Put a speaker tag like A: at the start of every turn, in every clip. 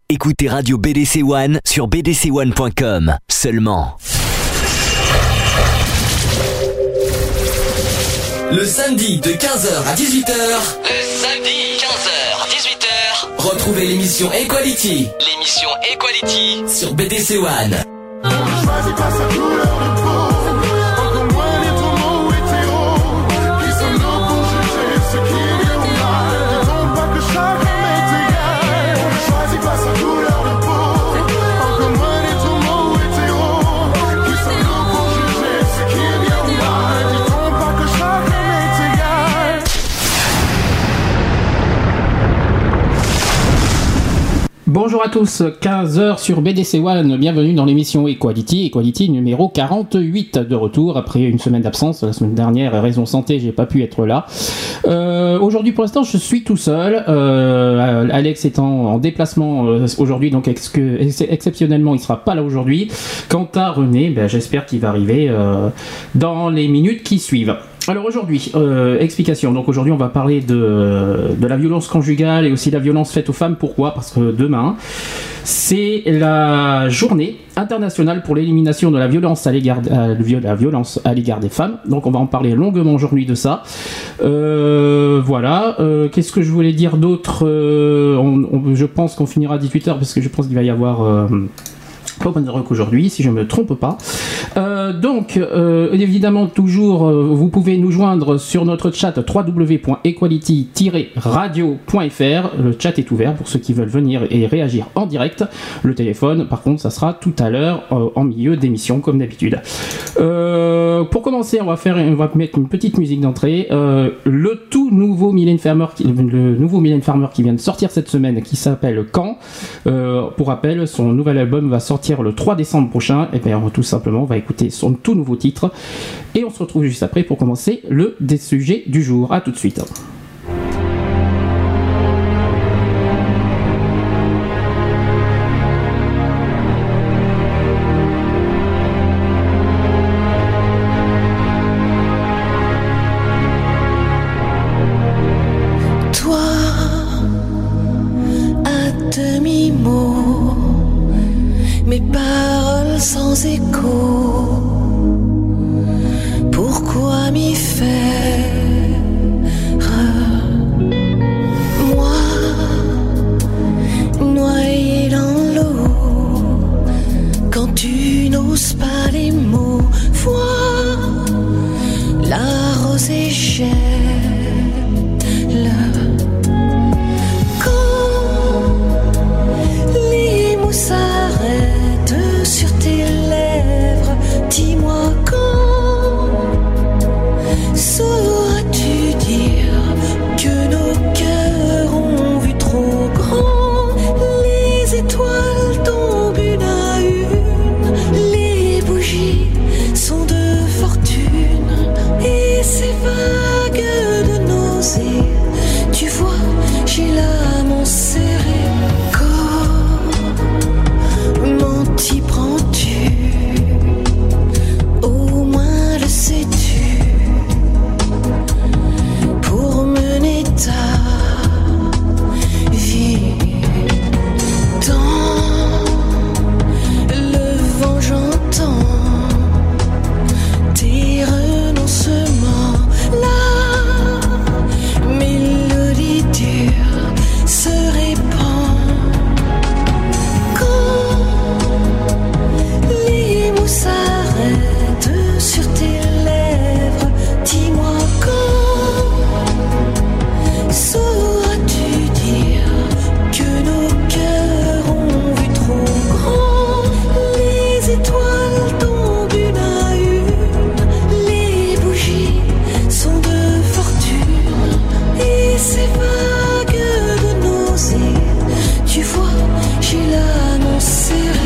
A: Écoutez Radio BDC One sur bdc1.com seulement.
B: Le samedi de 15h à 18h. Le samedi 15h 18h. Retrouvez l'émission Equality. L'émission Equality sur BDC One.
C: Choisis pas sa couleur de peau, encore moins les tourments hétéros. Qui sommes-nous pour juger ce qui est bien ou mal? Disons pas que chacun est égal. Choisis pas sa couleur de peau, encore moins les tourments hétéros. Qui sommes-nous pour juger ce qui est bien ou mal? Disons pas que chacun est égal.
D: Bonjour à tous, 15h sur BDC One, bienvenue dans l'émission Equality numéro 48, de retour après une semaine d'absence. La semaine dernière, raison santé, j'ai pas pu être là. Aujourd'hui pour l'instant je suis tout seul, Alex étant en déplacement aujourd'hui, donc exceptionnellement il sera pas là aujourd'hui. Quant à René, j'espère qu'il va arriver dans les minutes qui suivent. Alors aujourd'hui, explication. Donc aujourd'hui, on va parler de la violence conjugale et aussi de la violence faite aux femmes. Pourquoi ? Parce que demain, c'est la journée internationale pour l'élimination de la violence à l'égard des femmes. Donc on va en parler longuement aujourd'hui de ça. Voilà. Qu'est-ce que je voulais dire d'autre ? Je pense qu'on finira à 18h parce que je pense qu'il va y avoir... Open Rock aujourd'hui, si je me trompe pas. Donc, évidemment, toujours, vous pouvez nous joindre sur notre chat www.equality-radio.fr. Le chat est ouvert pour ceux qui veulent venir et réagir en direct. Le téléphone, par contre, ça sera tout à l'heure en milieu d'émission, comme d'habitude. Pour commencer, on va mettre une petite musique d'entrée. Le nouveau Mylène Farmer qui vient de sortir cette semaine, qui s'appelle Quand. Pour rappel, son nouvel album va sortir le 3 décembre prochain. Et bien tout simplement on va écouter son tout nouveau titre et on se retrouve juste après pour commencer des sujets du jour. À tout de suite.
E: Toi, à demi-mot, mes paroles sans écho, pourquoi m'y faire? Moi, noyé dans l'eau, quand tu n'oses pas les mots, vois la rosée gèle. Quand les mots s'arrêtent sur tes lèvres, dis-moi quand sauras-tu dire que nos cœurs ont vu trop grand? Les étoiles tombent une à une, les bougies sont de fortune et ces vagues de nausée, tu vois, j'ai l'âme serrée. Comment t'y prends-tu? Au moins le sais-tu, pour mener ta vie. Dans le vent j'entends tes renoncements, la mélodie dure se répand. Quand les mots s'arrêtent sur tes lèvres, dis-moi quand sauras-tu dire que nos cœurs ont vu trop grand? Les étoiles tombent une à une, les bougies sont de fortune et ces vagues de nausée, tu vois, j'ai l'âme serrée.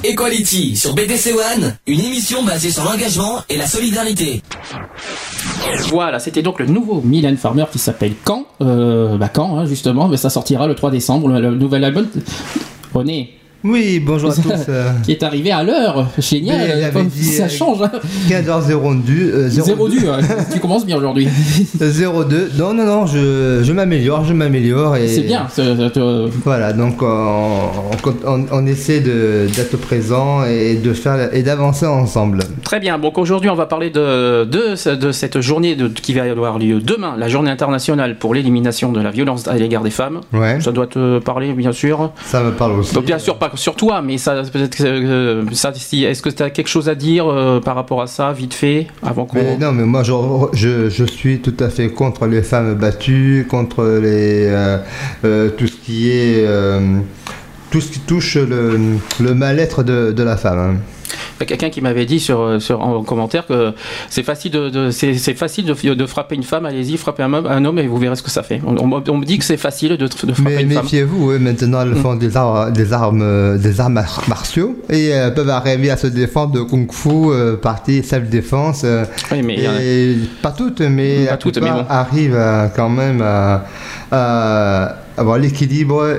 B: Equality sur BDC One, une émission basée sur l'engagement et la solidarité.
D: Voilà, c'était donc le nouveau Mylène Farmer qui s'appelle Quand, Quand, hein, justement, mais ça sortira le 3 décembre, le nouvel album. René.
F: Oui, bonjour à tous.
D: Qui est arrivé à l'heure, génial, ça change. Hein.
F: 14h02.
D: 02, tu commences bien aujourd'hui.
F: 02, non, je m'améliore. Et
D: c'est bien.
F: Voilà, donc on essaie d'être présent et d'avancer ensemble.
D: Très bien, donc aujourd'hui on va parler de cette journée qui va avoir lieu demain, la journée internationale pour l'élimination de la violence à l'égard des femmes.
F: Ouais.
D: Ça doit te parler, bien sûr.
F: Ça me parle aussi.
D: Donc bien sûr, pas sur toi, mais ça peut-être est-ce que tu as quelque chose à dire par rapport à ça, vite fait, avant qu'on...
F: Non, mais moi je suis tout à fait contre les femmes battues, contre tout ce qui touche le mal-être de la femme. Hein.
D: Il y a quelqu'un qui m'avait dit en commentaire que c'est facile de frapper une femme, allez-y, frappez un homme et vous verrez ce que ça fait. On me dit que c'est facile de frapper une femme.
F: Mais méfiez-vous, maintenant elles font des arts martiaux et elles peuvent arriver à se défendre de kung-fu, partie self-défense.
D: Oui, mais
F: pas toutes, mais
D: bon.
F: Arrivent quand même à avoir l'équilibre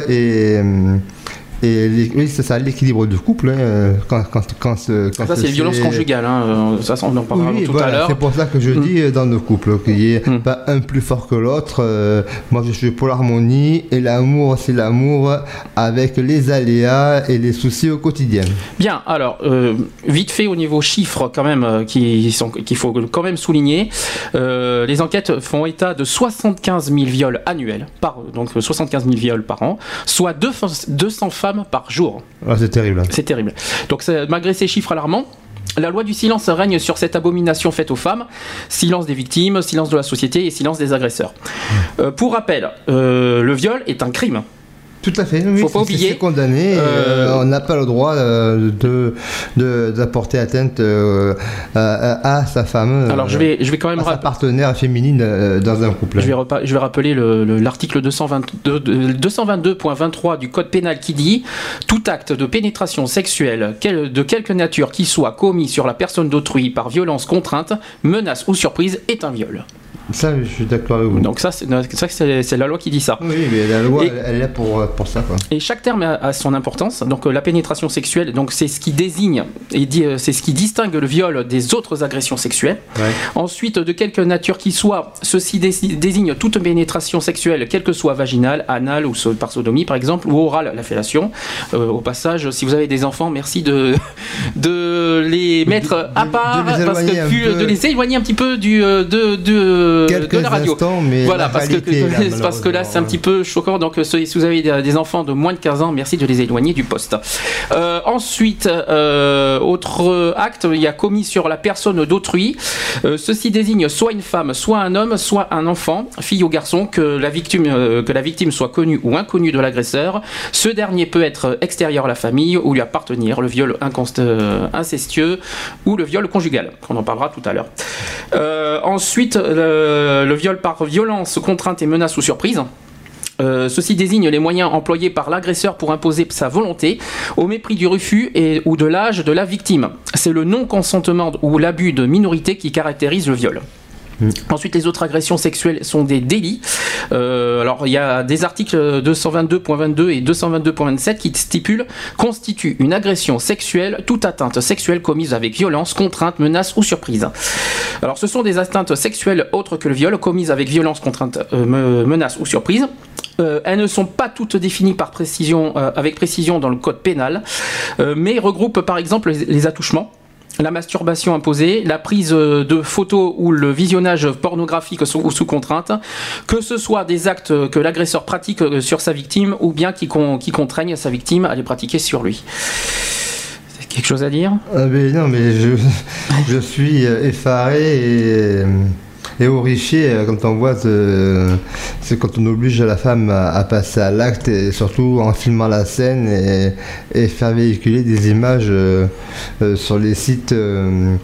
F: oui, c'est ça, l'équilibre du couple. Hein, quand
D: ça, c'est les violences conjugales. Hein, ça, on en parlera tout à l'heure.
F: C'est pour ça que je dis dans nos couples qu'il n'y ait pas un plus fort que l'autre. Moi, je suis pour l'harmonie et l'amour, c'est l'amour avec les aléas et les soucis au quotidien.
D: Bien, alors, vite fait au niveau chiffres, quand même, qu'il faut quand même souligner. Les enquêtes font état de 75 000 viols annuels, donc 75 000 viols par an, soit 200 femmes par jour.
F: Ah, c'est terrible.
D: C'est terrible. Donc, malgré ces chiffres alarmants, la loi du silence règne sur cette abomination faite aux femmes. Silence des victimes, silence de la société et silence des agresseurs. Pour rappel, le viol est un crime.
F: Tout à fait, oui,
D: faut pas oublier.
F: C'est condamné. On n'a pas le droit d'apporter atteinte à sa femme.
D: Alors je vais quand même
F: sa partenaire féminine dans un couple.
D: Je vais rappeler l'article 222.23 du code pénal qui dit tout acte de pénétration sexuelle de quelque nature qu'il soit commis sur la personne d'autrui par violence, contrainte, menace ou surprise est un viol.
F: Ça, je suis d'accord avec vous.
D: Donc c'est la loi qui dit ça.
F: Oui, mais la loi, elle est là pour ça, quoi.
D: Et chaque terme a son importance. Donc la pénétration sexuelle, donc c'est ce qui désigne c'est ce qui distingue le viol des autres agressions sexuelles. Ouais. Ensuite, de quelque nature qu'il soit, ceci désigne toute pénétration sexuelle, quelle que soit vaginale, anale ou par sodomie, par exemple, ou orale, la fellation. Au passage, si vous avez des enfants, merci de les mettre à part, de les éloigner un petit peu de la radio.
F: Instants, mais
D: voilà, parce que là c'est un petit peu choquant. Donc si vous avez des enfants de moins de 15 ans, merci de les éloigner du poste. Ensuite, autre acte, il y a commis sur la personne d'autrui. Ceci désigne soit une femme, soit un homme, soit un enfant, fille ou garçon, que la victime soit connue ou inconnue de l'agresseur. Ce dernier peut être extérieur à la famille ou lui appartenir, le viol incestueux ou le viol conjugal. On en parlera tout à l'heure. Ensuite, le viol par violence, contrainte et menace ou surprise. Ceci désigne les moyens employés par l'agresseur pour imposer sa volonté au mépris du refus ou de l'âge de la victime. C'est le non-consentement ou l'abus de minorité qui caractérise le viol. Ensuite, les autres agressions sexuelles sont des délits. Alors, il y a des articles 222.22 et 222.27 qui stipulent « constitue une agression sexuelle toute atteinte sexuelle commise avec violence, contrainte, menace ou surprise ». Alors, ce sont des atteintes sexuelles autres que le viol, commises avec violence, contrainte, menace ou surprise. Elles ne sont pas toutes définies avec précision dans le code pénal, mais regroupent par exemple les attouchements, la masturbation imposée, la prise de photos ou le visionnage pornographique ou sous contrainte, que ce soit des actes que l'agresseur pratique sur sa victime ou bien qui contraignent sa victime à les pratiquer sur lui. Quelque chose à dire ?
F: Mais non, mais je suis effaré et horrifié quand on voit c'est quand on oblige la femme à passer à l'acte et surtout en filmant la scène et faire véhiculer des images sur les sites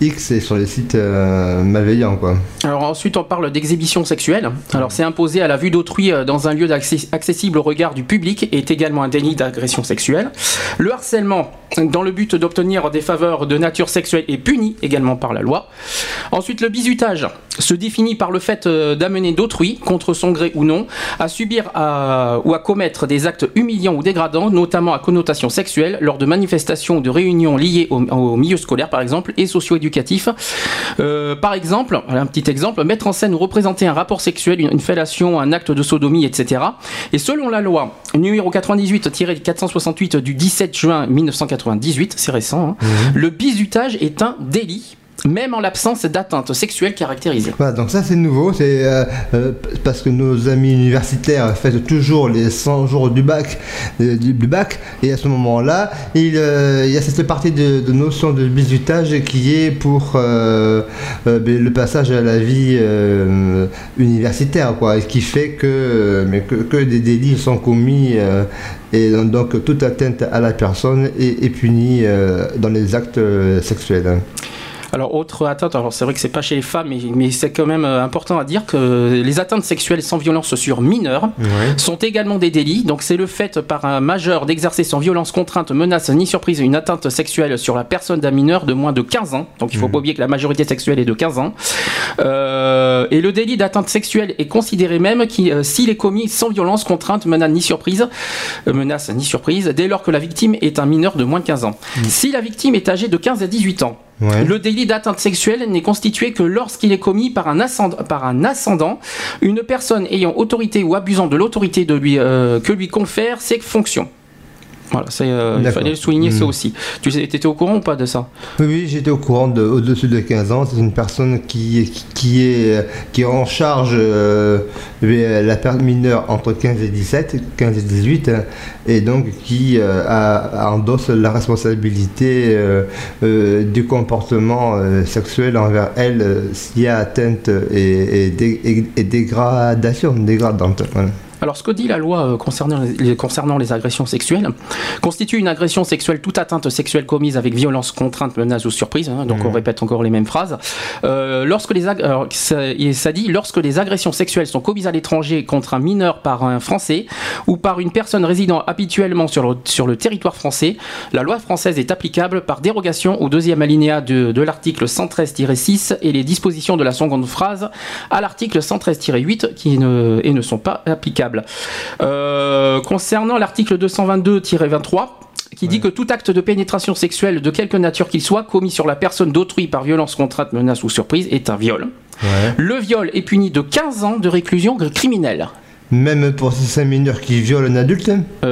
F: X et sur les sites malveillants, quoi.
D: Alors ensuite on parle d'exhibition sexuelle. Alors c'est imposé à la vue d'autrui dans un lieu accessible au regard du public est également un délit d'agression sexuelle. Le harcèlement dans le but d'obtenir des faveurs de nature sexuelle est puni également par la loi. Ensuite le bizutage se définit par le fait d'amener d'autrui, contre son gré ou non, à subir ou à commettre des actes humiliants ou dégradants, notamment à connotation sexuelle, lors de manifestations ou de réunions liées au milieu scolaire par exemple et socio-éducatif. Par exemple, un petit exemple, mettre en scène ou représenter un rapport sexuel, une fellation, un acte de sodomie, etc. Et selon la loi numéro 98-468 du 17 juin 1998, c'est récent, hein, le bizutage est un délit, même en l'absence d'atteinte sexuelle caractérisée.
F: Voilà, donc ça c'est nouveau, c'est parce que nos amis universitaires fêtent toujours les 100 jours du bac, et à ce moment-là, il y a cette partie de notion de bizutage qui est pour le passage à la vie universitaire, quoi, et qui fait que des délits sont commis et donc toute atteinte à la personne est punie dans les actes sexuels.
D: Alors, autre atteinte, alors c'est vrai que c'est pas chez les femmes, mais c'est quand même important à dire que les atteintes sexuelles sans violence sur mineurs sont également des délits. Donc, c'est le fait par un majeur d'exercer sans violence, contrainte, menace ni surprise une atteinte sexuelle sur la personne d'un mineur de moins de 15 ans. Donc, il faut pas oublier que la majorité sexuelle est de 15 ans. Et le délit d'atteinte sexuelle est considéré même s'il est commis sans violence, contrainte, menace ni surprise, dès lors que la victime est un mineur de moins de 15 ans. Si la victime est âgée de 15 à 18 ans, le délit d'atteinte sexuelle n'est constitué que lorsqu'il est commis par un ascendant, une personne ayant autorité ou abusant de l'autorité que lui confère ses fonctions. Voilà, il fallait le souligner ça aussi. Tu étais au courant ou pas de ça ?
F: Oui, j'étais au courant au-dessus de 15 ans. C'est une personne qui est en charge la personne mineure entre 15 et 18, et donc qui endosse la responsabilité du comportement sexuel envers elle s'il y a atteinte et dégradante. Voilà.
D: Alors, ce que dit la loi concernant les agressions sexuelles constitue une agression sexuelle toute atteinte sexuelle commise avec violence, contrainte, menace ou surprise. Donc, on répète encore les mêmes phrases. Lorsque les agressions sexuelles sont commises à l'étranger contre un mineur par un Français ou par une personne résidant habituellement sur le territoire français, la loi française est applicable par dérogation au deuxième alinéa de l'article 113-6 et les dispositions de la seconde phrase à l'article 113-8 qui ne sont pas applicables. Concernant l'article 222-23 qui dit que tout acte de pénétration sexuelle de quelque nature qu'il soit commis sur la personne d'autrui par violence, contrainte, menace ou surprise est un viol. Le viol est puni de 15 ans de réclusion criminelle.
F: Même pour ces mineurs qui violent un adulte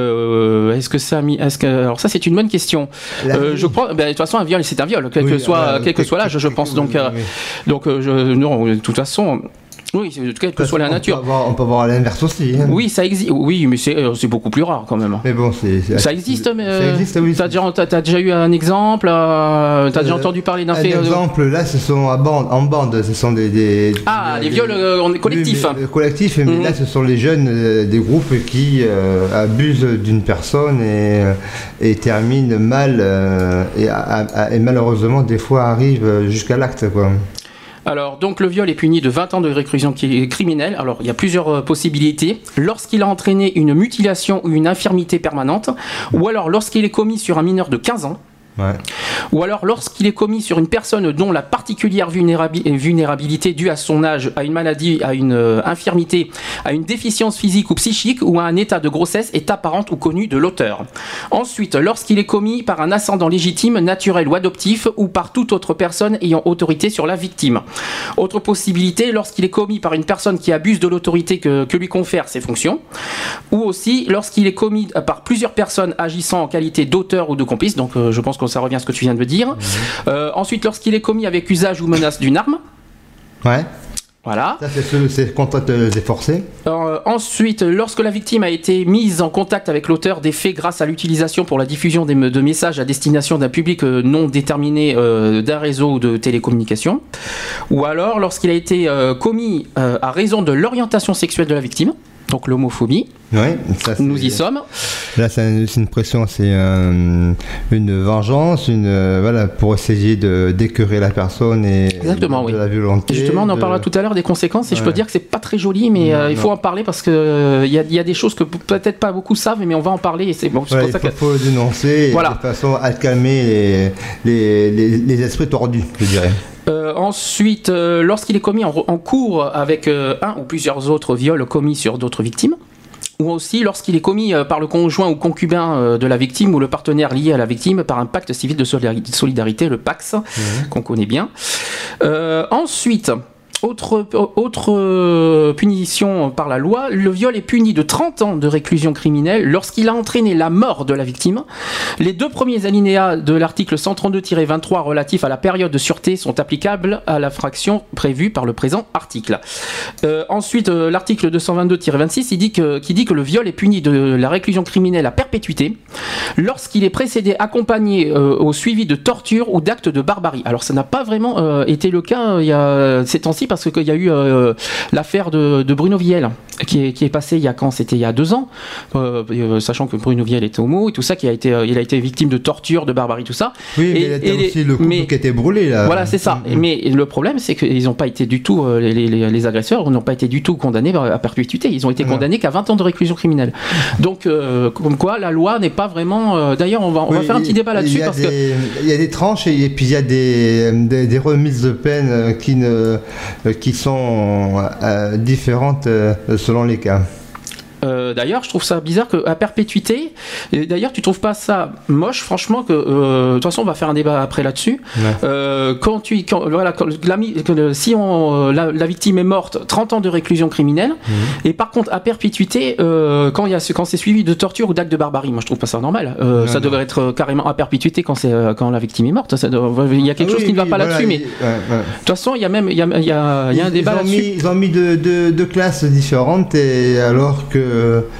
D: alors ça c'est une bonne question. Je crois, de toute façon un viol c'est un viol, quel que soit l'âge, je pense. Donc non, de toute façon. Oui, quelle que soit la nature.
F: On peut avoir l'inverse aussi. Hein.
D: Oui, ça existe. Oui, mais c'est beaucoup plus rare quand même.
F: Mais bon,
D: ça existe, mais
F: ça existe, oui.
D: T'as déjà eu un exemple t'as déjà entendu parler d'un fait.
F: Un exemple, là, ce sont en bande. Ce sont des
D: les viols collectifs.
F: Collectifs, mais là, ce sont les jeunes des groupes qui abusent d'une personne et terminent mal et malheureusement des fois arrivent jusqu'à l'acte, quoi.
D: Alors, donc le viol est puni de 20 ans de réclusion criminelle. Alors, il y a plusieurs possibilités. Lorsqu'il a entraîné une mutilation ou une infirmité permanente, ou alors lorsqu'il est commis sur un mineur de 15 ans, ou alors lorsqu'il est commis sur une personne dont la particulière vulnérabilité due à son âge, à une maladie, à une infirmité, à une déficience physique ou psychique ou à un état de grossesse est apparente ou connue de l'auteur. Ensuite, lorsqu'il est commis par un ascendant légitime, naturel ou adoptif ou par toute autre personne ayant autorité sur la victime. Autre possibilité, lorsqu'il est commis par une personne qui abuse de l'autorité que lui confèrent ses fonctions, ou aussi lorsqu'il est commis par plusieurs personnes agissant en qualité d'auteur ou de complice. Donc je pense que ça revient à ce que tu viens de me dire. Ensuite, lorsqu'il est commis avec usage ou menace d'une arme. Voilà. Ça,
F: c'est contact forcé.
D: Ensuite, lorsque la victime a été mise en contact avec l'auteur des faits grâce à l'utilisation pour la diffusion de messages à destination d'un public non déterminé d'un réseau de télécommunications. Ou alors, lorsqu'il a été commis à raison de l'orientation sexuelle de la victime. donc l'homophobie.
F: Ouais, ça,
D: Nous y sommes.
F: Là, c'est une pression, c'est une vengeance, voilà, pour essayer d'écœurer la personne et
D: Exactement,
F: de
D: oui.
F: la violenter.
D: Justement, on en parlera tout à l'heure des conséquences et je peux dire que c'est pas très joli, mais il faut en parler parce que il y a des choses que peut-être pas beaucoup savent, mais on va en parler et c'est bon. C'est pour ça
F: il faut le dénoncer
D: voilà.
F: de façon à calmer les esprits tordus, je dirais.
D: Ensuite, lorsqu'il est commis en cours avec un ou plusieurs autres viols commis sur d'autres victimes, ou aussi lorsqu'il est commis par le conjoint ou concubin de la victime ou le partenaire lié à la victime par un pacte civil de solidarité, le PACS, qu'on connaît bien. Ensuite, autre punition par la loi, le viol est puni de 30 ans de réclusion criminelle lorsqu'il a entraîné la mort de la victime. Les 2 premiers alinéas de l'article 132-23 relatifs à la période de sûreté sont applicables à l'infraction prévue par le présent article. Ensuite, l'article 222-26 qui dit que le viol est puni de la réclusion criminelle à perpétuité lorsqu'il est précédé, accompagné au suivi de torture ou d'actes de barbarie. Alors ça n'a pas vraiment été le cas il y a ces temps-ci, parce qu'il y a eu l'affaire de Bruno Viel qui est passée il y a quand? C'était il y a 2 ans, sachant que Bruno Viel était homo et tout ça, il a été victime de torture, de barbarie, tout ça.
F: Oui, mais il y a aussi le couple qui a été brûlé là.
D: Voilà, c'est ça. Mais le problème, c'est qu'ils n'ont pas été du tout, les agresseurs n'ont pas été du tout condamnés à perpétuité. Ils ont été condamnés qu'à 20 ans de réclusion criminelle. Donc, comme quoi, la loi n'est pas vraiment. D'ailleurs, on va faire un petit débat là-dessus parce que
F: il y a des tranches et puis il y a des remises de peine qui sont différentes selon les cas.
D: D'ailleurs, je trouve ça bizarre qu'à perpétuité, et d'ailleurs, tu trouves pas ça moche, franchement, que de toute façon, on va faire un débat après là-dessus. Ouais. Si la victime est morte, 30 ans de réclusion criminelle, et par contre, à perpétuité, quand c'est suivi de torture ou d'actes de barbarie, moi je trouve pas ça normal. Ça devrait être carrément à perpétuité quand la victime est morte. Il y a quelque chose qui ne va pas là-dessus, mais de toute façon, il y a un débat là-dessus.
F: Ils ont mis deux classes différentes, et alors que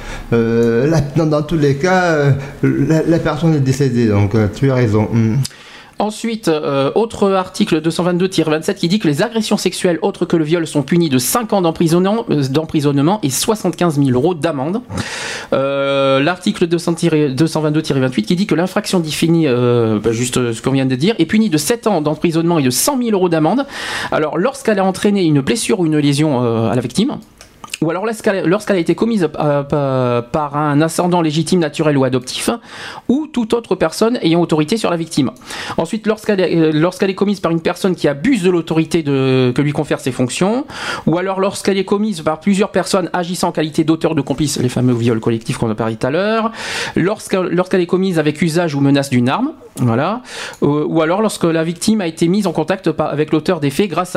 F: dans tous les cas, la personne est décédée, donc tu as raison.
D: Ensuite, autre article 222-27 qui dit que les agressions sexuelles autres que le viol sont punies de 5 ans d'emprisonnement et 75 000 € d'amende. L'article 222-28 qui dit que l'infraction définie, juste ce qu'on vient de dire, est punie de 7 ans d'emprisonnement et de 100 000 € d'amende. Alors, lorsqu'elle a entraîné une blessure ou une lésion à la victime, ou alors lorsqu'elle a été commise par un ascendant légitime, naturel ou adoptif, ou toute autre personne ayant autorité sur la victime. Ensuite, lorsqu'elle est commise par une personne qui abuse de l'autorité que lui confèrent ses fonctions, ou alors lorsqu'elle est commise par plusieurs personnes agissant en qualité d'auteur de complice, les fameux viols collectifs qu'on a parlé tout à l'heure, lorsqu'elle est commise avec usage ou menace d'une arme, voilà, ou alors lorsque la victime a été mise en contact avec l'auteur des faits grâce à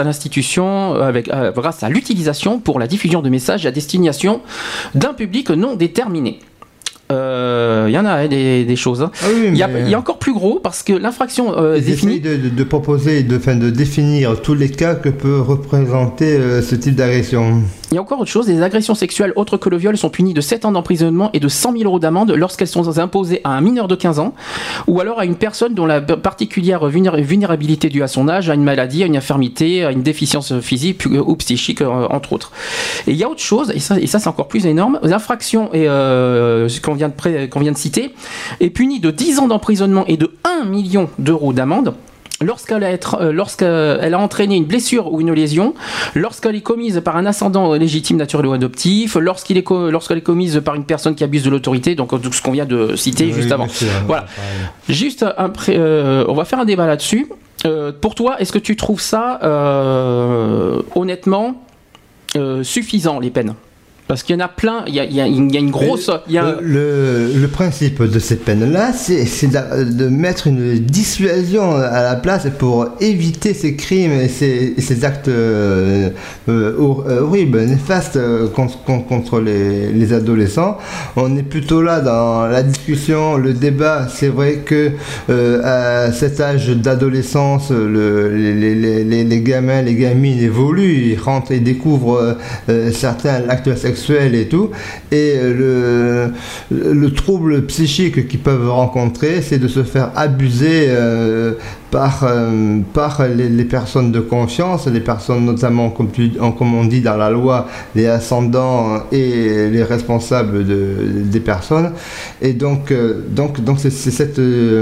D: grâce à l'utilisation pour la diffusion de messages à destination d'un public non déterminé. Il y en a des choses. Hein. Ah oui, il y a encore plus gros parce que l'infraction définie
F: de proposer, de définir tous les cas que peut représenter ce type d'agression.
D: Il y a encore autre chose, les agressions sexuelles autres que le viol sont punies de 7 ans d'emprisonnement et de 100 000 € d'amende lorsqu'elles sont imposées à un mineur de 15 ans ou alors à une personne dont la particulière vulnérabilité due à son âge, à une maladie, à une infirmité, à une déficience physique ou psychique, entre autres. Et il y a autre chose, et ça c'est encore plus énorme, l'infraction qu'on vient de citer est punie de 10 ans d'emprisonnement et de 1 million d'euros d'amende lorsqu'elle a entraîné une blessure ou une lésion, lorsqu'elle est commise par un ascendant légitime, naturel ou adoptif, lorsqu'elle est commise par une personne qui abuse de l'autorité, donc ce qu'on vient de citer juste avant. Voilà. Juste après, on va faire un débat là-dessus. Pour toi, est-ce que tu trouves ça honnêtement suffisant, les peines ? Parce qu'il y en a plein, il y a une grosse...
F: Le principe de ces peines-là, c'est de mettre une dissuasion à la place pour éviter ces crimes et ces actes horribles, néfastes contre les adolescents. On est plutôt là dans la discussion, le débat. C'est vrai que à cet âge d'adolescence, les gamins, les gamines évoluent, ils rentrent et découvrent certains actes sexuels sexuels et tout. Et le trouble psychique qu'ils peuvent rencontrer, c'est de se faire abuser par les personnes de confiance, les personnes notamment, comme on dit dans la loi, les ascendants et les responsables des personnes. Et donc c'est cette...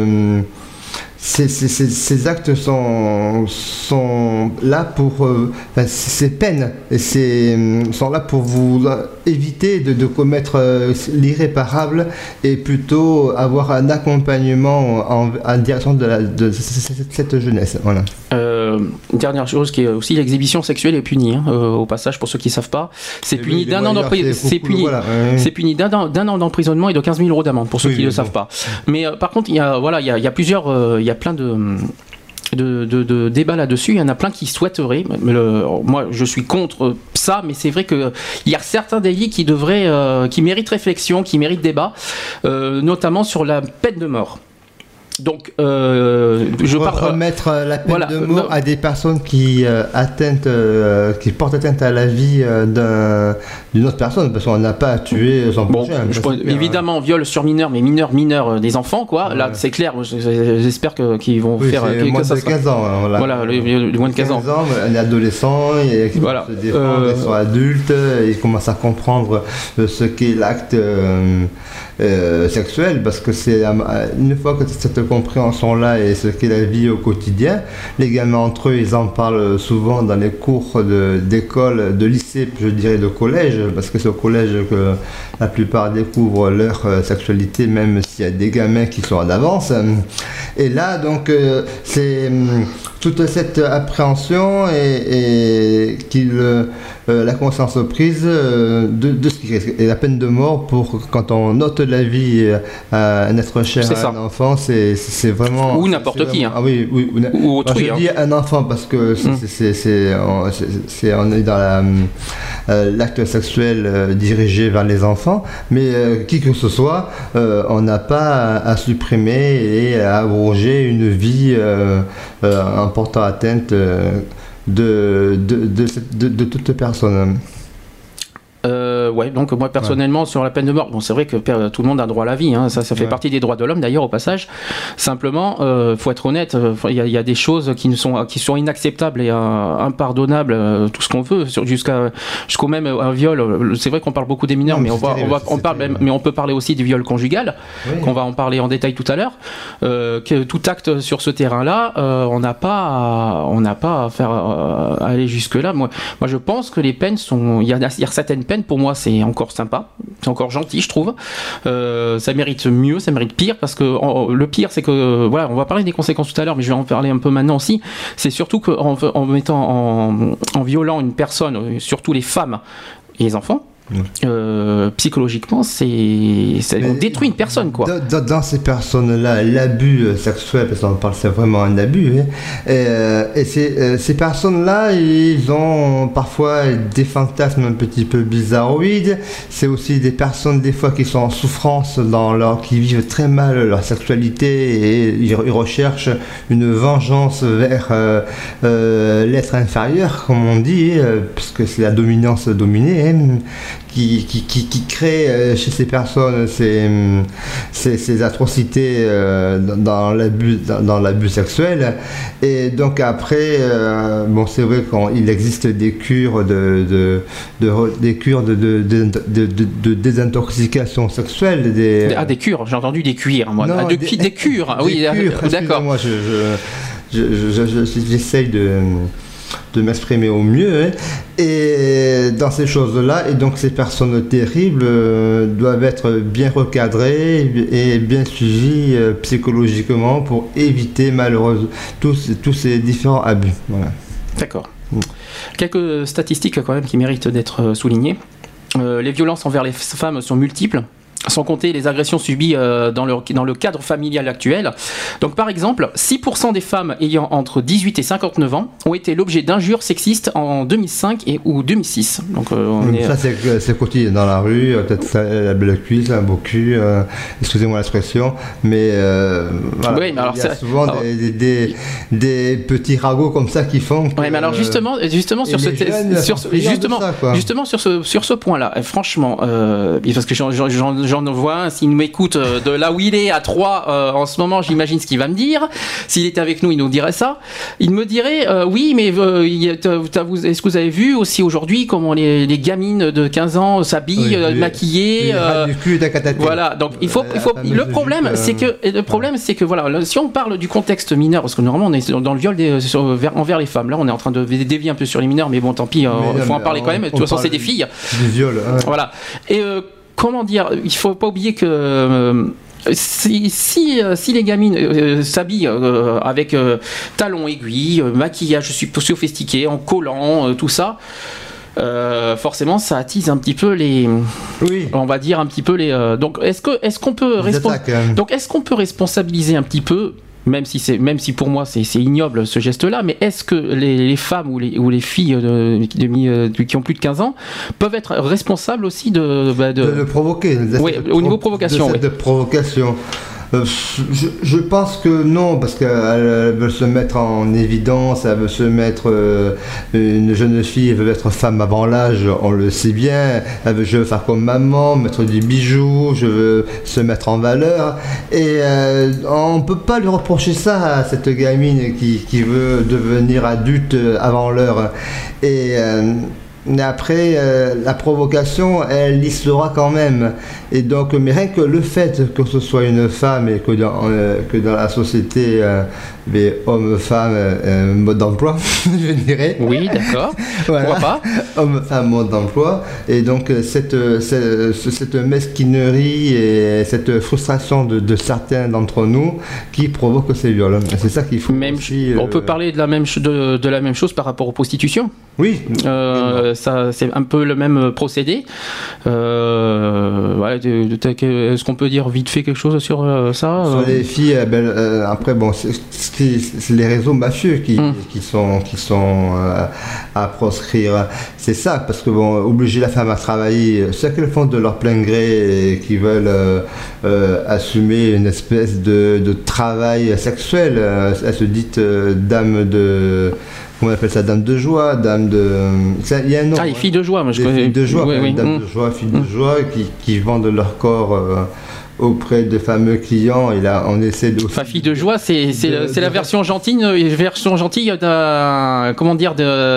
F: Ces actes sont là pour... ces peines sont là pour vous éviter de commettre l'irréparable et plutôt avoir un accompagnement en direction de cette jeunesse. Voilà.
D: Dernière chose qui est aussi l'exhibition sexuelle est punie, au passage, pour ceux qui ne savent pas. C'est puni d'un an d'emprisonnement. C'est puni d'un an d'emprisonnement et de 15 000 € d'amende pour ceux qui ne le savent pas. Mais par contre, il y a plusieurs... il y a plein de débats là-dessus. Il y en a plein qui souhaiteraient. Moi, je suis contre ça, mais c'est vrai qu'il y a certains délits qui méritent réflexion, qui méritent débat, notamment sur la peine de mort. Donc,
F: remettre la peine de mort à des personnes qui portent atteinte à la vie d'une autre personne, parce qu'on n'a pas à tuer son prochain.
D: Évidemment, viol sur mineurs, mais mineurs des enfants, quoi. Ouais. Là, c'est clair. J'espère qu'ils vont faire
F: moins de 15 ans.
D: Voilà, le moins de 15 ans.
F: Un adolescent, qui se défend, ils sont adultes, ils commencent à comprendre ce qu'est l'acte sexuel, parce que c'est une fois que cette compréhension-là et ce qu'est la vie au quotidien, les gamins entre eux, ils en parlent souvent dans les cours d'école, de lycée, je dirais de collège, parce que c'est au collège que la plupart découvrent leur sexualité, même s'il y a des gamins qui sont en avance. Et là, donc, c'est toute cette appréhension et la conscience prise de ce qui est la peine de mort quand on ôte la vie à un être cher, à un enfant, c'est vraiment...
D: Ou n'importe qui.
F: Ah oui,
D: ou autrui.
F: Je dis un enfant parce que on est dans l'acte sexuel dirigé vers les enfants, mais qui que ce soit, on n'a pas à supprimer et à abroger une vie en portant atteinte de toute personne.
D: Ouais, donc moi personnellement sur la peine de mort, bon c'est vrai que tout le monde a droit à la vie, ça fait partie des droits de l'homme d'ailleurs au passage. Simplement, faut être honnête, il y a des choses qui sont inacceptables et impardonnables, tout ce qu'on veut, jusqu'au même un viol. C'est vrai qu'on parle beaucoup des mineurs, mais on peut parler aussi du viol conjugal, qu'on va en parler en détail tout à l'heure. Que tout acte sur ce terrain-là, on n'a pas à faire aller jusque là. Moi je pense que les peines il y a certaines peines pour moi c'est encore sympa, c'est encore gentil je trouve, ça mérite mieux, ça mérite pire, parce que le pire c'est que on va parler des conséquences tout à l'heure, mais je vais en parler un peu maintenant aussi. C'est surtout qu'en en violant une personne, surtout les femmes et les enfants, psychologiquement on détruit une personne quoi.
F: Dans ces personnes-là, l'abus sexuel, parce qu'on parle, c'est vraiment un abus, et ces personnes-là, ils ont parfois des fantasmes un petit peu bizarroïdes. C'est aussi des personnes des fois qui sont en souffrance qui vivent très mal leur sexualité, et ils recherchent une vengeance vers l'être inférieur, comme on dit, puisque c'est la dominance dominée, qui crée chez ces personnes ces atrocités dans l'abus sexuel. Et donc après, c'est vrai qu'il existe des cures de désintoxication sexuelle.
D: Des cures, j'ai entendu des cuirs, moi.
F: Non,
D: des cures, oui, d'accord.
F: Moi, j'essaye de m'exprimer au mieux, et dans ces choses-là, et donc ces personnes terribles doivent être bien recadrées et bien suivies psychologiquement pour éviter malheureusement tous ces différents abus. Voilà.
D: D'accord. Quelques statistiques quand même qui méritent d'être soulignées. Les violences envers les femmes sont multiples. sans compter les agressions subies dans le cadre familial actuel. Donc par exemple, 6% des femmes ayant entre 18 et 59 ans ont été l'objet d'injures sexistes en 2005 ou 2006. Donc,
F: ça c'est quotidien dans la rue, peut-être la belle cuisse, un beau cul, excusez-moi l'expression, mais voilà,
D: oui, mais alors,
F: il y a souvent des petits ragots comme ça qui font que,
D: oui, mais alors justement sur ce point-là, franchement, parce que j'en vois un, s'il m'écoute de là où il est à 3 en ce moment, j'imagine ce qu'il va me dire. S'il était avec nous, il nous dirait ça. Il me dirait oui, mais est-ce que vous avez vu aussi aujourd'hui comment les gamines de 15 ans s'habillent, maquillées, voilà. Donc le problème c'est que voilà, si on parle du contexte mineur, parce que normalement on est dans le viol envers les femmes, là on est en train de dévier un peu sur les mineurs, mais bon tant pis, il faut en parler quand même. De toute façon c'est des filles.
F: Du viol. Hein.
D: Voilà. Et comment dire, il faut pas oublier que si les gamines s'habillent avec talons aiguilles, maquillage sophistiqué, en collant, tout ça, forcément ça attise un petit peu on va dire un petit peu donc est-ce qu'on peut responsabiliser un petit peu, même si pour moi c'est ignoble ce geste-là, mais est-ce que les femmes ou les filles qui ont plus de 15 ans peuvent être responsables aussi de
F: le provoquer,
D: au niveau provocation,
F: de provocation. Je pense que non, parce qu'elle veut se mettre en évidence, elle veut se mettre, une jeune fille, elle veut être femme avant l'âge, on le sait bien, elle veut, je veux faire comme maman, mettre du bijou, je veux se mettre en valeur, et on peut pas lui reprocher ça à cette gamine qui veut devenir adulte avant l'heure. Mais après, la provocation, elle y sera quand même. Et donc, mais rien que le fait que ce soit une femme et que dans la société, les hommes-femmes, mode d'emploi, je dirais.
D: Oui, d'accord.
F: Voilà.
D: Pourquoi pas.
F: Hommes-femmes, mode d'emploi. Et donc, cette mesquinerie et cette frustration de certains d'entre nous qui provoque ces viols. C'est ça qu'il faut aussi...
D: On peut parler de la même chose par rapport aux prostitutions.
F: Oui.
D: Ça, c'est un peu le même procédé. Voilà, est-ce qu'on peut dire vite fait quelque chose sur ça
F: Sur les filles, après, bon, c'est les réseaux mafieux qui sont à proscrire. C'est ça, parce que bon, obliger la femme à travailler, c'est qu'elles font de leur plein gré et qui veulent assumer une espèce de travail sexuel. Elles se disent dame de... Comment on appelle ça, dame de joie, il y a un nom.
D: Ah, les filles de joie, moi je connais.
F: Filles de joie,
D: oui.
F: Dames de joie, filles de joie qui vendent leur corps auprès de fameux clients. Et là, on essaie de.
D: Enfin, fille de joie, c'est la version gentille d'un, comment dire,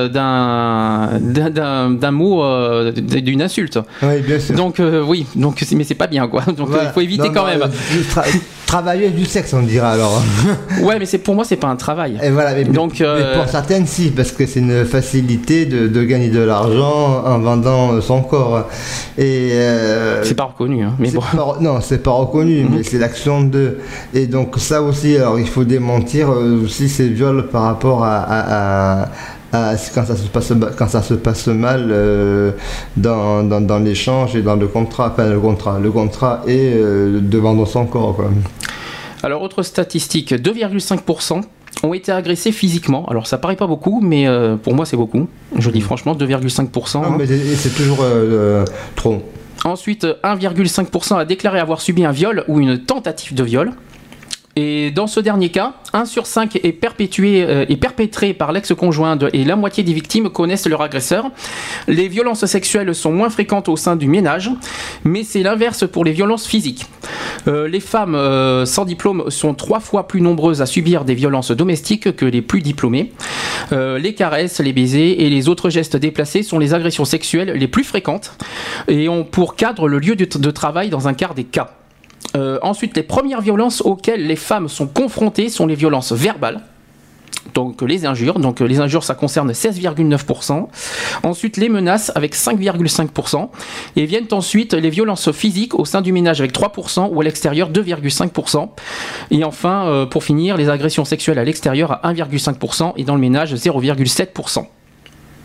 D: d'un mot, d'une insulte.
F: Oui, bien sûr.
D: Donc oui, mais c'est pas bien quoi. Donc il faut éviter quand même.
F: Travailler du sexe, on dira alors.
D: Ouais, mais pour moi, c'est pas un travail.
F: Et voilà, mais pour certaines, si, parce que c'est une facilité de gagner de l'argent en vendant son corps. Et
D: c'est pas reconnu, hein, mais bon.
F: Non, c'est pas reconnu, mais c'est l'action de. Et donc ça aussi, alors il faut démentir aussi ces viols par rapport à quand ça se passe mal dans l'échange et dans le contrat. Enfin, le contrat est de vendre son corps, quoi.
D: Alors, autre statistique, 2,5% ont été agressés physiquement. Alors, ça paraît pas beaucoup, mais pour moi, c'est beaucoup. Je dis franchement, 2,5%.
F: Non, mais c'est toujours trop.
D: Ensuite, 1,5% a déclaré avoir subi un viol ou une tentative de viol. Et dans ce dernier cas, 1 sur 5 est perpétré par l'ex-conjoint et la moitié des victimes connaissent leur agresseur. Les violences sexuelles sont moins fréquentes au sein du ménage, mais c'est l'inverse pour les violences physiques. Les femmes sans diplôme sont 3 fois plus nombreuses à subir des violences domestiques que les plus diplômées. Les caresses, les baisers et les autres gestes déplacés sont les agressions sexuelles les plus fréquentes et ont pour cadre le lieu de travail dans un quart des cas. Ensuite, les premières violences auxquelles les femmes sont confrontées sont les violences verbales, donc les injures. Donc les injures, ça concerne 16,9%. Ensuite, les menaces avec 5,5%. Et viennent ensuite les violences physiques au sein du ménage avec 3% ou à l'extérieur 2,5%. Et enfin, pour finir, les agressions sexuelles à l'extérieur à 1,5% et dans le ménage 0,7%.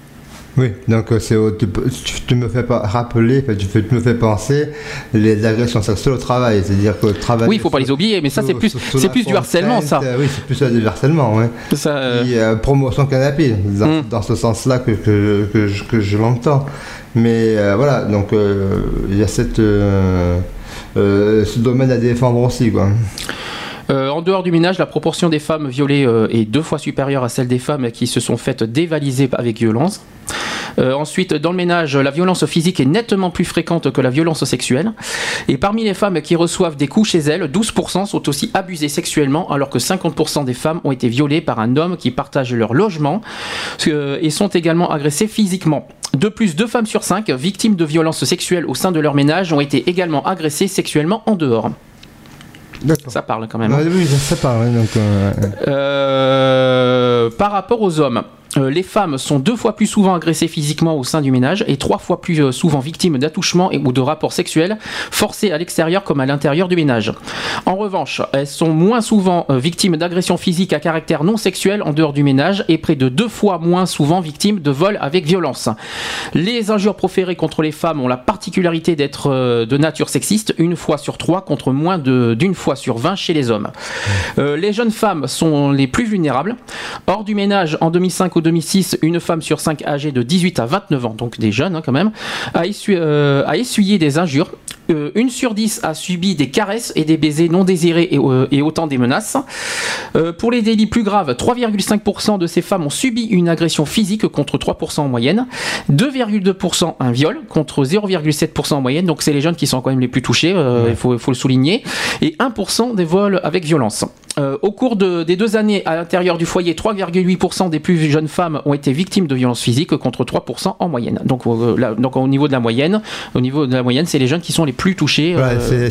F: Oui, donc tu me fais pas rappeler, tu me fais penser les agressions sexuelles au travail, c'est-à-dire que travail.
D: Oui, il faut pas les oublier, mais ça c'est plus du harcèlement, ça.
F: Oui, c'est plus du harcèlement, oui. Promotion canapé, dans ce sens-là que je l'entends. Mais voilà, donc il y a ce domaine à défendre aussi, quoi.
D: En dehors du ménage, la proportion des femmes violées est 2 fois supérieure à celle des femmes qui se sont faites dévaliser avec violence. Ensuite, dans le ménage, la violence physique est nettement plus fréquente que la violence sexuelle. Et parmi les femmes qui reçoivent des coups chez elles, 12% sont aussi abusées sexuellement, alors que 50% des femmes ont été violées par un homme qui partage leur logement et sont également agressées physiquement. De plus, 2 femmes sur 5 victimes de violences sexuelles au sein de leur ménage ont été également agressées sexuellement en dehors.
F: D'accord.
D: Ça parle quand même.
F: Oui, ça parle. Donc,
D: par rapport aux hommes, les femmes sont 2 fois plus souvent agressées physiquement au sein du ménage et 3 fois plus souvent victimes d'attouchements ou de rapports sexuels forcés à l'extérieur comme à l'intérieur du ménage. En revanche, elles sont moins souvent victimes d'agressions physiques à caractère non sexuel en dehors du ménage et près de 2 fois moins souvent victimes de vols avec violence. Les injures proférées contre les femmes ont la particularité d'être de nature sexiste, 1 fois sur 3 contre moins d'1 fois sur 20 chez les hommes. Les jeunes femmes sont les plus vulnérables. Hors du ménage, en 2005 ou 2006, une femme sur 5 âgée de 18 à 29 ans, donc des jeunes quand même, a essuyé des injures. 1 sur 10 a subi des caresses et des baisers non désirés et autant des menaces. Pour les délits plus graves, 3,5% de ces femmes ont subi une agression physique contre 3% en moyenne, 2,2% un viol contre 0,7% en moyenne, donc c'est les jeunes qui sont quand même les plus touchés, il faut le souligner, et 1% des vols avec violence. Au cours des 2 années à l'intérieur du foyer, 3,8% des plus jeunes femmes ont été victimes de violences physiques contre 3% en moyenne. Donc au niveau de la moyenne, c'est les jeunes qui sont les plus touchés.
F: Voilà, c'est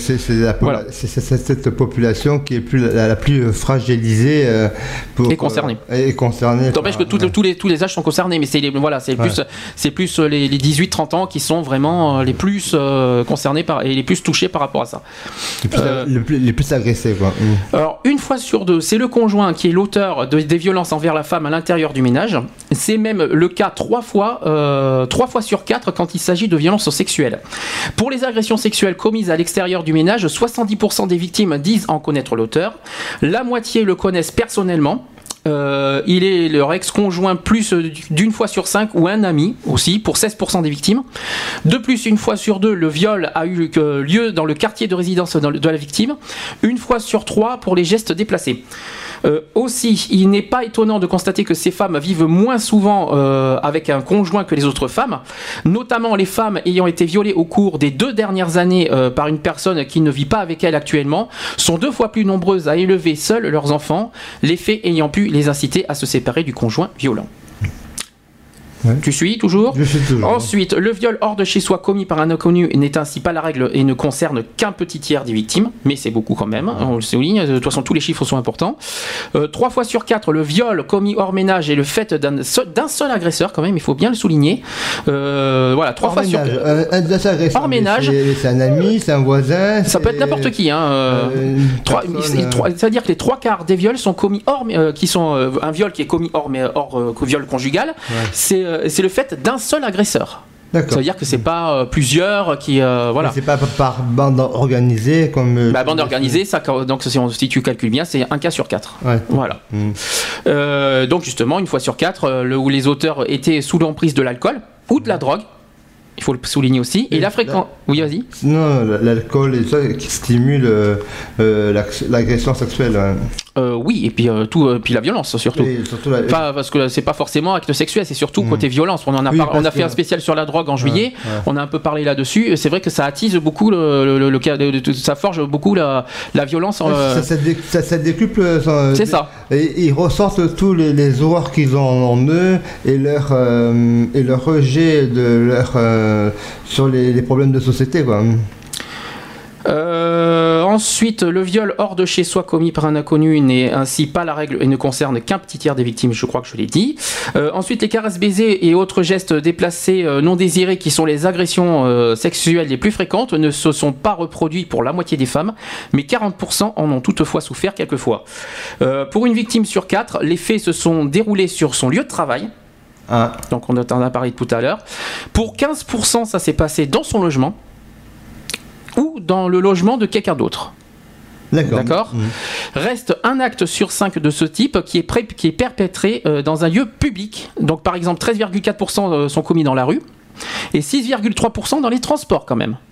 F: cette population qui est la plus fragilisée
D: et concernée. N'empêche que tous les âges sont concernés, mais c'est plus les 18-30 ans qui sont vraiment les plus concernés et les plus touchés par rapport à ça.
F: Les plus agressés, quoi.
D: Alors, 1 fois sur 2, c'est le conjoint qui est l'auteur des violences envers la femme à l'intérieur du ménage. C'est même le cas 3 fois sur 4 quand il s'agit de violences sexuelles. Pour les agressions sexuelles commises à l'extérieur du ménage, 70% des victimes disent en connaître l'auteur. La moitié le connaissent personnellement. Il est leur ex-conjoint plus d'1 fois sur 5 ou un ami aussi pour 16% des victimes. De plus, 1 fois sur 2, le viol a eu lieu dans le quartier de résidence de la victime. 1 fois sur 3 pour les gestes déplacés. Aussi, il n'est pas étonnant de constater que ces femmes vivent moins souvent avec un conjoint que les autres femmes, notamment les femmes ayant été violées au cours des 2 dernières années par une personne qui ne vit pas avec elles actuellement, sont 2 fois plus nombreuses à élever seules leurs enfants, les faits ayant pu les inciter à se séparer du conjoint violent. Ouais. Tu suis toujours ?
F: Je suis toujours.
D: Ensuite, le viol hors de chez soi commis par un inconnu n'est ainsi pas la règle et ne concerne qu'un petit tiers des victimes, mais c'est beaucoup quand même, on le souligne, de toute façon tous les chiffres sont importants. 3 fois sur 4, le viol commis hors ménage est le fait d'un seul agresseur quand même, il faut bien le souligner. 3 fois sur 4.
F: Un seul agresseur.
D: Hors ménage.
F: C'est un ami, c'est un voisin.
D: Ça peut être n'importe qui. C'est-à-dire que les 3 quarts des viols sont commis hors, un viol qui est commis hors viol conjugal, ouais. C'est le fait d'un seul agresseur.
F: D'accord.
D: Ça veut dire que c'est pas plusieurs qui voilà.
F: Mais c'est pas par bande organisée comme.
D: Bande organisée, ça, donc si tu calcules bien, c'est 1 cas sur 4.
F: Ouais.
D: Voilà. Donc justement, 1 fois sur 4, où les auteurs étaient sous l'emprise de l'alcool ou de la drogue. Il faut le souligner aussi. Et la fréquence. Oui, vas-y.
F: Non, l'alcool et ça qui stimule l'agression sexuelle. Hein.
D: Oui, et puis puis la violence surtout.
F: Et surtout
D: pas, parce que c'est pas forcément acte sexuel, c'est surtout côté violence. On a fait un spécial sur la drogue en juillet. On a un peu parlé là-dessus. C'est vrai que ça attise beaucoup ça forge beaucoup la violence.
F: Ça décuple.
D: C'est ça.
F: Et ils ressentent tous les horreurs qu'ils ont en eux et leur rejet de leur sur les problèmes de société, quoi.
D: Ensuite, le viol hors de chez soi commis par un inconnu n'est ainsi pas la règle et ne concerne qu'un petit tiers des victimes, je crois que je l'ai dit. Ensuite, les caresses baisers et autres gestes déplacés non désirés qui sont les agressions sexuelles les plus fréquentes ne se sont pas reproduits pour la moitié des femmes, mais 40% en ont toutefois souffert quelquefois. Pour une victime sur 4, les faits se sont déroulés sur son lieu de travail.
F: Ah.
D: Donc on en a parlé tout à l'heure. Pour 15%, ça s'est passé dans son logement ou dans le logement de quelqu'un d'autre. D'accord. Reste un acte sur 5 de ce type qui est perpétré dans un lieu public. Donc par exemple 13,4% sont commis dans la rue et 6,3% dans les transports quand même.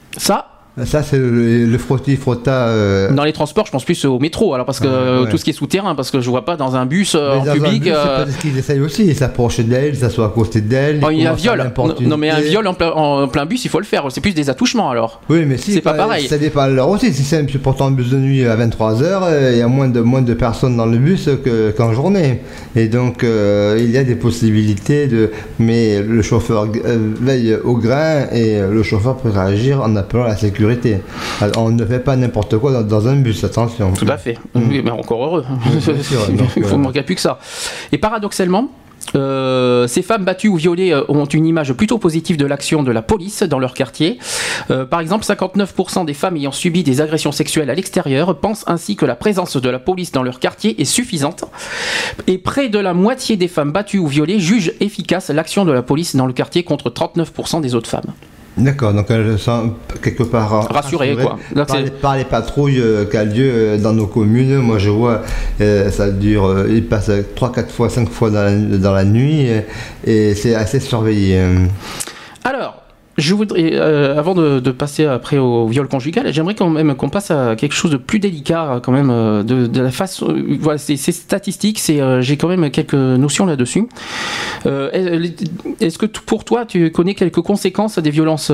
D: Ça
F: c'est le frotti-frotta.
D: Dans les transports, je pense plus au métro, alors parce que tout ce qui est souterrain, parce que je vois pas dans un bus en public.
F: C'est parce qu'ils essayent aussi, ils s'approchent d'elle, ils s'assoient à côté d'elle.
D: Il y a un viol. Non, mais un viol en plein bus, il faut le faire. C'est plus des attouchements alors.
F: Oui, mais si,
D: c'est pas pareil.
F: Ça dépend de l'heure aussi. Si c'est pourtant un bus de nuit à 23h, il y a moins de personnes dans le bus qu'en journée. Et donc, il y a des possibilités mais le chauffeur veille au grain et le chauffeur peut réagir en appelant la sécurité. On ne fait pas n'importe quoi dans un bus, attention.
D: Tout à fait. Mais encore heureux. Il ne manquerait plus que ça. Et paradoxalement, ces femmes battues ou violées ont une image plutôt positive de l'action de la police dans leur quartier. Par exemple, 59% des femmes ayant subi des agressions sexuelles à l'extérieur pensent ainsi que la présence de la police dans leur quartier est suffisante. Et près de la moitié des femmes battues ou violées jugent efficace l'action de la police dans le quartier contre 39% des autres femmes.
F: D'accord, donc elles sont quelque part
D: rassurées quoi.
F: Par les patrouilles qui ont lieu dans nos communes. Moi je vois, ça dure, ils passent 3, 4 fois, 5 fois dans la nuit et c'est assez surveillé. Alors,
D: je voudrais, avant de passer après au viol conjugal, j'aimerais quand même qu'on passe à quelque chose de plus délicat quand même, de la façon. Voilà, c'est statistique, j'ai quand même quelques notions là-dessus. Est-ce que pour toi, tu connais quelques conséquences des violences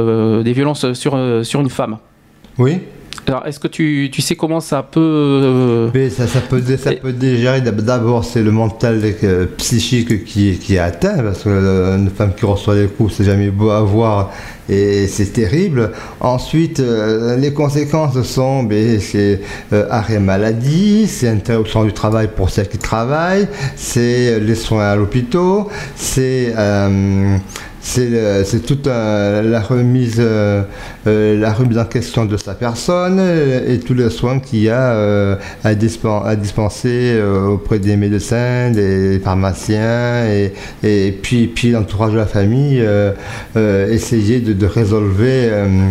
D: sur une femme ?
F: Oui.
D: Alors, est-ce que tu sais comment ça peut...
F: Mais ça peut dégérer. D'abord, c'est le mental psychique qui est atteint, parce qu'une femme qui reçoit des coups, c'est jamais beau à voir et c'est terrible. Ensuite, les conséquences sont c'est arrêt maladie, c'est interruption du travail pour celles qui travaillent, c'est les soins à l'hôpital, c'est toute la remise en question de sa personne et tous les soins qu'il y a à dispenser auprès des médecins, des pharmaciens et puis l'entourage de la famille, essayer de résolver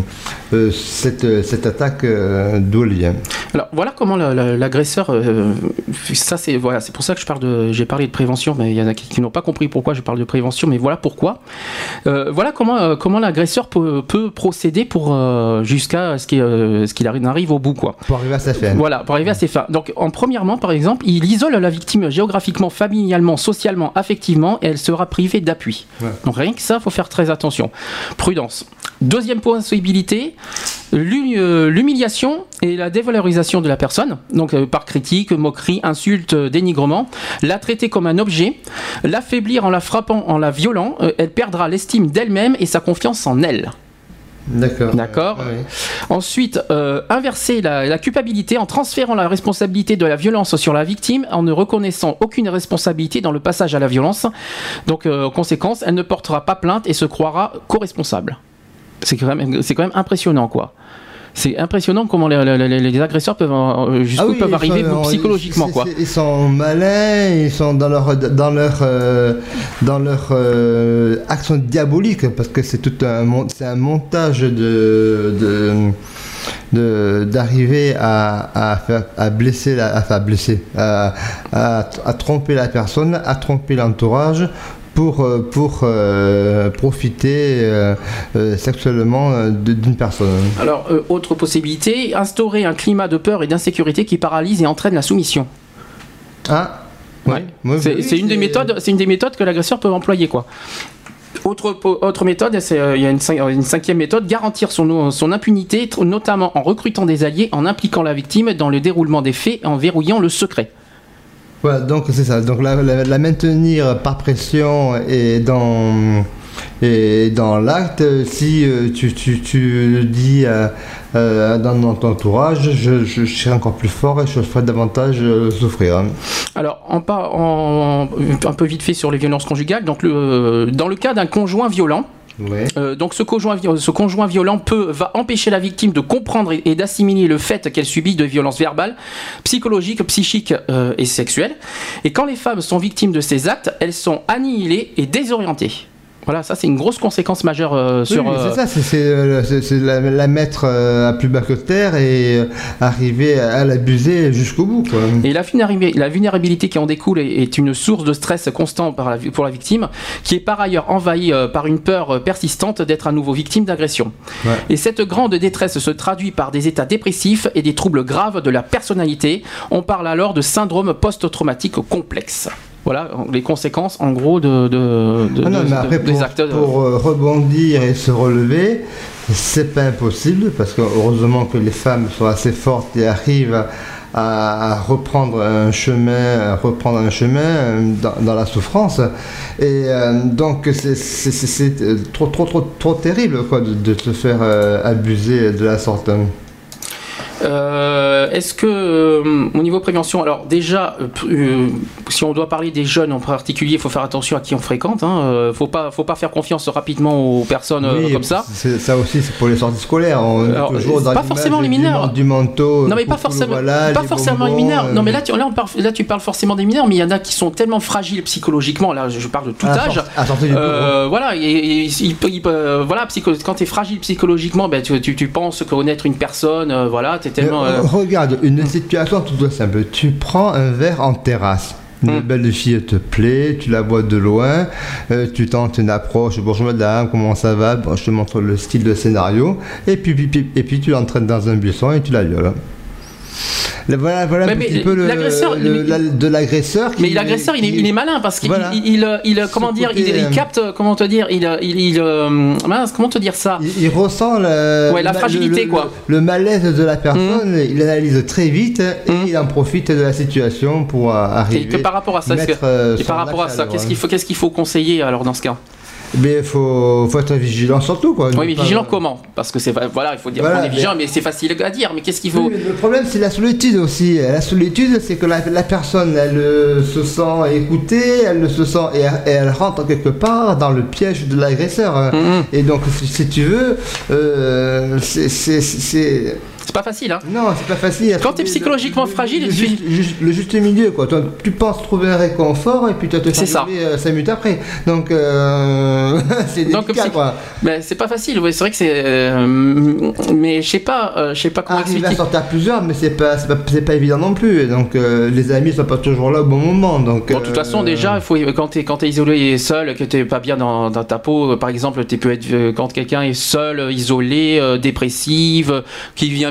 F: cette attaque d'où elle vient.
D: Alors voilà comment l'agresseur, c'est pour ça que j'ai parlé de prévention, mais il y en a qui n'ont pas compris pourquoi je parle de prévention, mais voilà pourquoi. Voilà comment l'agresseur peut procéder jusqu'à ce qu'il arrive au bout, quoi.
F: Pour arriver à ses fins.
D: Voilà, pour arriver à ses fins. Donc, premièrement, par exemple, il isole la victime géographiquement, familialement, socialement, affectivement, et elle sera privée d'appui. Ouais. Donc, rien que ça, il faut faire très attention. Prudence. Deuxième possibilité, l'humiliation et la dévalorisation de la personne, donc par critique, moquerie, insulte, dénigrement, la traiter comme un objet, l'affaiblir en la frappant, en la violant, elle perdra l'estime d'elle-même et sa confiance en elle. D'accord. Ouais. Ensuite, inverser la culpabilité en transférant la responsabilité de la violence sur la victime en ne reconnaissant aucune responsabilité dans le passage à la violence. Donc, conséquence, elle ne portera pas plainte et se croira co-responsable. C'est quand même impressionnant, quoi. C'est impressionnant comment les agresseurs peuvent arriver psychologiquement, quoi.
F: Ils sont malins, ils sont dans leur action diabolique, parce que c'est un montage d'arriver à tromper la personne, à tromper l'entourage pour profiter sexuellement d'une personne.
D: Alors, autre possibilité, instaurer un climat de peur et d'insécurité qui paralyse et entraîne la soumission.
F: Ah,
D: ouais. C'est une des méthodes que l'agresseur peut employer, quoi. Autre méthode, il y a une cinquième méthode, garantir son impunité, notamment en recrutant des alliés, en impliquant la victime dans le déroulement des faits, en verrouillant le secret.
F: Voilà, donc c'est ça. Donc la maintenir par pression et dans l'acte, si tu dis dans ton entourage, je serai encore plus fort et je ferai davantage souffrir. Alors,
D: un peu vite fait sur les violences conjugales. Donc, dans le cas d'un conjoint violent,
F: Ouais.
D: Donc ce conjoint violent va empêcher la victime de comprendre et d'assimiler le fait qu'elle subit de violences verbales, psychologiques, psychiques et sexuelles. Et quand les femmes sont victimes de ces actes, elles sont annihilées et désorientées. Voilà, ça c'est une grosse conséquence majeure sur...
F: Oui, c'est ça, c'est la mettre à plus bas que terre et arriver à l'abuser jusqu'au bout, quoi.
D: Et la vulnérabilité qui en découle est une source de stress constant pour la victime, qui est par ailleurs envahie par une peur persistante d'être à nouveau victime d'agression. Ouais. Et cette grande détresse se traduit par des états dépressifs et des troubles graves de la personnalité. On parle alors de syndrome post-traumatique complexe. Voilà les conséquences en gros des actes.
F: Pour rebondir et se relever, c'est pas impossible parce que heureusement que les femmes sont assez fortes et arrivent à reprendre un chemin dans la souffrance. Et donc c'est trop terrible quoi de se faire abuser de la sorte.
D: Est-ce que au niveau prévention, alors déjà si on doit parler des jeunes en particulier, il faut faire attention à qui on fréquente, hein. Faut pas faire confiance rapidement aux personnes comme ça.
F: Ça aussi c'est pour les sorties scolaires. On est toujours dans
D: pas forcément les mineurs.
F: Du manteau.
D: Non mais pas forcément les mineurs. Non mais là tu parles forcément des mineurs, mais il y en a qui sont tellement fragiles psychologiquement. Là je parle de tout âge. Voilà voilà quand tu es fragile psychologiquement, ben tu penses connaître une personne, voilà.
F: Regarde, une situation toute simple. Tu prends un verre en terrasse. Une belle fille te plaît, tu la vois de loin, tu tentes une approche, bonjour madame, comment ça va, bon, je te montre le style de scénario, et puis tu l'entraînes dans un buisson et tu la violes. Voilà un petit peu de l'agresseur.
D: Mais l'agresseur, il est malin parce qu'il comment dire, il capte, comment te dire, comment te dire ça.
F: Il ressent
D: la fragilité quoi.
F: Le malaise de la personne, il analyse très vite et il en profite de la situation pour arriver.
D: Et par rapport à ça, qu'est-ce qu'il faut conseiller alors dans ce cas?
F: Mais il faut être vigilant surtout quoi.
D: Oui mais vigilant comment? Parce que il faut dire qu'on est vigilant mais c'est facile à dire, mais qu'est-ce qu'il faut?
F: Oui, le problème c'est la solitude aussi. La solitude c'est que la personne elle se sent écoutée, elle se sent et elle rentre quelque part dans le piège de l'agresseur. Et donc si tu veux
D: c'est pas facile, hein.
F: Non, c'est pas facile.
D: Quand t'es psychologiquement fragile,
F: le juste milieu, quoi. Toi, tu penses trouver un réconfort et puis tu vas te faire violer 5 minutes après. Donc, c'est délicat, quoi.
D: Ben, c'est pas facile. Ouais, c'est vrai que c'est. Mais je sais pas comment expliquer.
F: Arriver à sortir à plusieurs, mais c'est pas évident non plus. Et donc, les amis sont pas toujours là au bon moment. Donc.
D: Bon, de toute façon, déjà, quand t'es isolé et seul, que t'es pas bien dans ta peau, par exemple, quand quelqu'un est seul, isolé, dépressive, qui vient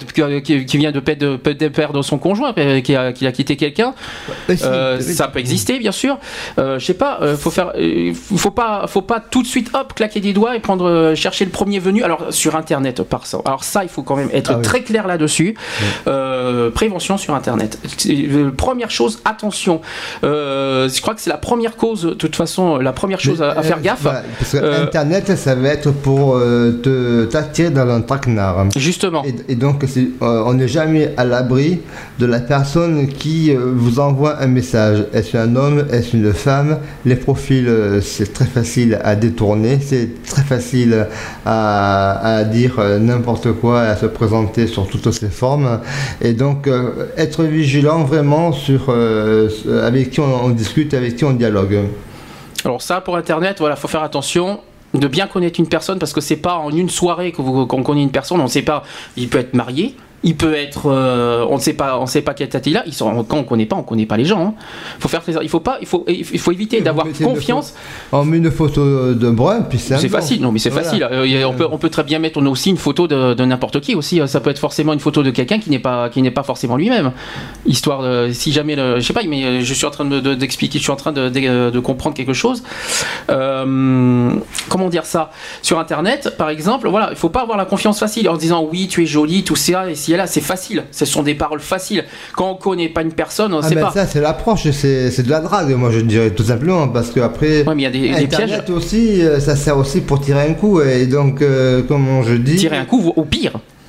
D: de perdre son conjoint, qu'il a quitté quelqu'un, ça peut exister bien sûr. Je sais pas, faut pas tout de suite claquer des doigts et chercher le premier venu. Alors sur internet alors ça il faut quand même être très clair là-dessus. Prévention sur internet. Première chose, attention. Je crois que c'est la première cause, de toute façon, la première chose à faire gaffe.
F: Parce que internet ça va être pour t'attirer dans un traquenard.
D: Justement.
F: Et donc, on n'est jamais à l'abri de la personne qui vous envoie un message. Est-ce un homme? Est-ce une femme? Les profils, c'est très facile à détourner. C'est très facile à dire n'importe quoi, à se présenter sur toutes ses formes. Et donc, être vigilant vraiment sur avec qui on discute, avec qui on dialogue.
D: Alors ça, pour Internet, voilà, faut faire attention de bien connaître une personne, parce que c'est pas en une soirée qu'on connaît une personne. On ne sait pas, il peut être marié, il peut être on ne sait pas quel tête il a. Quand on connaît pas les gens, hein. Il faut éviter d'avoir confiance.
F: On met une photo de brun, puis c'est
D: facile. Non mais c'est facile. On peut très bien mettre aussi une photo de n'importe qui aussi. Ça peut être forcément une photo de quelqu'un qui n'est pas forcément lui-même. Histoire de, si jamais je sais pas, mais je suis en train d'expliquer, je suis en train de comprendre quelque chose. Comment dire ça? Sur internet par exemple, voilà, il faut pas avoir la confiance facile en disant oui tu es jolie, tout ça, et si là c'est facile, ce sont des paroles faciles. Quand on connaît pas une personne, on sait pas.
F: Ça c'est l'approche, c'est de la drague, moi je dirais tout simplement, parce que après
D: mais il y a des
F: internet
D: pièges
F: aussi, ça sert aussi pour tirer un coup, et donc comment je dis,
D: tirer un coup au pire.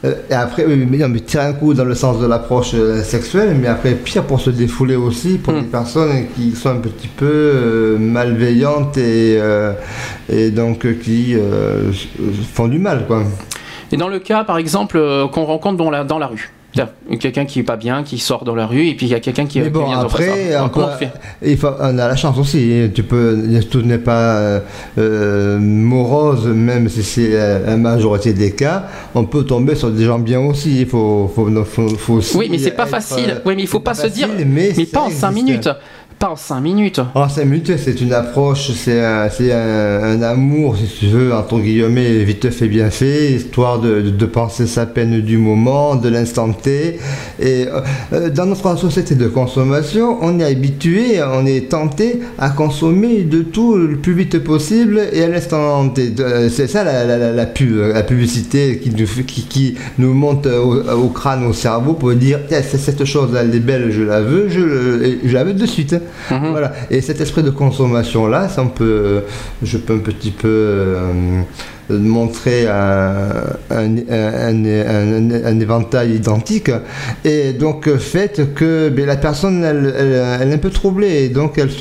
F: Et après, oui, mais tirer un coup dans le sens de l'approche sexuelle, mais après, pire pour se défouler aussi, pour des personnes qui sont un petit peu malveillantes et donc qui font du mal, quoi.
D: Et dans le cas, par exemple, qu'on rencontre dans la rue. Tiens, quelqu'un qui est pas bien, qui sort dans la rue, et puis il y a quelqu'un qui
F: mais bon,
D: vient
F: après,
D: de faire ça. Comment on fait?
F: On a la chance aussi. Tout n'est pas morose, même si c'est la majorité des cas. On peut tomber sur des gens bien aussi. Il faut aussi.
D: Oui, mais c'est pas facile. Oui, mais il faut pas se dire. Mais pas en 5 minutes. Pas en 5 minutes.
F: En 5 minutes, c'est une approche, c'est un amour, si tu veux, entre guillemets, vite fait, bien fait, histoire de penser sa peine du moment, de l'instant T. Et dans notre société de consommation, on est habitué, on est tenté à consommer de tout le plus vite possible et à l'instant T. C'est ça la publicité qui nous monte au crâne, au cerveau pour dire cette chose, elle est belle, je la veux, je la veux de suite. Voilà. Et cet esprit de consommation là, je peux un petit peu montrer un éventail identique, et donc fait que la personne elle est un peu troublée, et donc elle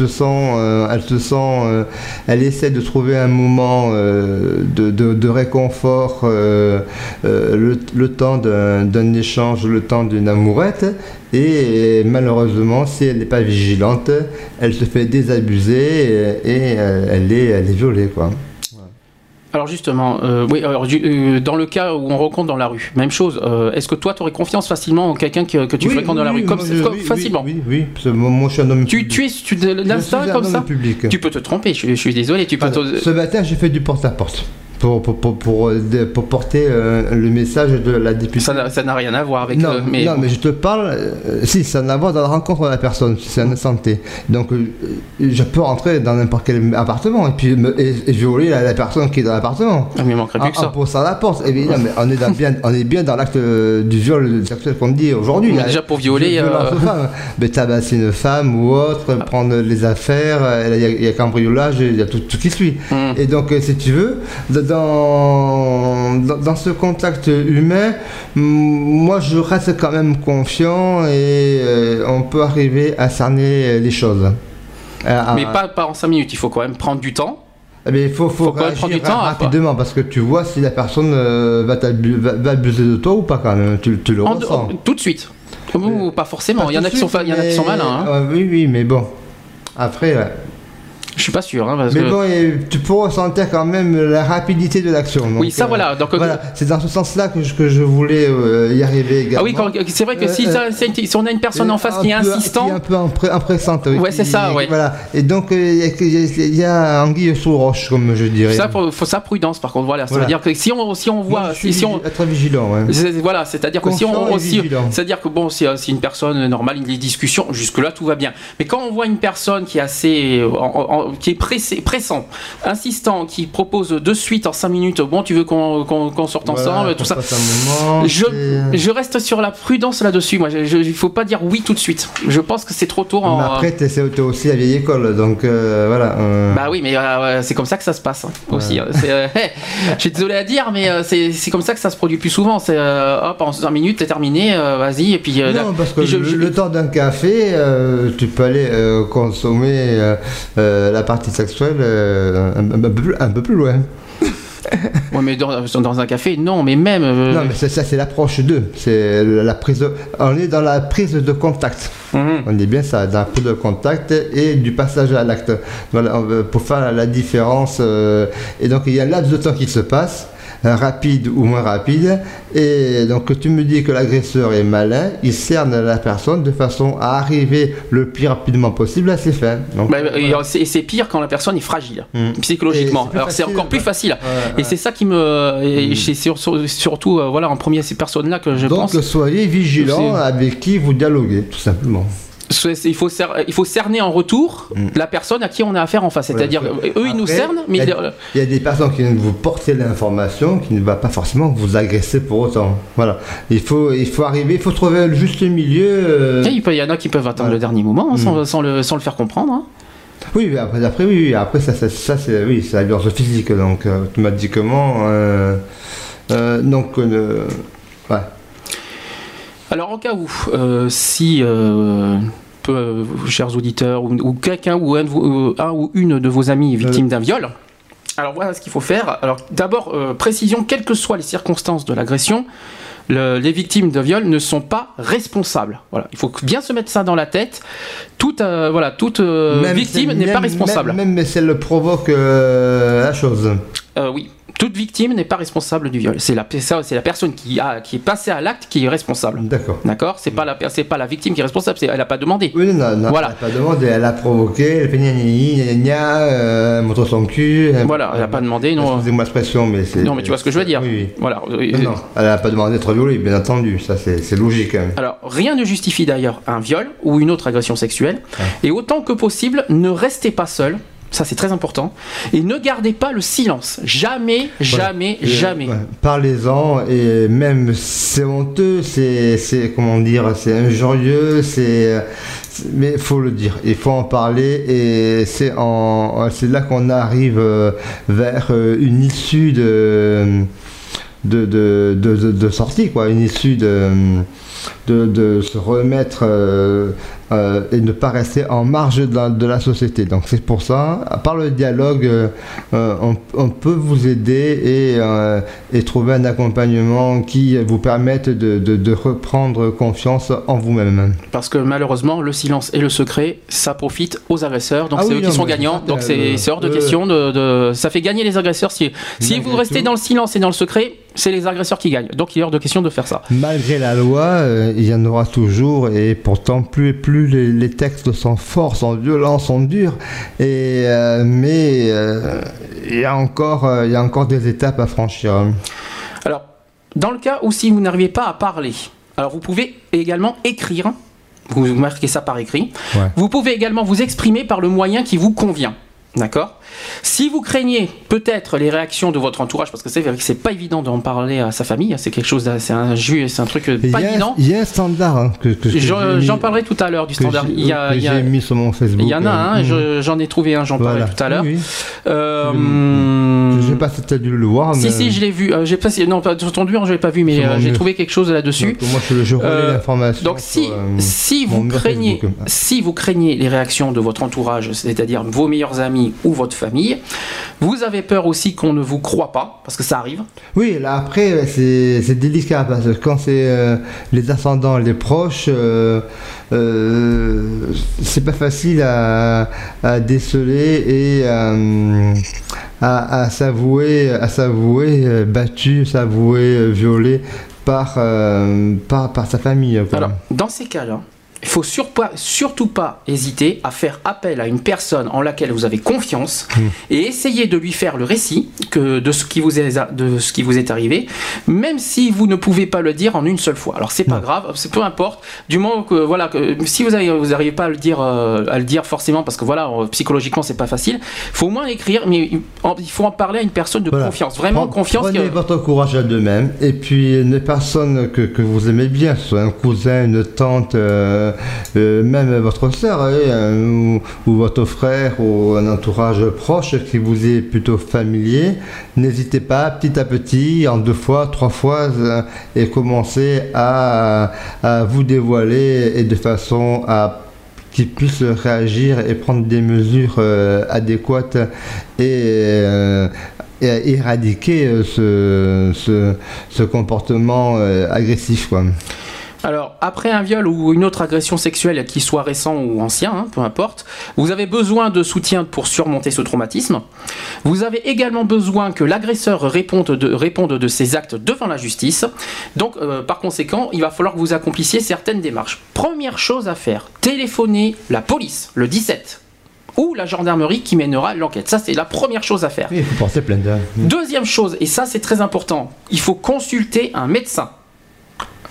F: essaie de trouver un moment de réconfort, le temps d'un échange, le temps d'une amourette, et malheureusement, si elle n'est pas vigilante, elle se fait désabuser et elle est violée, quoi.
D: Alors justement, dans le cas où on rencontre dans la rue, même chose, est-ce que toi tu aurais confiance facilement en quelqu'un que tu fréquentes dans la rue, facilement?
F: Oui, parce que moi je suis un homme public.
D: Tu es l'instinct comme ça public. Tu peux te tromper, je suis désolé. Ce
F: matin j'ai fait du porte-à-porte. Pour porter le message de la députée.
D: Ça n'a rien à voir avec...
F: Non, mais je te parle... si, ça n'a à voir dans la rencontre de la personne, c'est un santé. Donc, je peux rentrer dans n'importe quel appartement et puis et violer la personne qui est dans l'appartement.
D: Ah, mais il manquerait plus que ça.
F: En poussant la porte. Évidemment, mais on est bien dans l'acte du viol sexuel qu'on dit aujourd'hui.
D: Mais déjà, pour violer...
F: Mais tabasser une femme ou autre, prendre les affaires, il y a cambriolage, il y a tout qui suit. Et donc, si tu veux... Dans ce contact humain, moi je reste quand même confiant, et on peut arriver à cerner les choses.
D: Mais pas en 5 minutes, il faut quand même prendre du temps.
F: Mais il faut
D: quand même prendre du temps
F: rapidement, parce que tu vois si la personne va abuser de toi ou pas, quand même. Tu le ressens.
D: Tout de suite. Ou pas forcément, il y en a qui sont malins. Hein.
F: Oui, mais bon. Après...
D: Je suis pas sûr.
F: Mais bon, tu peux ressentir quand même la rapidité de l'action. Donc,
D: oui, ça voilà. Donc,
F: voilà. C'est dans ce sens-là que je voulais y arriver également.
D: Ah oui, c'est vrai que si on a une personne en face qui est insistant...
F: Qui est un peu impressante. Oui,
D: ouais, c'est ça, ouais.
F: Voilà. Et donc, il y a anguille sous roche, comme je dirais.
D: Faut ça prudence, par contre. Voilà. Ça veut dire que si on voit...
F: Être vigilant, ouais.
D: Voilà, c'est-à-dire que c'est-à-dire que bon, si une personne normale, les discussions, jusque-là, tout va bien. Mais quand on voit une personne qui est assez... qui est pressant, insistant, qui propose de suite en 5 minutes, bon, tu veux qu'on sorte ensemble, tout ça. Je reste sur la prudence là-dessus. Moi, il faut pas dire oui tout de suite. Je pense que c'est trop tôt.
F: Mais après, t'es aussi à vieille école, donc voilà.
D: Bah oui, mais c'est comme ça que ça se passe aussi. Je suis désolé à dire, mais c'est comme ça que ça se produit plus souvent. C'est hop, en 5 minutes, t'es terminé, vas-y, et puis.
F: Non, parce que le temps d'un café, tu peux aller consommer la partie sexuelle un peu plus loin.
D: Ouais, mais dans un café, non, mais même.
F: Non, mais ça, c'est l'approche 2. C'est la prise. On est dans la prise de contact. On est bien ça, dans la prise de contact et du passage à l'acte. Voilà, pour faire la différence. Et donc, il y a un laps de temps qui se passe, rapide ou moins rapide, et donc tu me dis que l'agresseur est malin, il cerne la personne de façon à arriver le plus rapidement possible à ses fins. Donc,
D: et c'est pire quand la personne est fragile psychologiquement. Alors c'est encore plus facile. Et c'est ça qui me, c'est surtout voilà, en premier ces personnes-là que je pense.
F: Donc soyez vigilants avec qui vous dialoguez, tout simplement.
D: Il faut cerner en retour la personne à qui on a affaire en face. C'est-à-dire, eux, ils nous cernent, mais...
F: Il y a des personnes qui viennent vous porter l'information, qui ne va pas forcément vous agresser pour autant. Voilà. Il faut arriver, il faut trouver le juste milieu.
D: Il y en a qui peuvent attendre le dernier moment, sans le faire comprendre. Hein.
F: Oui, mais après ça c'est la violence physique, donc automatiquement... donc... Ouais.
D: Alors, en cas où, si, chers auditeurs, ou quelqu'un ou un ou une de vos amis est victime d'un viol, alors voilà ce qu'il faut faire. Alors, d'abord, précision, quelles que soient les circonstances de l'agression, les victimes de viol ne sont pas responsables. Voilà, il faut bien se mettre ça dans la tête. Toute victime n'est pas responsable.
F: Même si elle provoque la chose.
D: Oui. Toute victime n'est pas responsable du viol. C'est la personne qui est passée à l'acte qui est responsable. D'accord. C'est pas la victime qui est responsable. Elle n'a pas demandé.
F: Oui, non, voilà. Elle n'a pas demandé. Elle a provoqué. Elle fait gna montre son cul.
D: Voilà, elle n'a pas demandé. Non.
F: Excusez-moi l'expression, mais c'est.
D: Non, mais tu vois ce que je veux dire.
F: Oui.
D: Voilà.
F: Non, elle n'a pas demandé d'être violée, bien entendu. Ça, c'est logique.
D: Alors, rien ne justifie d'ailleurs un viol ou une autre agression sexuelle. Ouais. Et autant que possible, ne restez pas seul. Ça, c'est très important. Et ne gardez pas le silence. Jamais.
F: Ouais. Parlez-en, et même c'est honteux, c'est comment dire, c'est injurieux, mais il faut le dire, il faut en parler, et c'est là qu'on arrive vers une issue de sortie, quoi, une issue de se remettre et ne pas rester en marge de la société. Donc c'est pour ça, par le dialogue, on peut vous aider et trouver un accompagnement qui vous permette de reprendre confiance en vous-même.
D: Parce que malheureusement, le silence et le secret, ça profite aux agresseurs, donc c'est eux qui sont gagnants. Donc c'est hors de question ça fait gagner les agresseurs. Si vous restez dans le silence et dans le secret, c'est les agresseurs qui gagnent. Donc il est hors de question de faire ça.
F: Malgré la loi, il y en aura toujours, et pourtant plus les textes sont forts, sont violents, sont durs, mais il y a encore des étapes à franchir.
D: Alors, dans le cas où si vous n'arrivez pas à parler, alors vous pouvez également écrire, vous marquez ça par écrit, Vous pouvez également vous exprimer par le moyen qui vous convient. D'accord ? Si vous craignez peut-être les réactions de votre entourage, parce que c'est vrai que c'est pas évident d'en parler à sa famille, c'est quelque chose, c'est un truc pas évident.
F: Il y a un standard que
D: j'en parlerai tout à l'heure du standard.
F: J'ai mis sur mon Facebook.
D: Il y en a un, j'en ai trouvé un, j'en parlerai tout à l'heure.
F: Oui. Je sais pas si tu as dû le voir.
D: Si je l'ai vu. J'ai pas entendu, je l'ai pas vu, mais j'ai trouvé quelque chose là-dessus.
F: Donc, moi je relais l'information.
D: Donc si vous craignez les réactions de votre entourage, c'est-à-dire vos meilleurs amis ou votre famille, vous avez peur aussi qu'on ne vous croie pas, parce que ça arrive. Oui,
F: là après c'est délicat, parce que quand c'est les ascendants, les proches, c'est pas facile à déceler et à s'avouer battu, s'avouer violé par sa famille, quoi.
D: Alors, dans ces cas-là, il ne faut surtout pas hésiter à faire appel à une personne en laquelle vous avez confiance et essayer de lui faire le récit de ce qui vous est arrivé, même si vous ne pouvez pas le dire en une seule fois. Alors c'est pas grave, peu importe, du moment que si vous n'arrivez pas à le dire forcément, parce que psychologiquement c'est pas facile, il faut au moins écrire, mais il faut en parler à une personne de confiance, vraiment confiance.
F: Prenez votre courage à deux-mêmes, et puis une personne que vous aimez bien, soit un cousin, une tante, même votre sœur ou votre frère ou un entourage proche qui vous est plutôt familier, n'hésitez pas petit à petit, en 2 fois, 3 fois, et commencez à vous dévoiler, et de façon à qu'ils puissent réagir et prendre des mesures adéquates et éradiquer ce comportement agressif, quoi.
D: Alors, après un viol ou une autre agression sexuelle, qui soit récent ou ancien, peu importe, vous avez besoin de soutien pour surmonter ce traumatisme. Vous avez également besoin que l'agresseur réponde de ses actes devant la justice. Donc, par conséquent, il va falloir que vous accomplissiez certaines démarches. Première chose à faire, téléphonez la police, le 17. Ou la gendarmerie qui mènera l'enquête. Ça, c'est la première chose à faire.
F: Oui, il faut porter plainte.
D: Deuxième chose, et ça c'est très important, il faut consulter un médecin.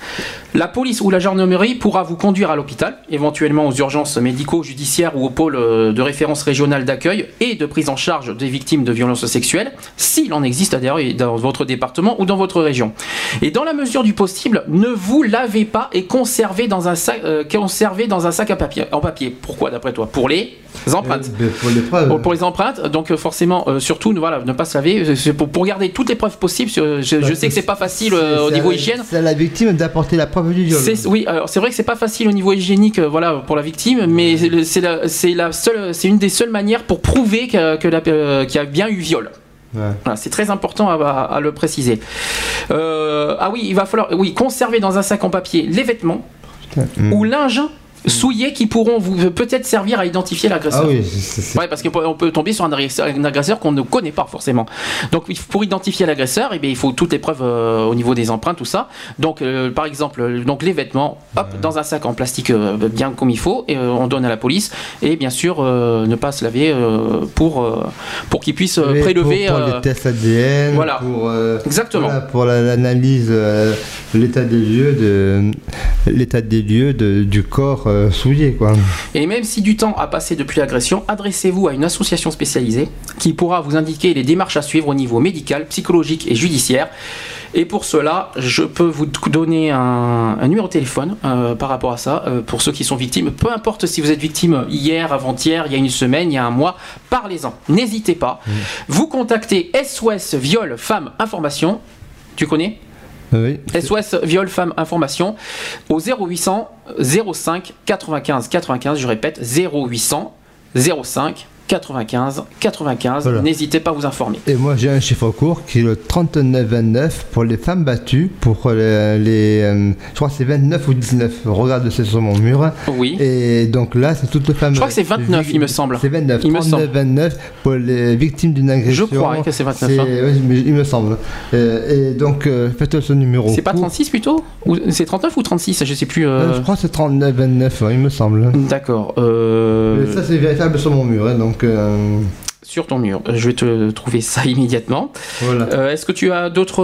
D: La police ou la gendarmerie pourra vous conduire à l'hôpital, éventuellement aux urgences médico-judiciaires ou au pôle de référence régional d'accueil et de prise en charge des victimes de violences sexuelles, s'il en existe d'ailleurs dans votre département ou dans votre région. Et dans la mesure du possible, ne vous lavez pas et conservez dans un sac en papier. Pourquoi d'après toi? Pour les empreintes.
F: Pour les preuves.
D: Pour les empreintes, donc forcément, surtout, voilà, ne pas se laver, c'est pour garder toutes les preuves possibles. Je sais que c'est pas facile au niveau hygiène.
F: C'est à la victime d'apporter la preuve du viol.
D: Oui, alors c'est vrai que c'est pas facile au niveau hygiénique, voilà, pour la victime, mais c'est une des seules manières pour prouver qu'il y a bien eu viol.
F: Ouais.
D: Voilà, c'est très important à le préciser. Il va falloir conserver dans un sac en papier les vêtements ou linge souillés qui pourront peut-être servir à identifier l'agresseur.
F: Ah oui,
D: Ouais, parce qu'on peut tomber sur un agresseur qu'on ne connaît pas forcément. Donc pour identifier l'agresseur, il faut toutes les preuves au niveau des empreintes, tout ça. Donc par exemple, les vêtements, dans un sac en plastique bien comme il faut, et on donne à la police. Et bien sûr, ne pas se laver pour qu'ils puissent prélever.
F: Pour les tests ADN.
D: Voilà. Exactement.
F: Voilà, pour l'analyse, l'état des lieux du corps souillé, quoi.
D: Et même si du temps a passé depuis l'agression, adressez-vous à une association spécialisée qui pourra vous indiquer les démarches à suivre au niveau médical, psychologique et judiciaire. Et pour cela, je peux vous donner un numéro de téléphone par rapport à ça, pour ceux qui sont victimes. Peu importe si vous êtes victime hier, avant-hier, il y a une semaine, il y a un mois, parlez-en. N'hésitez pas. Vous contactez SOS Viol Femmes Information. Tu connais ?
F: Oui.
D: SOS Viol Femmes Information au 0800 05 95 95, je répète 0800 05 95 95. Voilà. N'hésitez pas à vous informer.
F: Et moi j'ai un chiffre court qui est le 3929 pour les femmes battues, pour je crois que c'est 29 ou 19, regarde, c'est sur mon mur.
D: Oui.
F: Et donc là c'est toutes les femmes.
D: Je crois que c'est 29 il me semble.
F: C'est 29, 29 pour les victimes d'une agression.
D: Je crois que c'est 29.
F: Oui, il me semble. Et donc faites ce numéro.
D: C'est pas 36 plutôt? Ou c'est 39 ou 36? Je sais plus.
F: Je crois que c'est 3929, il me semble.
D: D'accord.
F: Ça c'est véritable sur mon mur, donc
D: sur ton mur. Je vais te trouver ça immédiatement.
F: Voilà.
D: Est-ce que tu as d'autres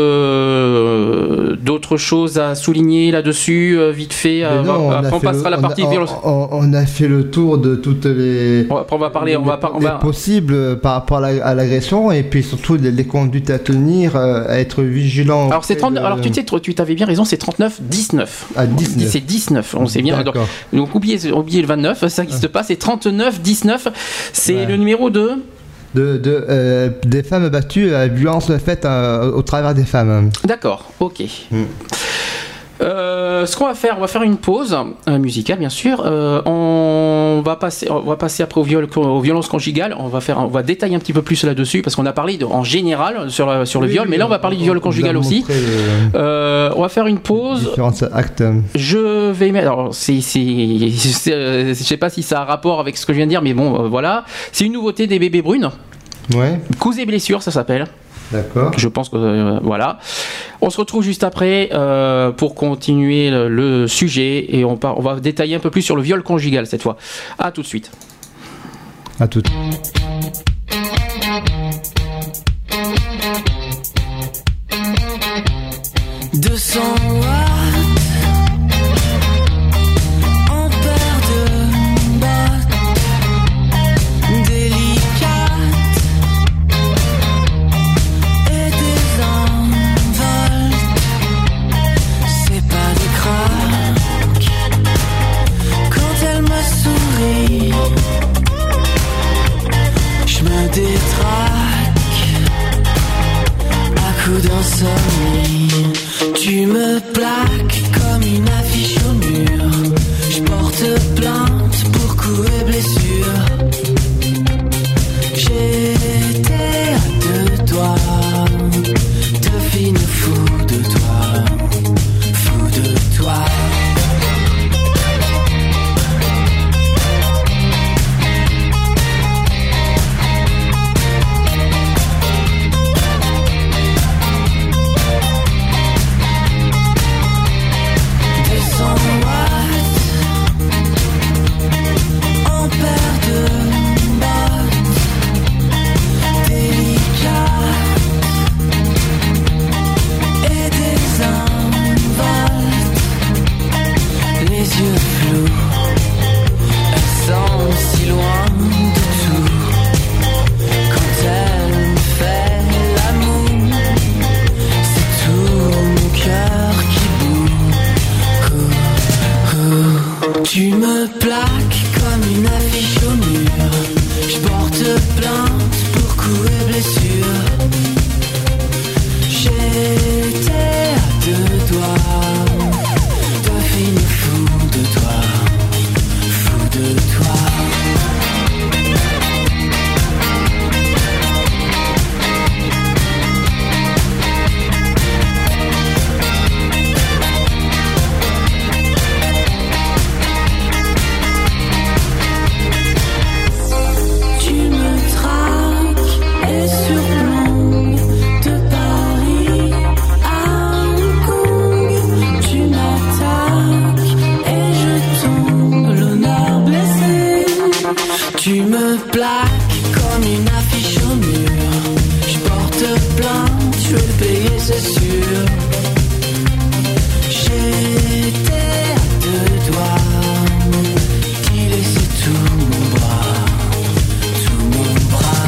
D: choses à souligner là-dessus, vite fait? Après, on passera à la partie violence.
F: On a fait le tour de toutes les.
D: Après, on va parler.
F: Possibles par rapport à l'agression, et puis surtout les conduites à tenir, à être vigilant.
D: Alors c'est 30. Alors tu t'avais bien raison, c'est 39-19.
F: Ah, 19.
D: C'est 19. On sait bien. Donc oubliez le 29, ça n'existe pas. C'est 39-19. C'est le numéro
F: des femmes battues à violences faites au travers des femmes.
D: D'accord, ok. Ce qu'on va faire une pause musicale, bien sûr. On va passer après aux violences conjugales. On va détailler un petit peu plus là-dessus parce qu'on a parlé en général sur le viol, mais là on va parler du viol conjugal aussi. On va faire une pause.
F: Différents actes.
D: Je vais mettre. Alors, je sais pas si ça a rapport avec ce que je viens de dire, mais bon, voilà. C'est une nouveauté des Bébés Brunes.
F: Ouais.
D: Coups et blessures, ça s'appelle.
F: D'accord.
D: Je pense que voilà. On se retrouve juste après pour continuer le sujet et on va détailler un peu plus sur le viol conjugal cette fois. À tout de suite.
F: À tout.
E: 200 watts en paire de bottes délicates et des envols. C'est pas des craques quand elle me sourit. Je me détraque à coups d'insomnie. Tu me plaques comme une affiche au mur. Je porte plainte pour coups et blessures. J'étais à deux doigts de finir fou de toi, fou de toi. Tu me plaques comme une affiche au mur. Je porte plainte, je vais le payer, c'est sûr. J'étais à 2 doigts d'y laisser tout mon bras, tout mon bras.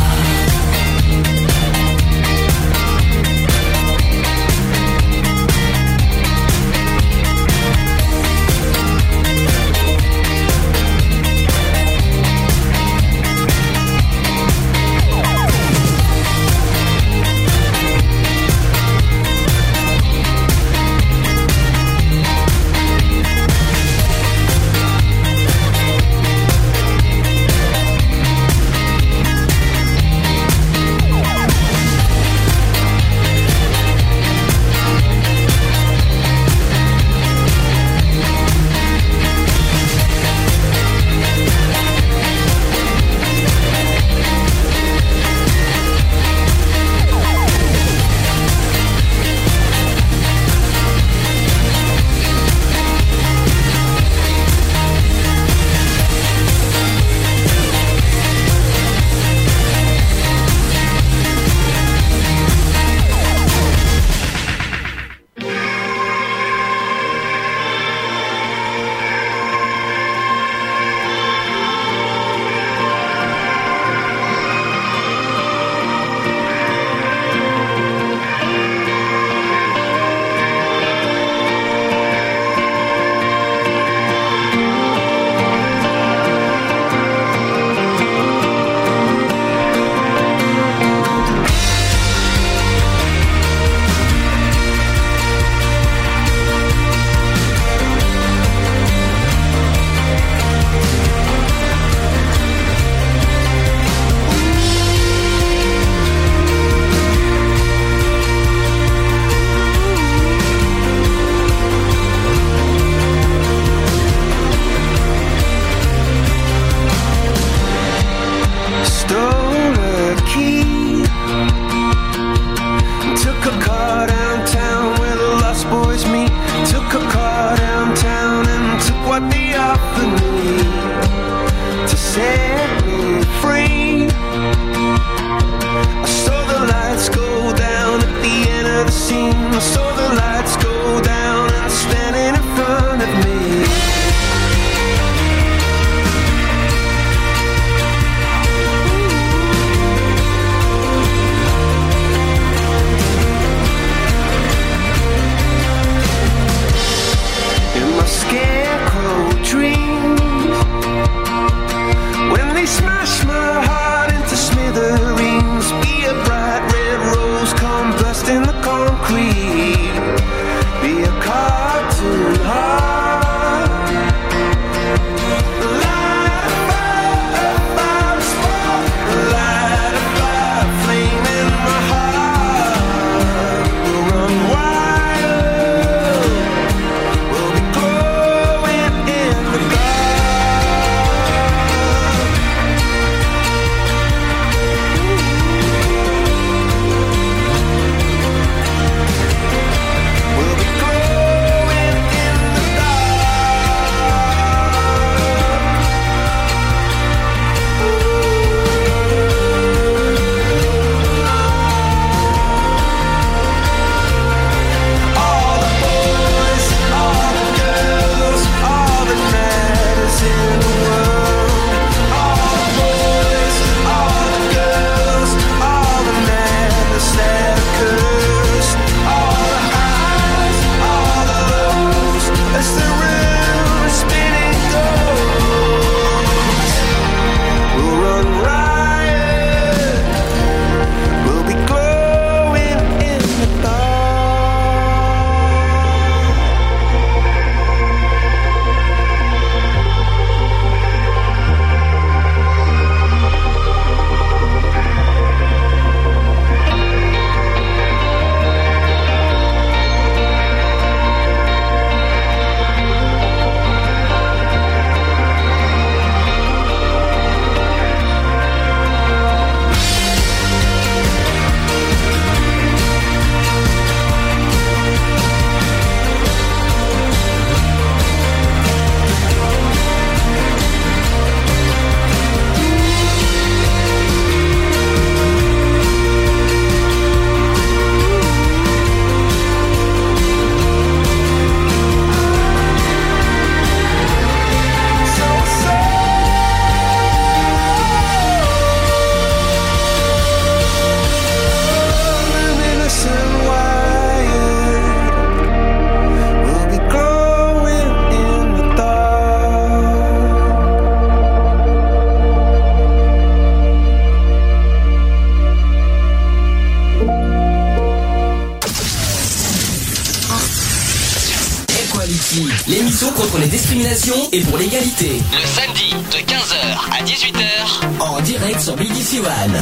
B: contre les discriminations et pour l'égalité. Le samedi de 15h à 18h en direct sur BBC One.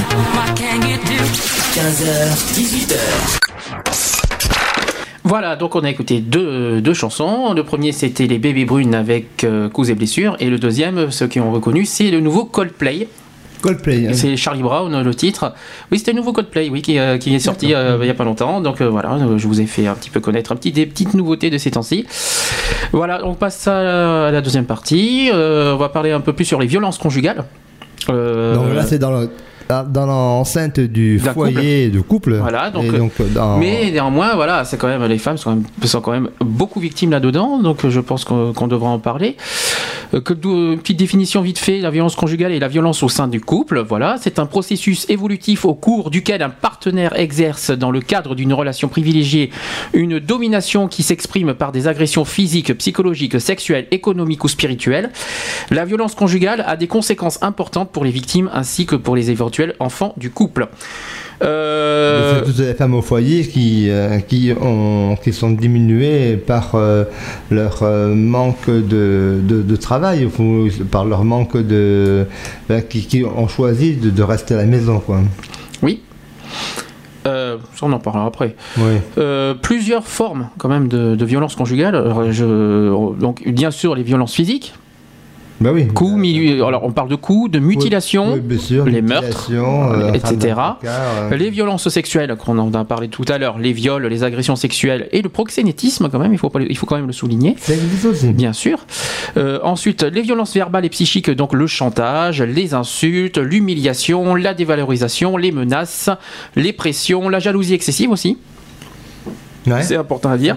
B: 15h, 18h.
D: Voilà, donc on a écouté deux chansons. Le premier, c'était les Bébés Brunes avec Coups et Blessures. Et le deuxième, ceux qui ont reconnu, c'est le nouveau Coldplay. C'est Charlie Brown, le titre. Oui, c'était le nouveau Coldplay, oui, qui est sorti il n'y a pas longtemps. Donc voilà, je vous ai fait un petit peu connaître des petites nouveautés de ces temps-ci. Voilà, on passe à la deuxième partie. On va parler un peu plus sur les violences conjugales.
F: Donc là, c'est dans l'enceinte du foyer de couple.
D: Voilà, mais néanmoins, voilà, c'est quand même, les femmes sont quand même beaucoup victimes là-dedans, donc je pense qu'on devra en parler. Petite définition vite fait, la violence conjugale et la violence au sein du couple, voilà, c'est un processus évolutif au cours duquel un partenaire exerce dans le cadre d'une relation privilégiée une domination qui s'exprime par des agressions physiques, psychologiques, sexuelles, économiques ou spirituelles. La violence conjugale a des conséquences importantes pour les victimes ainsi que pour les éventuels enfants du couple.
F: C'est toutes les femmes au foyer qui sont diminuées par leur manque de travail, par leur manque qui ont choisi de rester à la maison, quoi.
D: Oui. Ça, on en parlera après.
F: Oui.
D: Plusieurs formes quand même de violence conjugale. Donc bien sûr les violences physiques.
F: Bah oui.
D: Alors on parle de coups, de mutilations, les meurtres, etc. Les violences sexuelles, qu'on en a parlé tout à l'heure, les viols, les agressions sexuelles et le proxénétisme quand même, il faut quand même le souligner.
F: Ça existe aussi.
D: Bien sûr. Ensuite, les violences verbales et psychiques, donc le chantage, les insultes, l'humiliation, la dévalorisation, les menaces, les pressions, la jalousie excessive aussi.
F: Ouais.
D: C'est important à dire.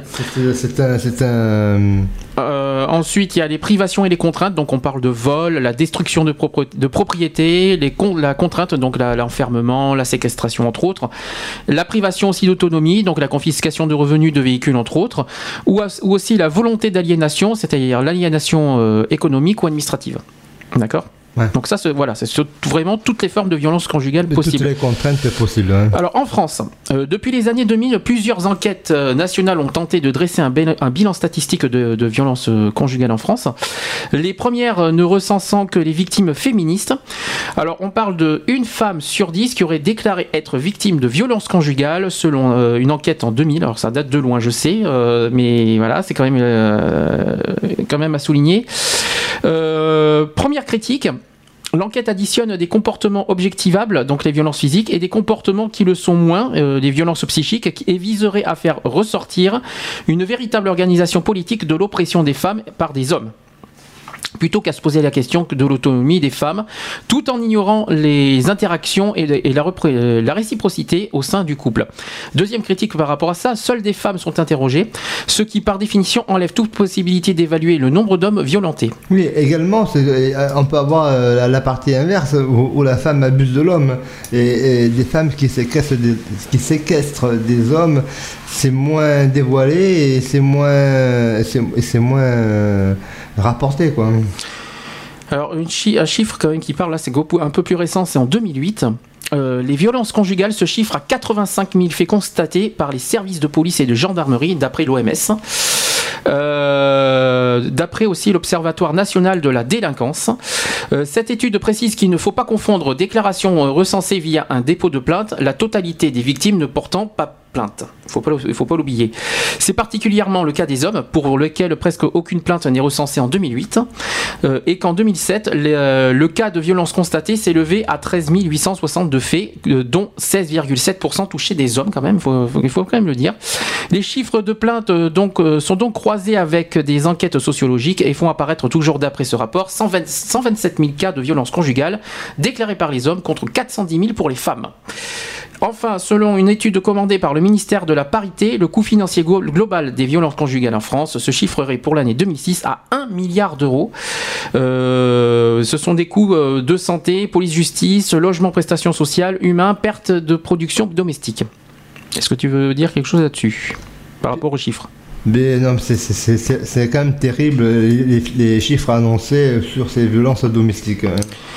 D: Ensuite, il y a les privations et les contraintes. Donc, on parle de vol, la destruction de propriété, la contrainte, donc l'enfermement, la séquestration, entre autres. La privation aussi d'autonomie, donc la confiscation de revenus de véhicules, entre autres. Ou aussi la volonté d'aliénation, c'est-à-dire l'aliénation économique ou administrative. D'accord ? Ouais. Donc ça, c'est vraiment toutes les formes de violence conjugale possibles.
F: Toutes les contraintes possibles. Hein.
D: Alors en France, depuis les années 2000, plusieurs enquêtes nationales ont tenté de dresser un bilan statistique de violence conjugale en France. Les premières ne recensant que les victimes féministes. Alors on parle de 1 femme sur 10 qui aurait déclaré être victime de violence conjugale selon une enquête en 2000. Alors ça date de loin, je sais, mais voilà, c'est quand même à souligner. Première critique. L'enquête additionne des comportements objectivables, donc les violences physiques, et des comportements qui le sont moins, les violences psychiques, et viserait à faire ressortir une véritable organisation politique de l'oppression des femmes par des hommes, plutôt qu'à se poser la question de l'autonomie des femmes, tout en ignorant les interactions et la réciprocité au sein du couple. Deuxième critique par rapport à ça, seules des femmes sont interrogées, ce qui par définition enlève toute possibilité d'évaluer le nombre d'hommes violentés.
F: Oui, également, on peut avoir la partie inverse, où la femme abuse de l'homme, et des femmes qui séquestrent des hommes, c'est moins dévoilé et c'est moins rapporté, quoi.
D: Alors un chiffre quand même qui parle là, c'est un peu plus récent, c'est en 2008. Les violences conjugales se chiffrent à 85 000 faits constatés par les services de police et de gendarmerie d'après l'OMS. D'après aussi l'Observatoire national de la délinquance. Cette étude précise qu'il ne faut pas confondre déclaration recensée via un dépôt de plainte, la totalité des victimes ne portant pas plainte. Il faut pas l'oublier. C'est particulièrement le cas des hommes, pour lesquels presque aucune plainte n'est recensée en 2008, et qu'en 2007, le cas de violence constatée s'est élevé à 13 862 faits, dont 16,7% touchaient des hommes quand même, il faut quand même le dire. Les chiffres de plaintes sont donc croisés avec des enquêtes sociologiques et font apparaître toujours d'après ce rapport 127 000 cas de violence conjugale déclarés par les hommes contre 410 000 pour les femmes. Enfin, selon une étude commandée par le ministère de la Parité, le coût financier global des violences conjugales en France se chiffrerait pour l'année 2006 à 1 milliard d'euros. Ce sont des coûts de santé, police-justice, logement, prestations sociales, humains, perte de production domestique. Est-ce que tu veux dire quelque chose là-dessus, par rapport aux chiffres ?
F: Mais non, c'est quand même terrible les chiffres annoncés sur ces violences domestiques.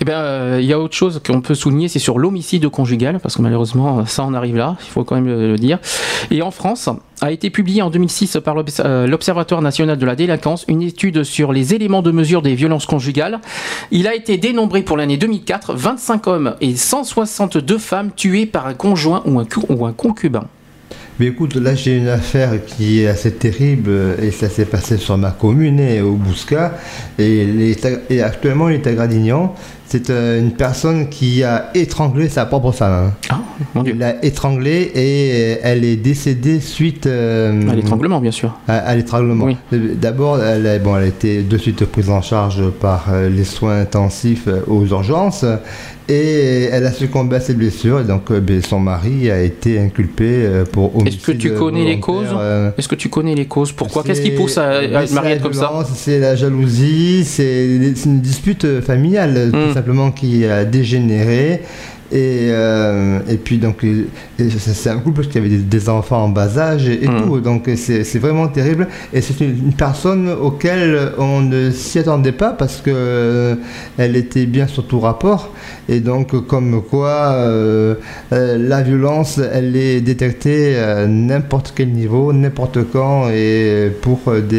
D: Eh bien, il y a autre chose qu'on peut souligner, c'est sur l'homicide conjugal, parce que malheureusement, ça en arrive là, il faut quand même le dire. Et en France, a été publiée en 2006 par l'Observatoire national de la délinquance une étude sur les éléments de mesure des violences conjugales. Il a été dénombré pour l'année 2004 25 hommes et 162 femmes tuées par un conjoint ou un concubin.
F: Mais écoute, là j'ai une affaire qui est assez terrible et ça s'est passé sur ma commune, au Bouscat, et actuellement il est à Gradignan. C'est une personne qui a étranglé sa propre femme.
D: Ah, mon Dieu.
F: Il l'a étranglée et elle est décédée suite...
D: à l'étranglement, bien sûr.
F: À l'étranglement. Oui. D'abord, elle a été de suite prise en charge par les soins intensifs aux urgences et elle a succombé à ses blessures. Et donc, son mari a été inculpé pour homicide.
D: Est-ce que tu connais les causes Est-ce que tu connais les causes? Pourquoi? Qu'est-ce qui pousse à se marier comme ça?
F: C'est la jalousie, c'est une dispute familiale, tout simplement, qui a dégénéré. Et puis donc c'est un couple qui avait des enfants en bas âge et tout, donc c'est vraiment terrible, et c'est une personne auquel on ne s'y attendait pas parce que elle était bien sur tout rapport, et donc comme quoi la violence elle est détectée à n'importe quel niveau, n'importe quand, et pour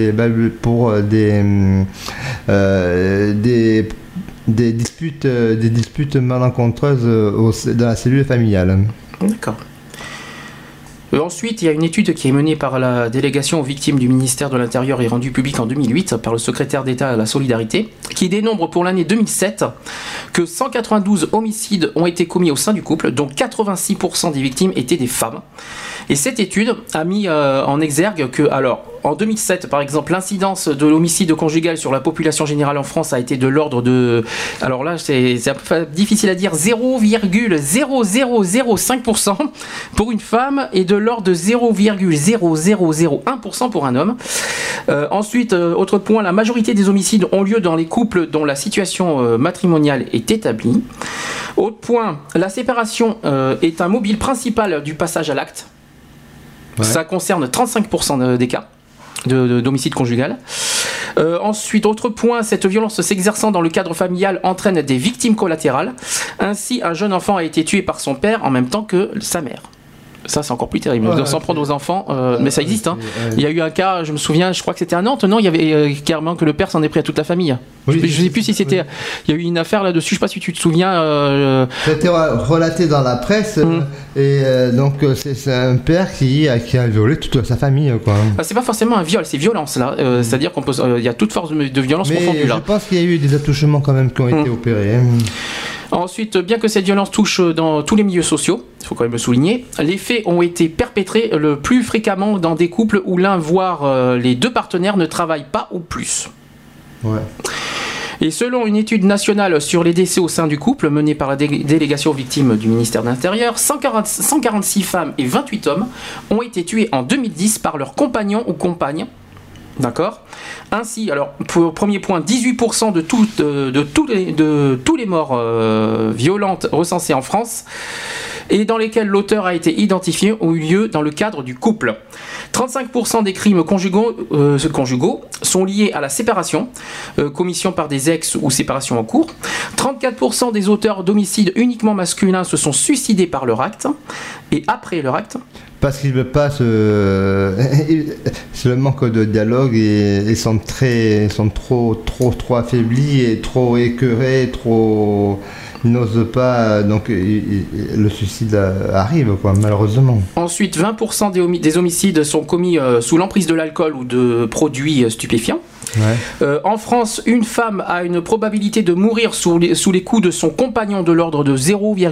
F: des disputes malencontreuses dans la cellule familiale.
D: D'accord. Ensuite, il y a une étude qui est menée par la délégation aux victimes du ministère de l'Intérieur et rendue publique en 2008 par le secrétaire d'État à la Solidarité, qui dénombre pour l'année 2007 que 192 homicides ont été commis au sein du couple, dont 86% des victimes étaient des femmes. Et cette étude a mis en exergue que, alors, en 2007, par exemple, l'incidence de l'homicide conjugal sur la population générale en France a été de l'ordre de... Alors là, c'est un peu difficile à dire, 0,0005% pour une femme et de l'ordre de 0,0001% pour un homme. Ensuite, autre point, la majorité des homicides ont lieu dans les couples dont la situation matrimoniale est établie. Autre point, la séparation est un mobile principal du passage à l'acte. Ouais. Ça concerne 35% des cas d'homicide conjugal. Ensuite, autre point, cette violence s'exerçant dans le cadre familial entraîne des victimes collatérales. Ainsi, un jeune enfant a été tué par son père en même temps que sa mère. Ça, c'est encore plus terrible. On doit s'en prendre aux enfants, mais ça existe. Hein. Il y a eu un cas, je me souviens, je crois que c'était à Nantes. Non, il y avait carrément que le père s'en est pris à toute la famille. Oui, je ne sais plus si c'était. Oui. Il y a eu une affaire là-dessus. Je ne sais pas si tu te souviens.
F: Ça a été relaté dans la presse. Et donc, c'est un père qui a violé toute sa famille, quoi.
D: C'est pas forcément un viol, c'est violence là. C'est-à-dire qu'il y a toute forme de violence confondue là.
F: Je pense qu'il y a eu des attouchements quand même qui ont été opérés.
D: Ensuite, bien que cette violence touche dans tous les milieux sociaux, il faut quand même le souligner, les faits ont été perpétrés le plus fréquemment dans des couples où l'un, voire les deux partenaires ne travaillent pas ou plus.
F: Ouais.
D: Et selon une étude nationale sur les décès au sein du couple menée par la délégation aux victimes du ministère de l'Intérieur, 146 femmes et 28 hommes ont été tués en 2010 par leurs compagnons ou compagnes. D'accord. Ainsi, alors, pour premier point, 18% de tous les morts violentes recensées en France et dans lesquelles l'auteur a été identifié ont eu lieu dans le cadre du couple. 35% des crimes conjugaux sont liés à la séparation, commission par des ex ou séparation en cours. 34% des auteurs d'homicides uniquement masculins se sont suicidés par leur acte et après leur acte.
F: Parce qu'ils ne veulent pas c'est le manque de dialogue et ils sont trop affaiblis et trop écœurés, ils n'osent pas, donc le suicide arrive, quoi, malheureusement.
D: Ensuite, 20% des homicides sont commis sous l'emprise de l'alcool ou de produits stupéfiants. Ouais. En France, une femme a une probabilité de mourir sous les coups de son compagnon de l'ordre de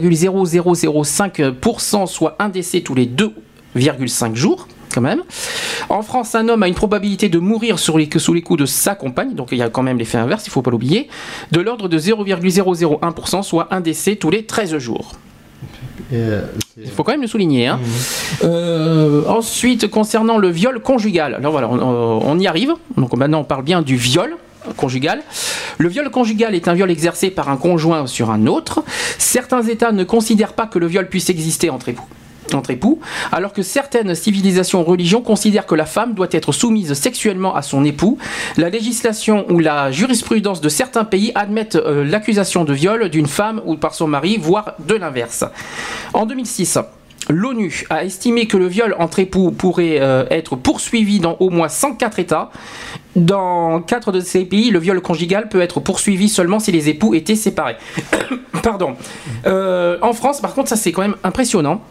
D: 0,0005%, soit un décès tous les 2,5 jours. Quand même. En France, un homme a une probabilité de mourir sous les coups de sa compagne, donc il y a quand même l'effet inverse, il ne faut pas l'oublier, de l'ordre de 0,001%, soit un décès tous les 13 jours. Il faut quand même le souligner. Hein. Ensuite, concernant le viol conjugal, alors voilà, on y arrive. Donc maintenant, on parle bien du viol conjugal. Le viol conjugal est un viol exercé par un conjoint sur un autre. Certains États ne considèrent pas que le viol puisse exister entre époux. entre époux, alors que certaines civilisations ou religions considèrent que la femme doit être soumise sexuellement à son époux. La législation ou la jurisprudence de certains pays admettent l'accusation de viol d'une femme ou par son mari, voire de l'inverse. En 2006, l'ONU a estimé que le viol entre époux pourrait être poursuivi dans au moins 104 États. Dans 4 de ces pays, le viol conjugal peut être poursuivi seulement si les époux étaient séparés. Pardon. En France, par contre, ça c'est quand même impressionnant.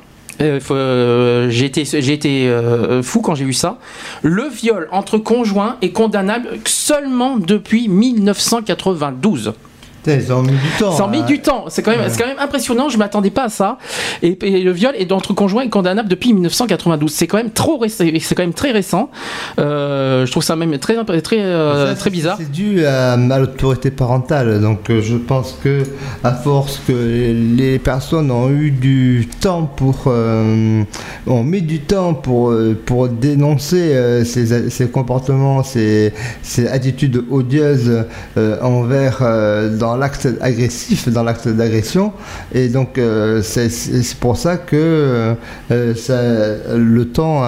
D: J'ai été fou quand j'ai vu ça. Le viol entre conjoints est condamnable seulement depuis 1992.
F: Ils ont mis du temps.
D: Ça en met du temps. C'est quand même impressionnant. Je m'attendais pas à ça. Et le viol entre conjoints est condamnable depuis 1992. C'est quand même c'est quand même très récent. Je trouve ça même très bizarre.
F: C'est dû à l'autorité parentale. Donc je pense que à force que les personnes ont eu du temps ont mis du temps pour dénoncer ces comportements, ces attitudes odieuses envers dans l'acte agressif, dans l'acte d'agression, et donc c'est pour ça que le temps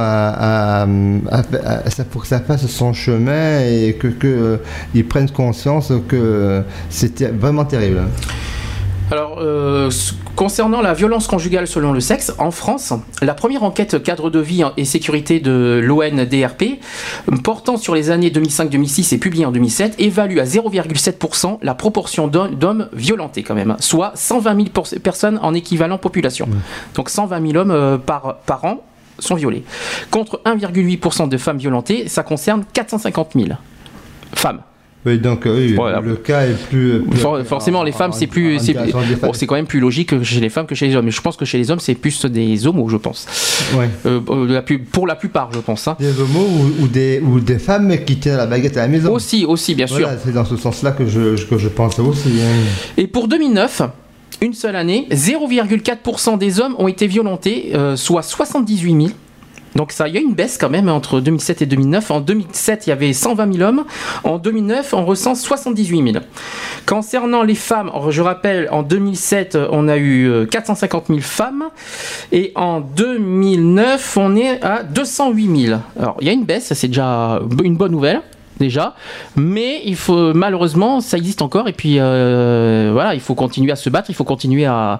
F: pour que ça fasse son chemin et que ils prennent conscience que c'était vraiment terrible.
D: Alors, concernant la violence conjugale selon le sexe, en France, la première enquête cadre de vie et sécurité de l'ONDRP, portant sur les années 2005-2006 et publiée en 2007, évalue à 0,7% la proportion d'hommes violentés quand même, soit 120 000 personnes en équivalent population. Donc 120 000 hommes par an sont violés. Contre 1,8% de femmes violentées, ça concerne 450 000 femmes.
F: Oui, donc voilà. Le cas est plus
D: forcément les femmes c'est quand même plus logique que chez les femmes que chez les hommes. Mais je pense que chez les hommes c'est plus des homos, je pense. Ouais. Pour la plupart, je pense. Hein.
F: Des homos ou des femmes qui tiennent la baguette à la maison.
D: Aussi, bien sûr.
F: C'est dans ce sens-là que je pense aussi. Hein.
D: Et pour 2009. Une seule année, 0,4% des hommes ont été violentés, soit 78 000. Donc il y a une baisse quand même entre 2007 et 2009. En 2007, il y avait 120 000 hommes. En 2009, on recense 78 000. Concernant les femmes, je rappelle, en 2007, on a eu 450 000 femmes. Et en 2009, on est à 208 000. Alors il y a une baisse, c'est déjà une bonne nouvelle. Déjà, mais il faut, malheureusement ça existe encore et puis voilà, il faut continuer à se battre, il faut continuer à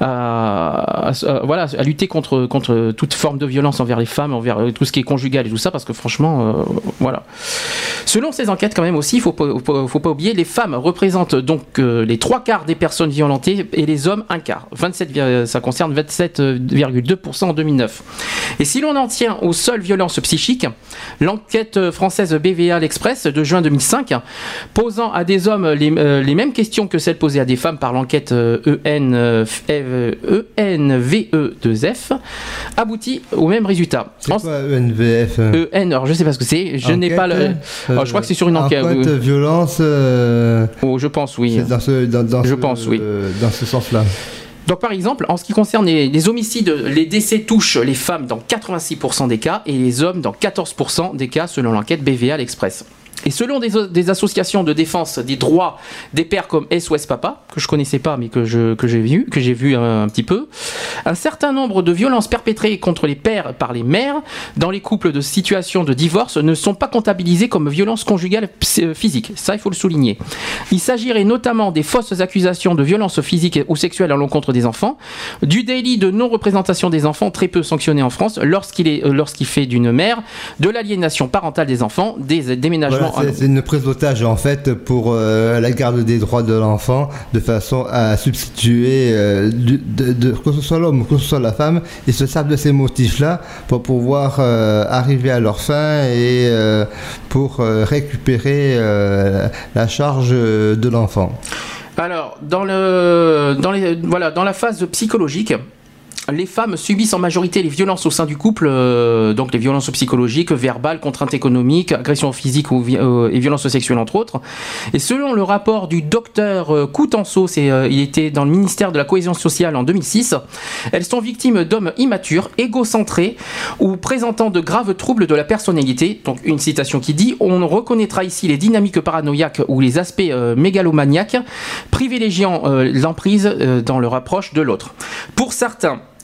D: lutter contre toute forme de violence envers les femmes, envers tout ce qui est conjugal et tout ça, parce que franchement voilà. Selon ces enquêtes quand même aussi, il faut pas oublier, les femmes représentent donc les 3/4 des personnes violentées et les hommes 1/4. Ça concerne 27,2% en 2009. Et si l'on en tient aux seules violences psychiques, l'enquête française BVA l'Express de juin 2005, posant à des hommes les mêmes questions que celles posées à des femmes par l'enquête ENVE2F, aboutit au même résultat.
F: C'est quoi ENVF
D: alors je sais pas ce que c'est, je n'ai pas le... je crois que c'est sur une enquête.
F: Violence
D: je pense, oui.
F: C'est dans ce sens-là.
D: Donc par exemple, en ce qui concerne les homicides, les décès touchent les femmes dans 86% des cas et les hommes dans 14% des cas selon l'enquête BVA l'Express. Et selon des associations de défense des droits des pères comme SOS Papa, que je connaissais pas mais que j'ai vu un petit peu, un certain nombre de violences perpétrées contre les pères par les mères dans les couples de situation de divorce ne sont pas comptabilisées comme violences conjugales physiques. Ça, il faut le souligner. Il s'agirait notamment des fausses accusations de violences physiques ou sexuelles à l'encontre des enfants, du délit de non-représentation des enfants très peu sanctionné en France lorsqu'il fait d'une mère, de l'aliénation parentale des enfants, des déménagements.
F: Voilà, c'est une prise d'otage en fait pour la garde des droits de l'enfant, de façon à substituer que ce soit l'homme ou que ce soit la femme, ils se servent de ces motifs-là pour pouvoir arriver à leur fin et pour récupérer la charge de l'enfant.
D: Alors, dans la phase psychologique, les femmes subissent en majorité les violences au sein du couple, donc les violences psychologiques, verbales, contraintes économiques, agressions physiques et violences sexuelles entre autres. Et selon le rapport du docteur Coutenceau, il était dans le ministère de la Cohésion sociale en 2006, elles sont victimes d'hommes immatures, égocentrés ou présentant de graves troubles de la personnalité. Donc une citation qui dit « On reconnaîtra ici les dynamiques paranoïaques ou les aspects mégalomaniaques, privilégiant l'emprise dans le rapproche de l'autre. » Pour certains,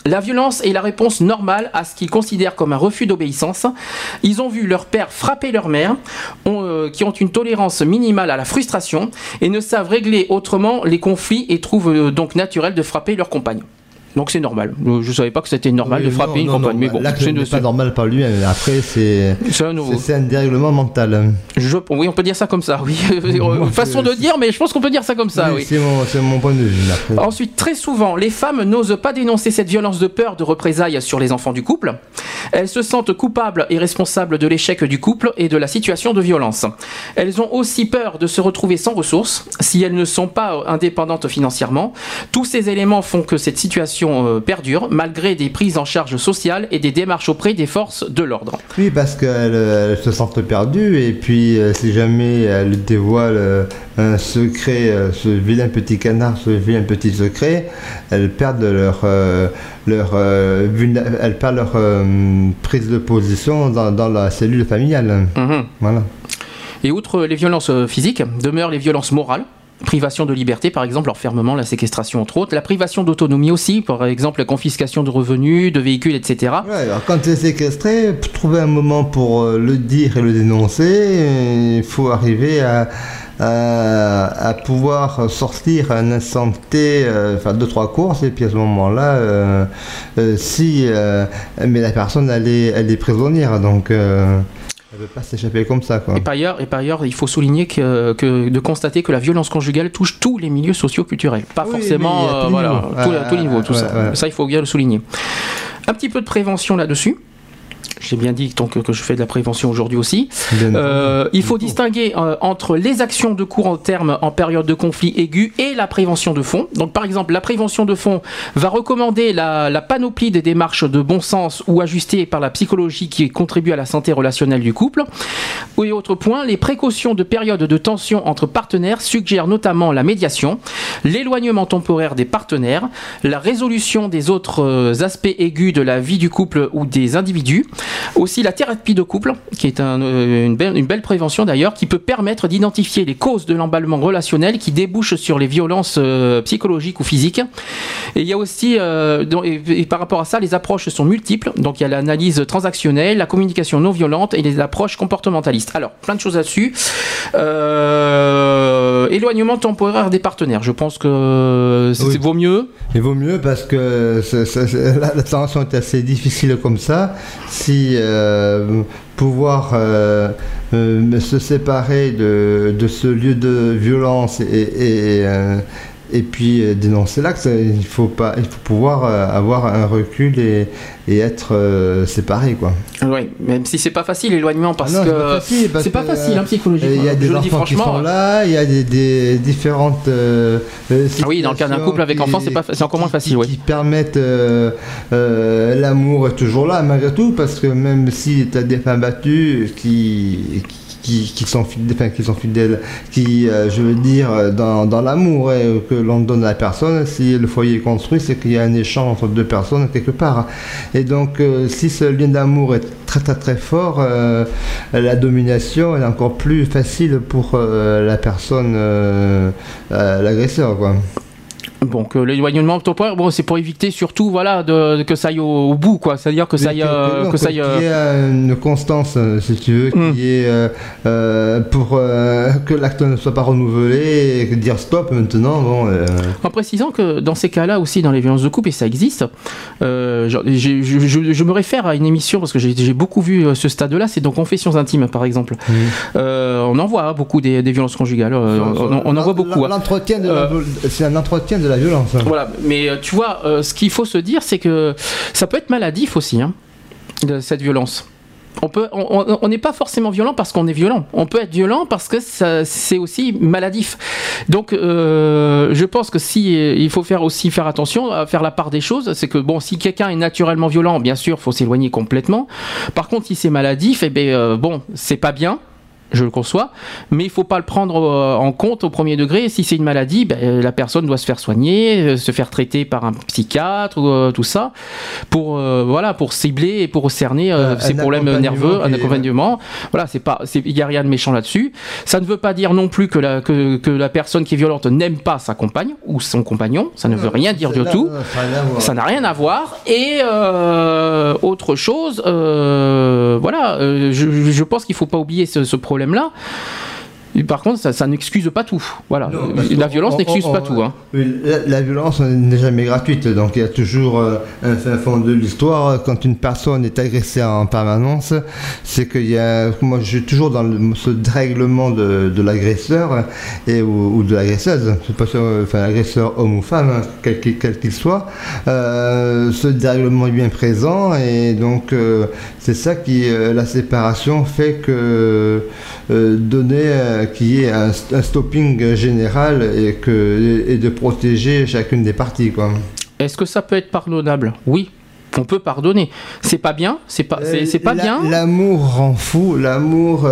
D: La violence est la réponse normale à ce qu'ils considèrent comme un refus d'obéissance. Ils ont vu leur père frapper leur mère, qui ont une tolérance minimale à la frustration et ne savent régler autrement les conflits et trouvent donc naturel de frapper leur compagne. Donc c'est normal. Je ne savais pas que c'était normal de frapper une compagne. Mais bon,
F: l'acte n'est pas normal par lui. Après, c'est un dérèglement mental.
D: Oui, on peut dire ça comme ça. Oui. Façon de dire, mais je pense qu'on peut dire ça comme ça. Oui.
F: C'est mon point de vue. Après.
D: Ensuite, très souvent, les femmes n'osent pas dénoncer cette violence de peur de représailles sur les enfants du couple. Elles se sentent coupables et responsables de l'échec du couple et de la situation de violence. Elles ont aussi peur de se retrouver sans ressources si elles ne sont pas indépendantes financièrement. Tous ces éléments font que cette situation perdure malgré des prises en charge sociales et des démarches auprès des forces de l'ordre.
F: Oui, parce qu'elles se sentent perdues et puis si jamais elles dévoilent un secret, ce vilain petit canard, ce vilain petit secret, elles perdent leur prise de position dans la cellule familiale. Voilà.
D: Et outre les violences physiques, demeurent les violences morales. Privation de liberté, par exemple, l'enfermement, la séquestration, entre autres. La privation d'autonomie aussi, par exemple, la confiscation de revenus, de véhicules, etc.
F: Ouais, alors quand tu es séquestré, pour trouver un moment pour le dire et le dénoncer, il faut arriver à pouvoir sortir un instant T, faire 2-3 courses, et puis à ce moment-là, mais la personne, elle est prisonnière, donc... Elle ne veut pas s'échapper comme ça, quoi.
D: Et par ailleurs, il faut souligner de constater que la violence conjugale touche tous les milieux socio-culturels. Pas forcément tous les niveaux, tout ça. Ouais. Ça, il faut bien le souligner. Un petit peu de prévention là-dessus. J'ai bien dit que je fais de la prévention aujourd'hui aussi. Il faut distinguer entre les actions de court terme en période de conflit aigu et la prévention de fond. Donc par exemple, la prévention de fond va recommander la panoplie des démarches de bon sens ou ajustées par la psychologie qui contribuent à la santé relationnelle du couple. Et autre point, les précautions de période de tension entre partenaires suggèrent notamment la médiation, l'éloignement temporaire des partenaires, la résolution des autres aspects aigus de la vie du couple ou des individus. Aussi la thérapie de couple, qui est une belle prévention d'ailleurs, qui peut permettre d'identifier les causes de l'emballement relationnel qui débouchent sur les violences psychologiques ou physiques. Et il y a aussi, et par rapport à ça, les approches sont multiples. Donc il y a l'analyse transactionnelle, la communication non violente et les approches comportementalistes. Alors, plein de choses là-dessus. Éloignement temporaire des partenaires. Je pense que vaut mieux.
F: Il vaut mieux parce que la transition est assez difficile comme ça. Si pouvoir se séparer de ce lieu de violence et puis dénoncer l'acte, il faut pouvoir avoir un recul et être séparé, quoi.
D: Oui, même si c'est pas facile l'éloignement parce que c'est pas facile psychologiquement.
F: Il y a des enfants qui sont là, il y a des différentes
D: oui, dans le cas d'un couple avec enfants, c'est encore moins facile,
F: qui permettent l'amour est toujours là malgré tout, parce que même si tu as des femmes battues qui sont fidèles, je veux dire, dans l'amour que l'on donne à la personne, si le foyer est construit, c'est qu'il y a un échange entre deux personnes quelque part. Et donc, si ce lien d'amour est très très très fort, la domination est encore plus facile pour la personne, l'agresseur, quoi.
D: Donc l'éloignement temporaire, c'est pour éviter surtout que ça aille au bout, quoi. C'est-à-dire que ça aille
F: qu'il y ait une constance, si tu veux, qui est pour que l'acte ne soit pas renouvelé et dire stop maintenant.
D: En précisant que dans ces cas-là aussi, dans les violences de couple, et ça existe, je me réfère à une émission parce que j'ai beaucoup vu ce stade-là, c'est dans Confessions intimes par exemple. On en voit beaucoup des violences conjugales, on en voit beaucoup.
F: C'est un entretien de la violence.
D: Voilà, mais tu vois, ce qu'il faut se dire, c'est que ça peut être maladif aussi, cette violence. On n'est pas forcément violent parce qu'on est violent. On peut être violent parce que c'est aussi maladif. Donc, je pense que il faut faire attention à faire la part des choses. C'est que si quelqu'un est naturellement violent, bien sûr, faut s'éloigner complètement. Par contre, si c'est maladif, c'est pas bien. je le conçois, mais il ne faut pas le prendre en compte au premier degré. Si c'est une maladie, la personne doit se faire soigner, se faire traiter par un psychiatre, ou tout ça, pour cibler et pour cerner ces problèmes nerveux, un accompagnement. Voilà, il n'y a rien de méchant là-dessus. Ça ne veut pas dire non plus que la personne qui est violente n'aime pas sa compagne ou son compagnon. Ça ne veut rien dire du tout. Ça n'a rien à voir. Et autre chose, je pense qu'il ne faut pas oublier ce problème-là. Et par contre, ça n'excuse pas tout. Voilà. Non, la violence n'excuse pas tout. Hein.
F: La violence n'est jamais gratuite. Donc il y a toujours un fin fond de l'histoire. Quand une personne est agressée en permanence, c'est qu'il y a. Moi, je suis toujours dans ce dérèglement de l'agresseur ou de l'agresseuse. C'est pas l'agresseur homme ou femme, quel qu'il soit. Ce dérèglement est bien présent et donc c'est ça qui la séparation fait que donner qu'il y ait un stopping général et de protéger chacune des parties, quoi.
D: Est-ce que ça peut être pardonnable ? Oui, on peut pardonner. C'est pas bien, c'est pas bien.
F: L'amour rend fou, l'amour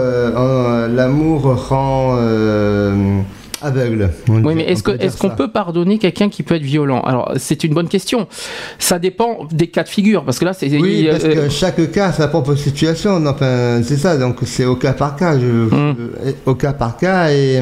F: rend aveugle.
D: Oui, mais est-ce qu'on peut pardonner quelqu'un qui peut être violent ? Alors, c'est une bonne question. Ça dépend des cas de figure, parce que là, c'est...
F: Oui, parce que chaque cas a sa propre situation. Enfin, c'est ça, donc c'est au cas par cas. Au cas par cas et...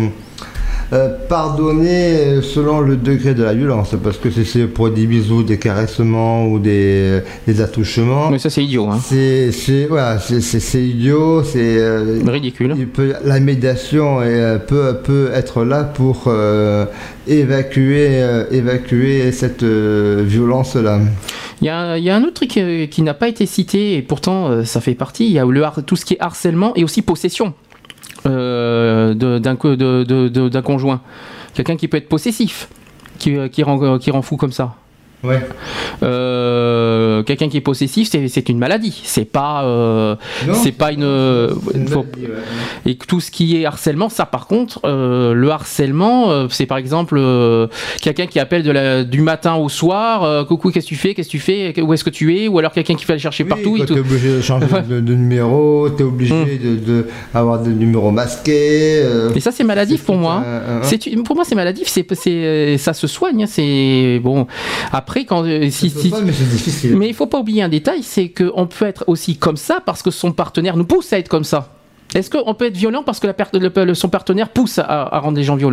F: pardonner selon le degré de la violence, parce que c'est pour des bisous, des caressements ou des attouchements.
D: Mais ça c'est idiot. Hein.
F: C'est idiot, c'est
D: ridicule.
F: La médiation peut être là pour évacuer cette violence-là.
D: Il y a un autre truc qui n'a pas été cité et pourtant ça fait partie. Il y a tout ce qui est harcèlement et aussi possession. D'un conjoint, quelqu'un qui peut être possessif, qui rend fou comme ça.
F: Ouais.
D: Quelqu'un qui est possessif, c'est une maladie. C'est pas une maladie, ouais. Et tout ce qui est harcèlement, ça par contre, le harcèlement, c'est par exemple quelqu'un qui appelle du matin au soir, coucou, qu'est-ce que tu fais, où est-ce que tu es, ou alors quelqu'un qui fait aller chercher partout.
F: Quand t'es obligé de changer de numéro, t'es obligé de avoir des numéros masqués.
D: Et ça c'est maladif pour moi. Pour moi c'est maladif, ça se soigne. C'est bon. Après, mais il faut pas oublier un détail, c'est qu'on peut être aussi comme ça parce que son partenaire nous pousse à être comme ça. Est-ce qu'on peut être violent parce que son partenaire pousse à rendre les gens violents ?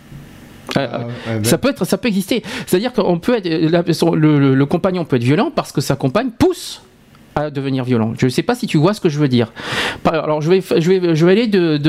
D: Ça peut exister. C'est-à-dire qu'on peut être le compagnon peut être violent parce que sa compagne pousse à devenir violent. Je ne sais pas si tu vois ce que je veux dire. Alors je vais aller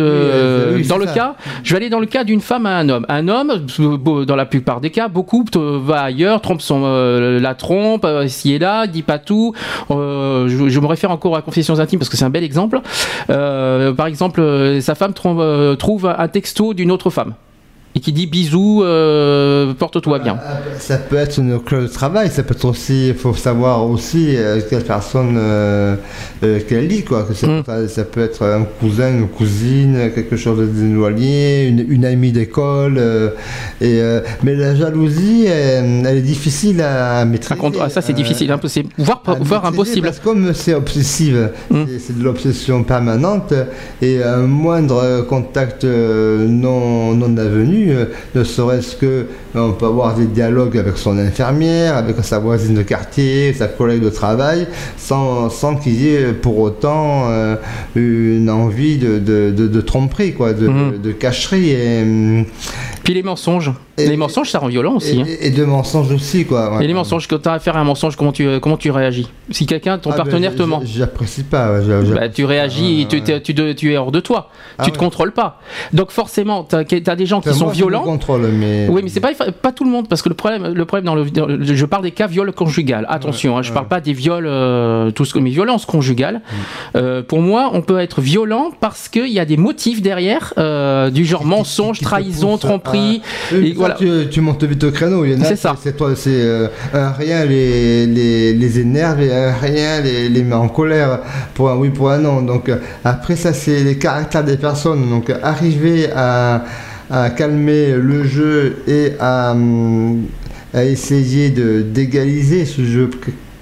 D: je vais aller dans le cas d'une femme à un homme. Un homme, dans la plupart des cas, beaucoup va ailleurs, la trompe, ici et là, dit pas tout. Je me réfère encore à Confessions intimes parce que c'est un bel exemple. Par exemple, sa femme trouve un texto d'une autre femme. Et qui dit bisous, porte-toi bien.
F: Ça peut être une clause de travail, ça peut être aussi, il faut savoir aussi quelle personne qu'elle lit, quoi. Ça peut être un cousin, une cousine, quelque chose d'éloigné, une amie d'école. Mais la jalousie, elle est difficile à maîtriser.
D: Ça c'est difficile, impossible, voire impossible.
F: Parce que comme c'est obsessive, c'est de l'obsession permanente, et un moindre contact non avenu, ne serait-ce que on peut avoir des dialogues avec son infirmière, avec sa voisine de quartier, sa collègue de travail, sans qu'il y ait pour autant une envie de tromperie, quoi, de cacherie.
D: Puis les mensonges. Les mensonges, ça rend violent aussi.
F: Et de mensonges aussi, quoi. Ouais.
D: Et les mensonges, quand tu as affaire à un mensonge, comment tu réagis ? Si ton partenaire te ment.
F: J'apprécie pas.
D: Tu réagis, tu es hors de toi. Tu te contrôles pas. Donc forcément, tu as des gens qui sont violents. Oui, mais c'est pas tout le monde, parce que le problème je parle des cas viol conjugal. Attention, je parle pas des viols, mais violences conjugales. Pour moi, on peut être violent parce qu'il y a des motifs derrière, du genre mensonge, trahison, tromperie. Et voilà.
F: Tu montes vite au créneau. Il y en a, c'est ça. C'est un rien les énerve et un rien les met en colère pour un oui, pour un non. Donc après ça, c'est les caractères des personnes. Donc arriver à calmer le jeu et à essayer d'égaliser ce jeu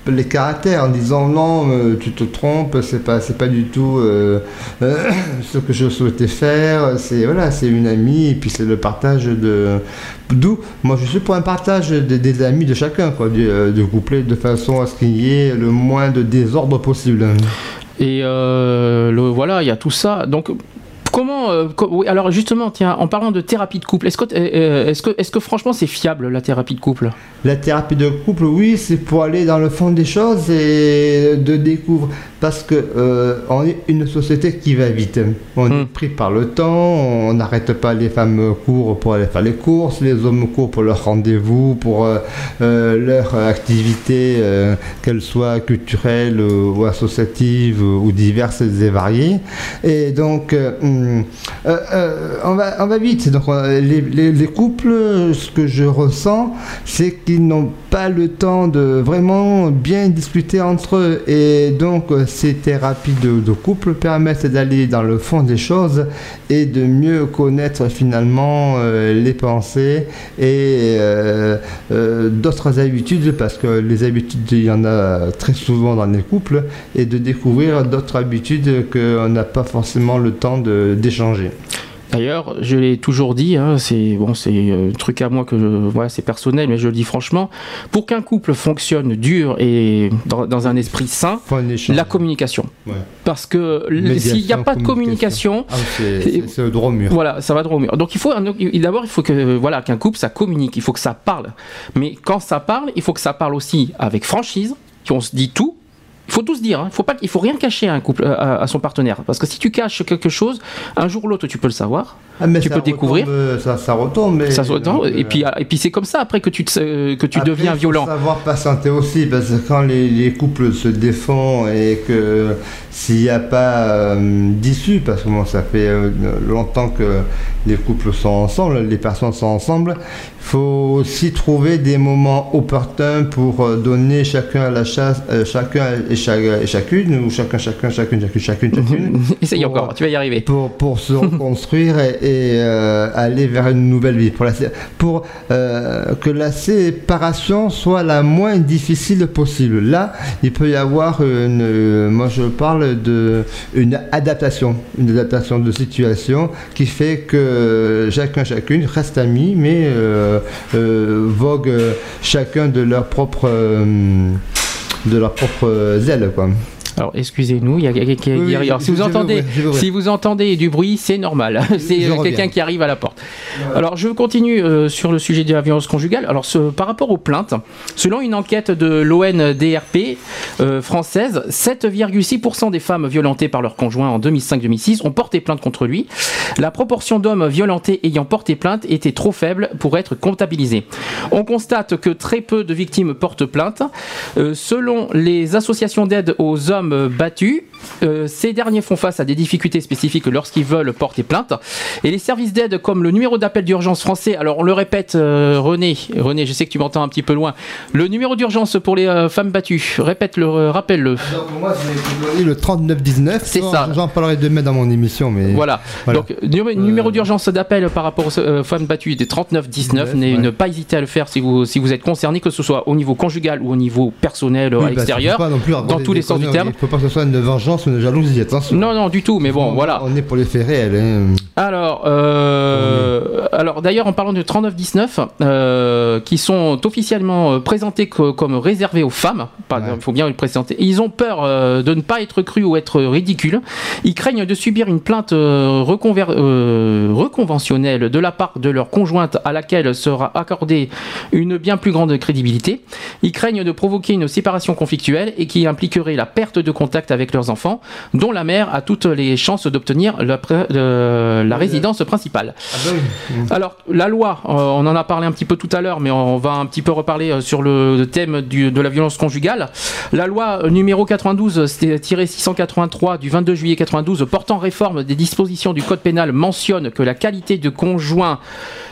F: les caractères en disant non, tu te trompes, c'est pas du tout ce que je souhaitais faire. C'est une amie et puis c'est le partage d'où moi je suis pour un partage des amis de chacun, quoi, de coupler de façon à ce qu'il y ait le moins de désordre possible. Et
D: voilà, il y a tout ça. Donc oui, alors justement, tiens, en parlant de thérapie de couple, est-ce que franchement c'est fiable la thérapie de couple ?
F: La thérapie de couple, oui, c'est pour aller dans le fond des choses et de découvrir. Parce que on est une société qui va vite. On est pris par le temps, on n'arrête pas, les femmes courent pour aller faire les courses, les hommes courent pour leur rendez-vous, pour leur activité, qu'elle soit culturelle ou associative ou diverses et variées. Et donc, on va vite. Donc, les couples, ce que je ressens, c'est qu'ils n'ont pas le temps de vraiment bien discuter entre eux. Et donc, ces thérapies de couple permettent d'aller dans le fond des choses et de mieux connaître finalement les pensées et d'autres habitudes, parce que les habitudes, il y en a très souvent dans les couples, et de découvrir d'autres habitudes qu'on n'a pas forcément le temps d'échanger.
D: D'ailleurs, je l'ai toujours dit, hein, c'est un truc à moi c'est personnel, mais je le dis franchement, pour qu'un couple fonctionne dur et dans un esprit sain, la communication. Ouais. Parce que s'il n'y a pas de communication,
F: c'est droit au mur.
D: Voilà, ça va droit au mur. Donc d'abord, il faut qu'un couple, ça communique, il faut que ça parle. Mais quand ça parle, il faut que ça parle aussi avec franchise, qu'on se dit tout. Il faut tout se dire, hein. Il faut rien cacher à un couple, à son partenaire. Parce que si tu caches quelque chose, un jour ou l'autre, tu peux le savoir, tu peux découvrir.
F: Ça retombe.
D: Et puis c'est comme ça après que tu deviens violent.
F: Il faut savoir patienter aussi, parce que quand les couples se défendent et que s'il n'y a pas d'issue, parce que ça fait longtemps que les couples sont ensemble, les personnes sont ensemble, il faut aussi trouver des moments opportuns pour donner chacun à la chasse, chacun et chacune, ou chacune.
D: Essaye encore, tu vas y arriver.
F: Pour se reconstruire et aller vers une nouvelle vie. Pour que la séparation soit la moins difficile possible. Là, il peut y avoir moi je parle d'une adaptation de situation qui fait que chacune reste amis, mais vogue chacun de leur propre zèle, quoi.
D: Alors, excusez-nous, il y a quelqu'un qui est derrière. Si vous entendez du bruit, c'est normal. C'est quelqu'un qui arrive à la porte. Ouais. Alors, je continue sur le sujet de la violence conjugale. Alors, par rapport aux plaintes, selon une enquête de l'ONDRP française, 7,6% des femmes violentées par leur conjoint en 2005-2006 ont porté plainte contre lui. La proportion d'hommes violentés ayant porté plainte était trop faible pour être comptabilisée. On constate que très peu de victimes portent plainte. Selon les associations d'aide aux hommes battus, ces derniers font face à des difficultés spécifiques lorsqu'ils veulent porter plainte, et les services d'aide comme le numéro d'appel d'urgence français, alors on le répète, René, je sais que tu m'entends un petit peu loin, le numéro d'urgence pour les femmes battues, rappelle-le.
F: Donc moi j'ai donné le 3919,
D: c'est ça.
F: J'en parlerai demain dans mon émission, mais
D: voilà. Donc numéro d'urgence d'appel par rapport aux femmes battues des 3919, ne pas hésiter à le faire si vous êtes concerné, que ce soit au niveau conjugal ou au niveau personnel à l'extérieur, dans tous les sens du terme.
F: Il ne faut pas que ce soit une vengeance ou une jalousie, attention.
D: Non, du tout, mais bon, voilà.
F: On est pour les faits réels. Hein.
D: Alors d'ailleurs, en parlant de 3919, qui sont officiellement présentés comme réservés aux femmes, il faut bien le présenter, ils ont peur de ne pas être crus ou être ridicules. Ils craignent de subir une plainte reconventionnelle de la part de leur conjointe à laquelle sera accordée une bien plus grande crédibilité. Ils craignent de provoquer une séparation conflictuelle et qui impliquerait la perte de contact avec leurs enfants, dont la mère a toutes les chances d'obtenir la résidence principale. Alors, la loi, on en a parlé un petit peu tout à l'heure, mais on va un petit peu reparler sur le thème de la violence conjugale. La loi numéro 92-683 du 22 juillet 92 portant réforme des dispositions du code pénal mentionne que la qualité de conjoint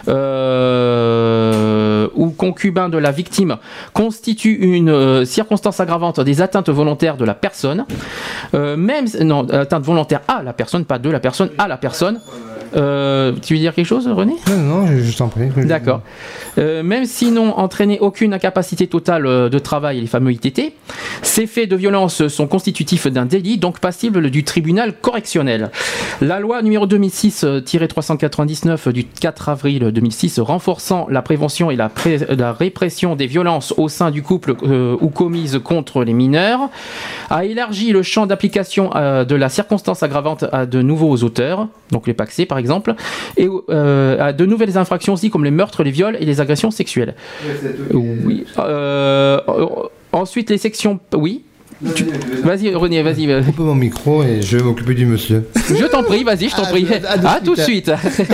D: ou concubin de la victime constitue une circonstance aggravante des atteintes volontaires de la personne, atteinte volontaire à la personne, pas de la personne, à la personne. Tu veux dire quelque chose, René ?
F: Non, je t'en prie.
D: D'accord. Même s'ils n'ont entraîné aucune incapacité totale de travail, les fameux ITT, ces faits de violence sont constitutifs d'un délit, donc passibles du tribunal correctionnel. La loi numéro 2006-399 du 4 avril 2006 renforçant la prévention et la répression des violences au sein du couple ou commises contre les mineurs a élargi le champ d'application de la circonstance aggravante à de nouveaux auteurs, donc les pacsés par exemple, et à de nouvelles infractions aussi comme les meurtres, les viols et les agressions sexuelles. Oui. Ensuite, les sections... Oui. Vas-y René, vas-y.
F: Coupe mon micro et je vais m'occuper du monsieur.
D: Je t'en prie, vas-y, je t'en prie. Tout de suite.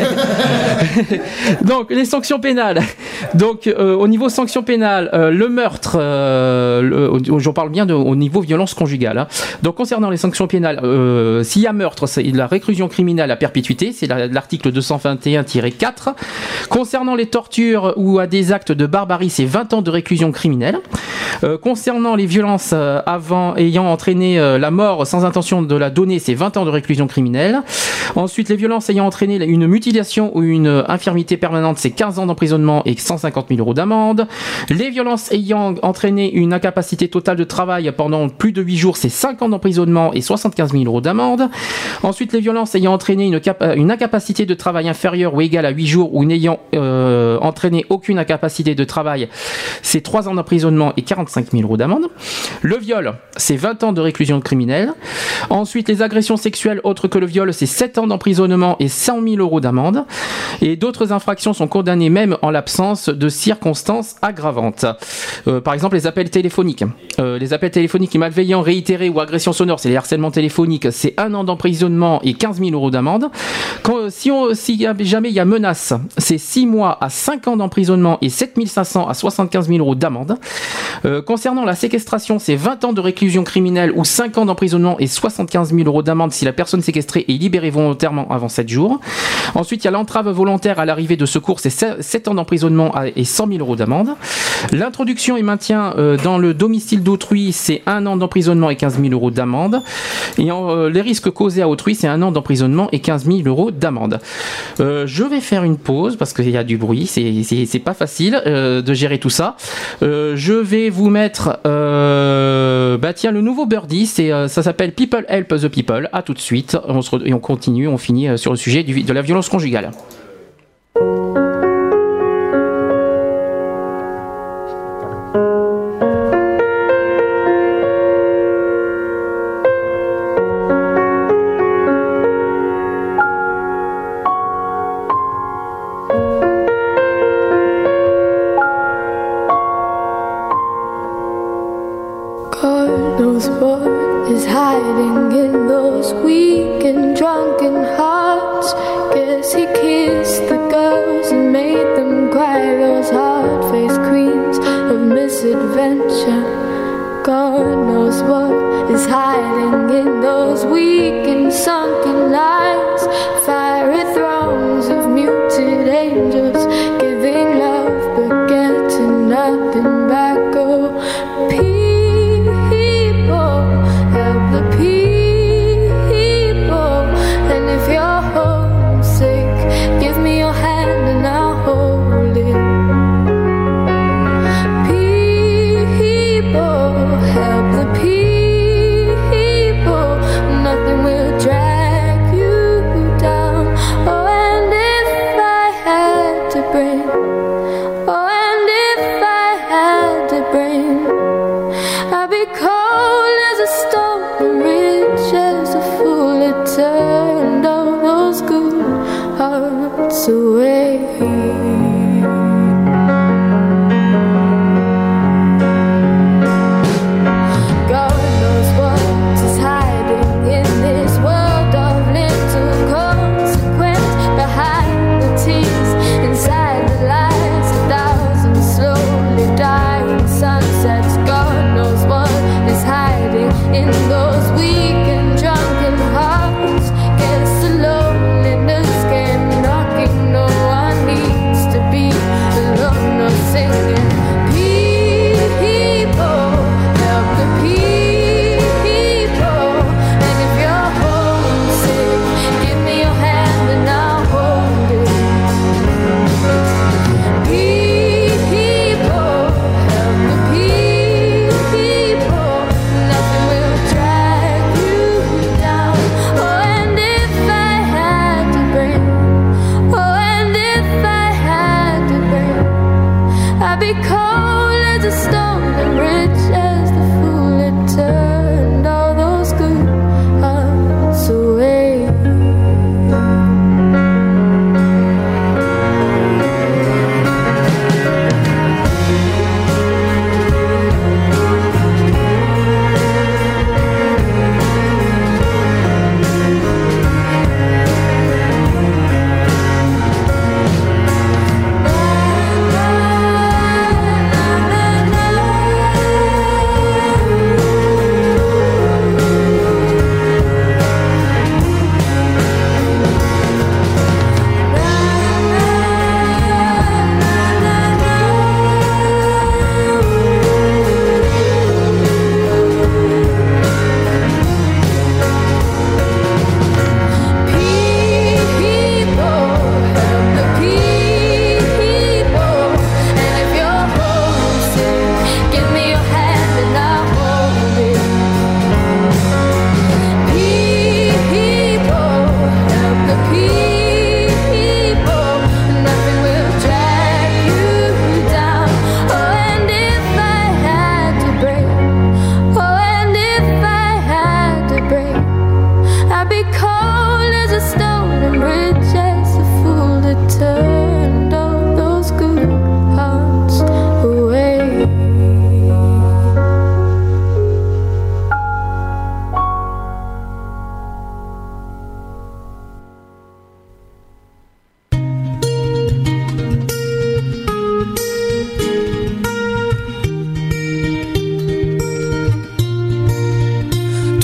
D: Donc les sanctions pénales. Donc au niveau sanctions pénales, le meurtre, j'en parle bien au niveau violence conjugale. Hein. Donc concernant les sanctions pénales, s'il y a meurtre, c'est la réclusion criminelle à perpétuité, c'est l'article 221-4. Concernant les tortures ou à des actes de barbarie, c'est 20 ans de réclusion criminelle. Concernant les violences ayant entraîné la mort sans intention de la donner, c'est 20 ans de réclusion criminelle. Ensuite, les violences ayant entraîné une mutilation ou une infirmité permanente, c'est 15 ans d'emprisonnement et 150 000 € d'amende. Les violences ayant entraîné une incapacité totale de travail pendant plus de 8 jours, c'est 5 ans d'emprisonnement et 75 000 € d'amende. Ensuite, les violences ayant entraîné une incapacité de travail inférieure ou égale à 8 jours ou n'ayant entraîné aucune incapacité de travail, c'est 3 ans d'emprisonnement et 45 000 € d'amende. Le viol, c'est 20 ans de réclusion criminelle. Ensuite, les agressions sexuelles autres que le viol, c'est 7 ans d'emprisonnement et 100 000 € d'amende. Et d'autres infractions sont condamnées même en l'absence de circonstances aggravantes. Par exemple, les appels téléphoniques. Les appels téléphoniques malveillants, réitérés ou agressions sonores, c'est les harcèlements téléphoniques, c'est 1 an d'emprisonnement et 15 000 € d'amende. Si jamais il y a menace, c'est 6 mois à 5 ans d'emprisonnement et 7 500 à 75 000 € d'amende. Concernant la séquestration, c'est 20 ans de réclusion criminelle ou 5 ans d'emprisonnement et 75 000 € d'amende si la personne séquestrée est libérée volontairement avant 7 jours. Ensuite, il y a l'entrave volontaire à l'arrivée de secours, c'est 7 ans d'emprisonnement et 100 000 € d'amende. L'introduction et maintien dans le domicile d'autrui, c'est 1 an d'emprisonnement et 15 000 € d'amende. Et les risques causés à autrui, c'est 1 an d'emprisonnement et 15 000 € d'amende. Je vais faire une pause parce qu'il y a du bruit, c'est pas facile de gérer tout ça. Je vais vous mettre le nouveau Birdie, ça s'appelle People Help the People. À tout de suite, on continue, on finit sur le sujet de la violence conjugale.
G: Bring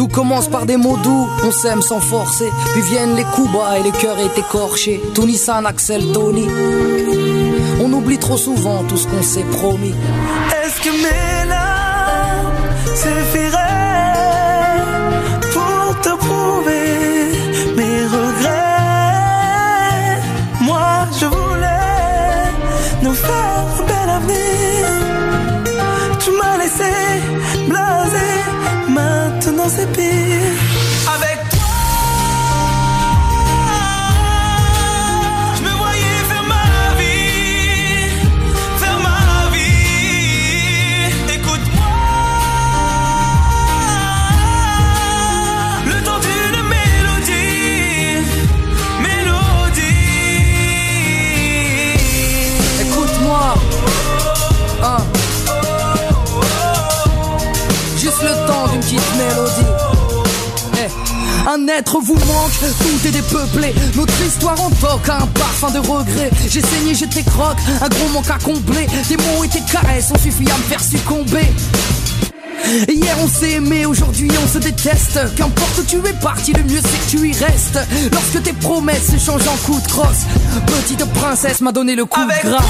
G: commence par des mots doux, on s'aime sans forcer. Puis viennent les coups bas et les cœurs est écorché. Tony San, Axel, Tony. On oublie trop souvent tout ce qu'on s'est promis.
E: Est-ce que mes larmes suffiraient pour te prouver mes regrets? Moi je voulais nous faire un bel avenir. Tu m'as laissé blasé, maintenant c'est pire. Avec toi, je me voyais faire ma vie, faire ma vie. Écoute-moi, le temps d'une mélodie, mélodie.
G: Écoute-moi, juste le temps d'une petite mélodie. Un être vous manque, tout est dépeuplé. Notre histoire en toque, un parfum de regret. J'ai saigné, j'étais croque, un gros manque à combler. Tes mots et tes caresses ont suffi à me faire succomber. Hier on s'est aimé, aujourd'hui on se déteste. Qu'importe où tu es parti, le mieux c'est que tu y restes. Lorsque tes promesses se changent en coups de crosse, petite princesse m'a donné le coup de grâce.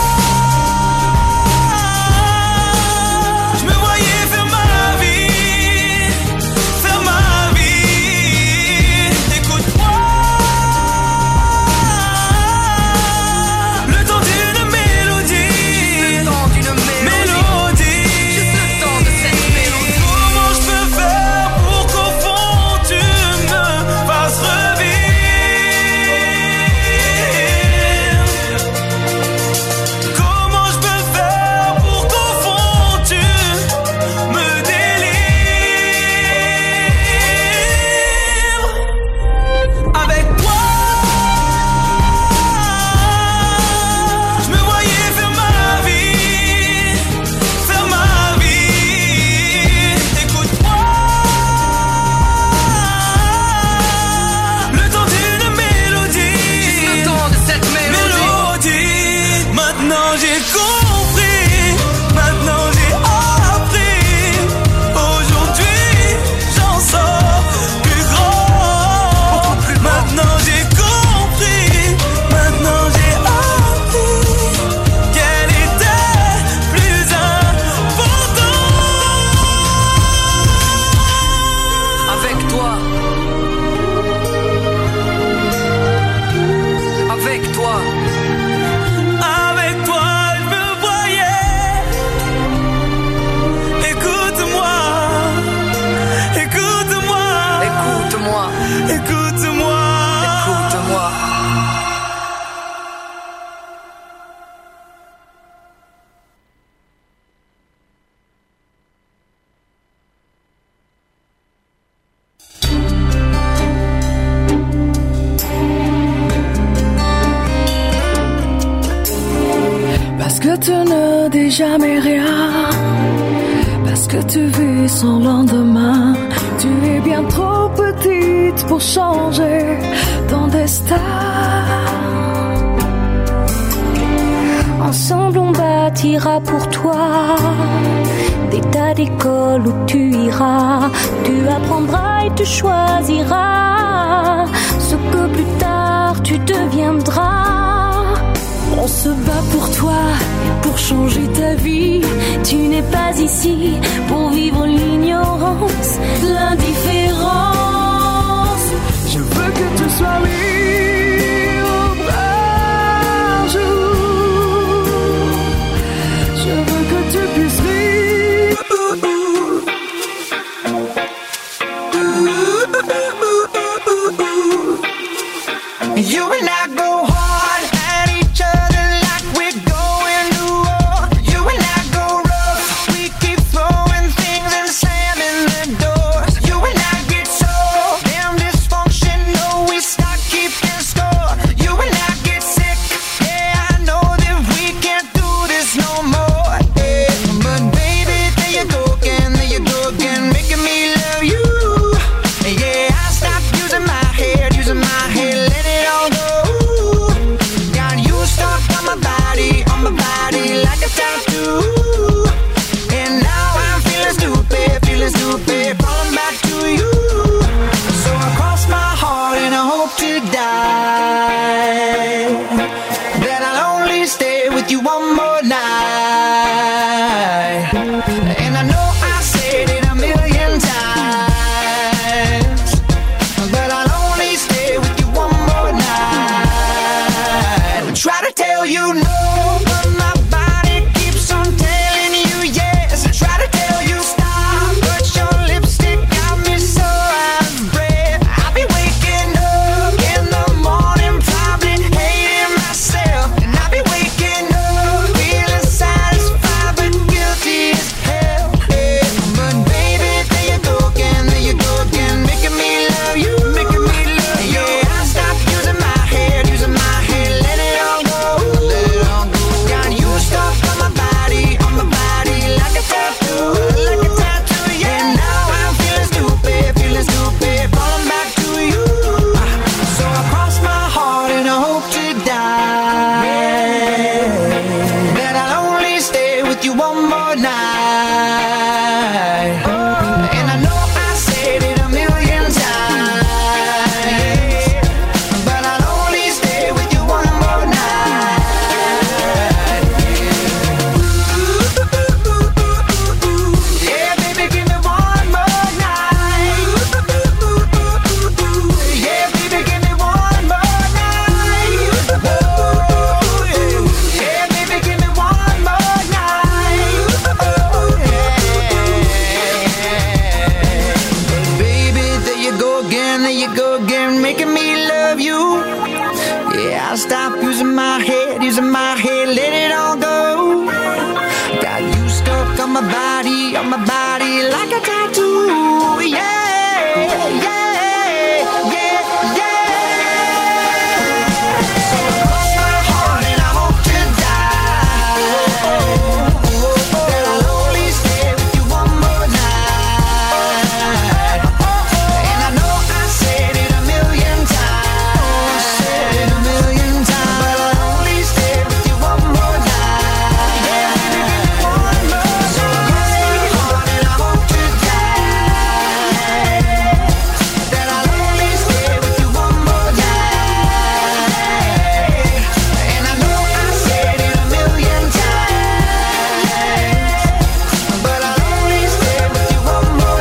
E: Je me voyais faire ma vie, faire ma vie. Écoute-moi, le temps d'une mélodie, le temps d'une mélodie. Juste le temps de cette mélodie. Comment je peux faire pour qu'au fond tu me fasses revivre? Comment je peux faire pour qu'au fond tu me délivres? Avec toi, je me voyais faire ma vie, faire ma vie. Écoute-moi, le temps d'une mélodie, juste le temps de cette mélodie. Maintenant j'ai compris, maintenant j'ai appris. Aujourd'hui j'en sors plus grand. Maintenant j'ai compris, maintenant j'ai appris qu'elle était plus importante.
G: Avec toi, avec toi,
E: Avec toi je me voyais. Écoute-moi, écoute-moi,
G: écoute-moi,
E: écoute-moi.
G: écoute-moi.
H: Parce que tu ne dis jamais rien, parce que tu vis sans lendemain. Tu es bien trop petite pour changer ton destin.
I: Ensemble on bâtira pour toi des tas d'écoles où tu iras. Tu apprendras et tu choisiras ce que plus tard tu deviendras.
H: On se bat pour toi et pour changer ta vie.
I: Tu n'es pas ici pour vivre l'ignorance, l'indifférence.
H: Je veux que tu sois libre un jour. Je veux que tu puisses vivre.
E: You and I go hard at each other like we're going to war. You and I go rough, we keep throwing body like a tattoo. Yeah, yeah, yeah, yeah. So cross my heart and I hope to die. That I'll only stay with you one more night. And I know I said it a million times, but I'll only stay with you one more night. Yeah, one more. So cross my heart and I hope to die. That I'll only stay with you one more night. And I know I said it a million times, but I'll only stay with you one more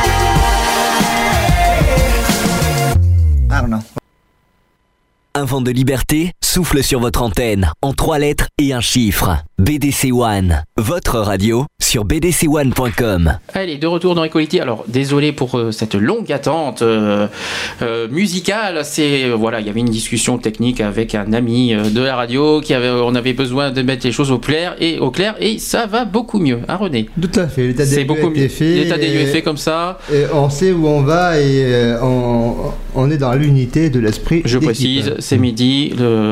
E: night. I don't know.
A: Un vent de liberté souffle sur votre antenne en 3 lettres et un chiffre. BDC One, votre radio sur bdc1.com.
D: Allez, de retour dans Equality. Alors, désolé pour cette longue attente musicale. Voilà, il y avait une discussion technique avec un ami de la radio on avait besoin de mettre les choses au clair et ça va beaucoup mieux, hein, René?
F: Tout à fait. L'état des lieux est fait.
D: L'état des lieux est fait comme ça.
F: Et on sait où on va et on est dans l'unité de l'esprit.
D: Je précise, c'est midi.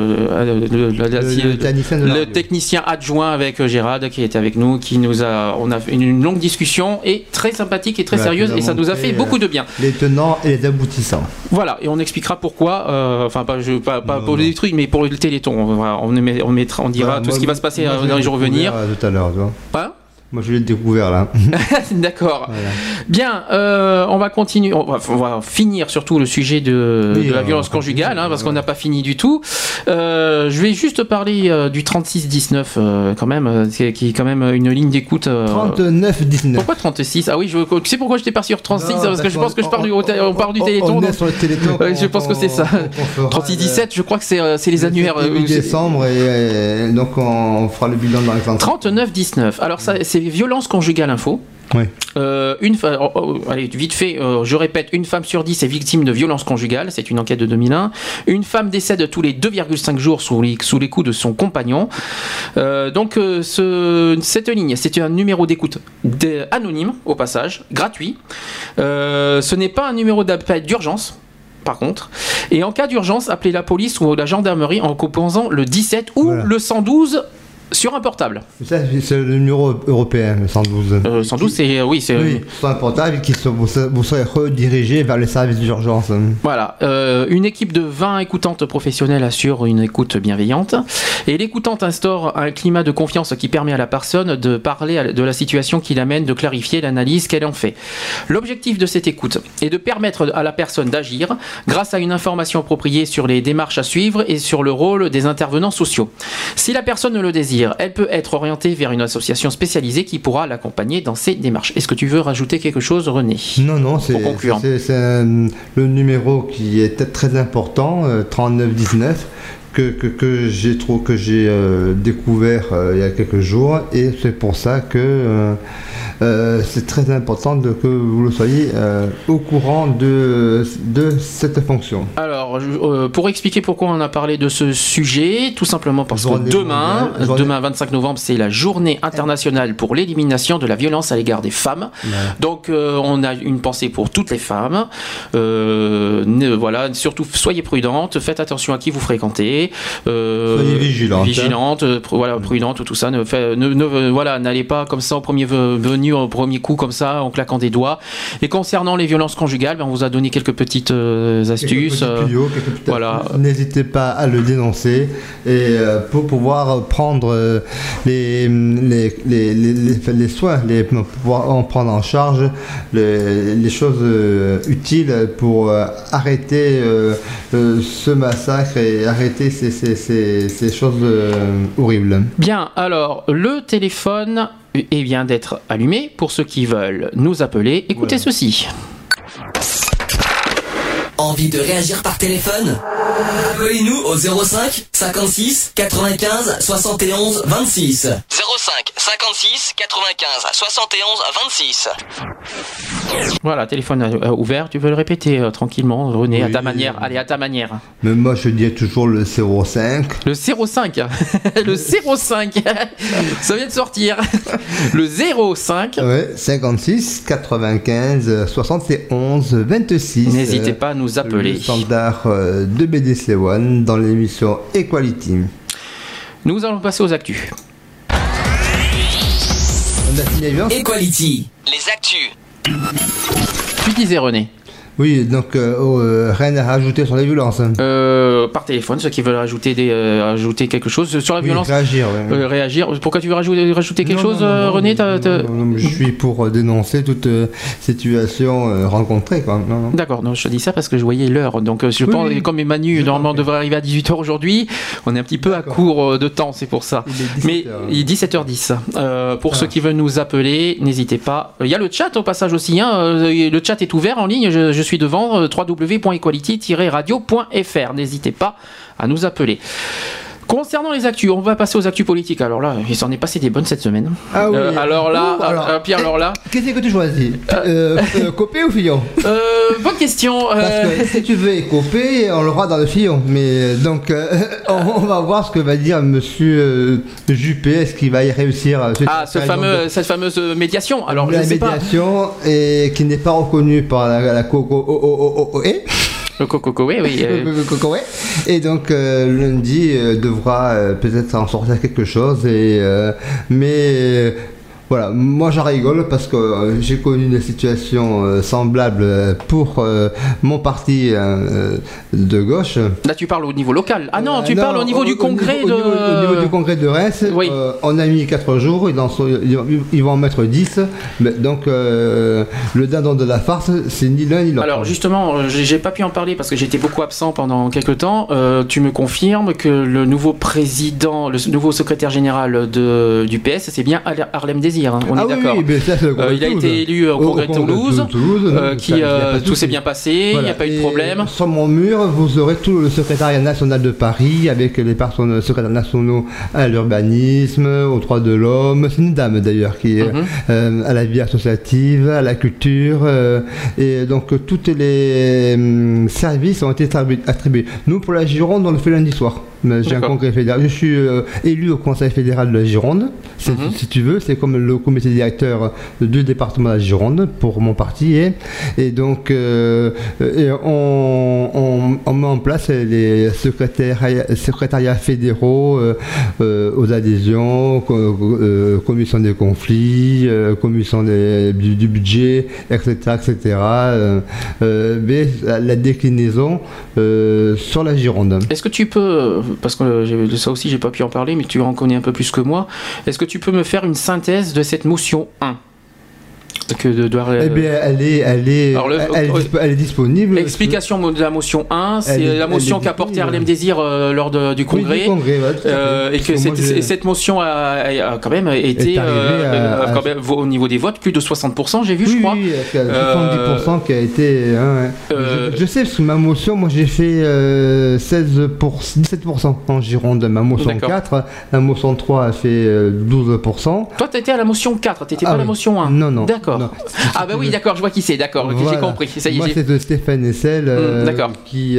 D: Le technicien adjoint avec Gérald qui était avec nous, on a fait une longue discussion et très sympathique et très sérieuse, et ça nous a fait beaucoup de bien.
F: Les tenants et les aboutissants.
D: Voilà, et on expliquera pourquoi. Enfin, pas pour les trucs, mais pour le Téléthon. On dira tout ce qui va se passer dans les jours à venir.
F: Tout à l'heure, tu vois.
D: Hein?
F: Moi, je l'ai découvert là.
D: D'accord.
F: Voilà.
D: Bien, on va continuer. On va finir surtout le sujet de la violence conjugale, parce qu'on n'a pas fini du tout. Je vais juste parler du 3619 quand même, qui est quand même une ligne d'écoute.
F: 3919.
D: Pourquoi 36? Ah oui, tu sais pourquoi j'étais parti sur 36? Parce que je pense que on parle du Téléthon.
F: On est sur le Téléthon.
D: Je pense que c'est ça. 3617, je crois que c'est les annuaires.
F: Début décembre, et donc on fera le bilan dans les
D: 3919. Alors ça, c'est Violence Conjugale Info.
F: Oui.
D: Allez, vite fait, je répète, une femme sur 10 est victime de violences conjugales, c'est une enquête de 2001. Une femme décède tous les 2,5 jours sous les coups de son compagnon. Cette ligne, c'est un numéro d'écoute anonyme, au passage, gratuit. Ce n'est pas un numéro d'appel d'urgence. Par contre, et en cas d'urgence, appelez la police ou la gendarmerie en composant le 17 ou le 112 sur un portable.
F: Ça, c'est le numéro européen, le 112.
D: 112, c'est
F: sur un portable vous serez redirigé vers les services d'urgence.
D: Voilà. Une équipe de 20 écoutantes professionnelles assure une écoute bienveillante. Et l'écoutante instaure un climat de confiance qui permet à la personne de parler de la situation qui l'amène, de clarifier l'analyse qu'elle en fait. L'objectif de cette écoute est de permettre à la personne d'agir grâce à une information appropriée sur les démarches à suivre et sur le rôle des intervenants sociaux. Si la personne le désire, elle peut être orientée vers une association spécialisée qui pourra l'accompagner dans ses démarches. Est-ce que tu veux rajouter quelque chose, René?
F: Non, c'est le numéro qui est très important, 3919. Que j'ai découvert il y a quelques jours, et c'est pour ça que c'est très important que vous le soyez au courant de cette fonction.
D: Alors, pour expliquer pourquoi on a parlé de ce sujet, tout simplement parce que demain, 25 novembre, c'est la journée internationale pour l'élimination de la violence à l'égard des femmes. Ouais. Donc, on a une pensée pour toutes les femmes. Voilà, surtout, soyez prudentes, faites attention à qui vous fréquentez.
F: Soyez vigilante,
D: voilà, prudente, tout ça. Voilà, n'allez pas comme ça au premier coup, comme ça, en claquant des doigts. Et concernant les violences conjugales, on vous a donné quelques petites astuces. Voilà.
F: N'hésitez pas à le dénoncer et pour pouvoir prendre les soins, pour pouvoir en prendre en charge les choses utiles pour arrêter ce massacre et arrêter ces choses horribles.
D: Bien, alors le téléphone vient d'être allumé pour ceux qui veulent nous appeler. Écoutez ceci.
B: Envie de réagir par téléphone? Appelez-nous au 05 56 95 71 26. 05 05 56 95 71 26.
D: Voilà, téléphone ouvert. Tu veux le répéter tranquillement, René, à ta manière. Allez, à ta manière.
F: Mais moi, je dis toujours le 05.
D: Le 05. Le 05. Ça vient de sortir. Le 05.
F: Ouais, 56 95 71 26.
D: N'hésitez pas à nous appeler.
F: Le standard de BDC One dans l'émission Equality.
D: Nous allons passer aux actus.
F: On a fini bien.
B: Equality, les actus.
D: Tu disais, René.
F: Oui, donc rien à rajouter sur la violence.
D: Par téléphone, ceux qui veulent ajouter quelque chose sur la violence.
F: Réagir, ouais.
D: Réagir. Pourquoi tu veux rajouter quelque chose, René?
F: Non, je suis pour dénoncer toute situation rencontrée, quoi. Non.
D: D'accord, non, je te dis ça parce que je voyais l'heure. Donc, je pense, comme Emmanuel normalement devrait arriver à 18h aujourd'hui, on est un petit peu à court de temps, c'est pour ça. Mais il est 17h10. Pour ceux qui veulent nous appeler, n'hésitez pas. Il y a le chat au passage aussi. Le chat est ouvert en ligne. Je suis devant www.equality-radio.fr. N'hésitez pas à nous appeler. Concernant les actus, on va passer aux actus politiques. Alors là, il s'en est passé des bonnes cette semaine.
F: Ah oui.
D: Pierre, alors là.
F: Qu'est-ce que tu choisis Copé ou Fillon
D: Bonne question.
F: Parce que si tu veux Copé, on l'aura dans le Fillon. Mais donc, on va voir ce que va dire monsieur Juppé. Est-ce qu'il va y réussir
D: cette fameuse médiation. Alors,
F: la médiation qui n'est pas reconnue par la COCOE.
D: Le Cococoé, oui.
F: Cococoé. Et donc lundi devra peut-être en sortir quelque chose. Mais voilà, moi j'en rigole parce que j'ai connu une situation semblable pour mon parti de gauche.
D: Là tu parles au niveau local. Ah non, tu parles au niveau du congrès
F: au niveau du congrès de Reims.
D: Oui.
F: On a mis 4 jours, ils vont en mettre 10. Donc le dindon de la farce, c'est ni l'un ni l'autre.
D: Alors justement, j'ai pas pu en parler parce que j'étais beaucoup absent pendant quelques temps. Tu me confirmes que le nouveau président, le nouveau secrétaire général du PS, c'est bien Harlem Désir. On est d'accord.
F: Oui, ça,
D: il a été élu au congrès de Toulouse, tout s'est bien passé, il n'y a pas eu de problème.
F: Sur mon mur, vous aurez tout le secrétariat national de Paris avec les personnes secrétaires nationaux à l'urbanisme, aux droits de l'homme. C'est une dame d'ailleurs qui est à la vie associative, à la culture, et donc tous les services ont été attribués. Nous, pour la Gironde, on le fait lundi soir. J'ai un congrès fédéral. Je suis élu au Conseil fédéral de la Gironde. Si tu veux, c'est comme le comité directeur du département de la Gironde pour mon parti. Et donc, on met en place les secrétariats fédéraux aux adhésions, commission des conflits, commission du budget, etc. Mais la déclinaison sur la Gironde.
D: Est-ce que tu peux, parce que ça aussi j'ai pas pu en parler, mais tu en connais un peu plus que moi, est-ce que tu peux me faire une synthèse de cette motion 1 ?
F: Eh bien, elle est disponible.
D: L'explication de la motion 1, c'est la motion qu'a portée Harlem Désir lors du congrès. Et que cette motion a quand même été, au niveau des votes, plus de 60%, j'ai vu, je crois.
F: Oui, 70% qui a été... je sais, parce que ma motion, moi j'ai fait 17% en Gironde. Ma motion 4, la motion 3 a fait 12%.
D: Toi, tu étais à la motion 4, tu n'étais pas à la motion 1.
F: Non.
D: D'accord. Ah bah oui, d'accord, je vois qui c'est, d'accord, voilà. J'ai compris. Ça y est,
F: moi, c'est de Stéphane Essel qui...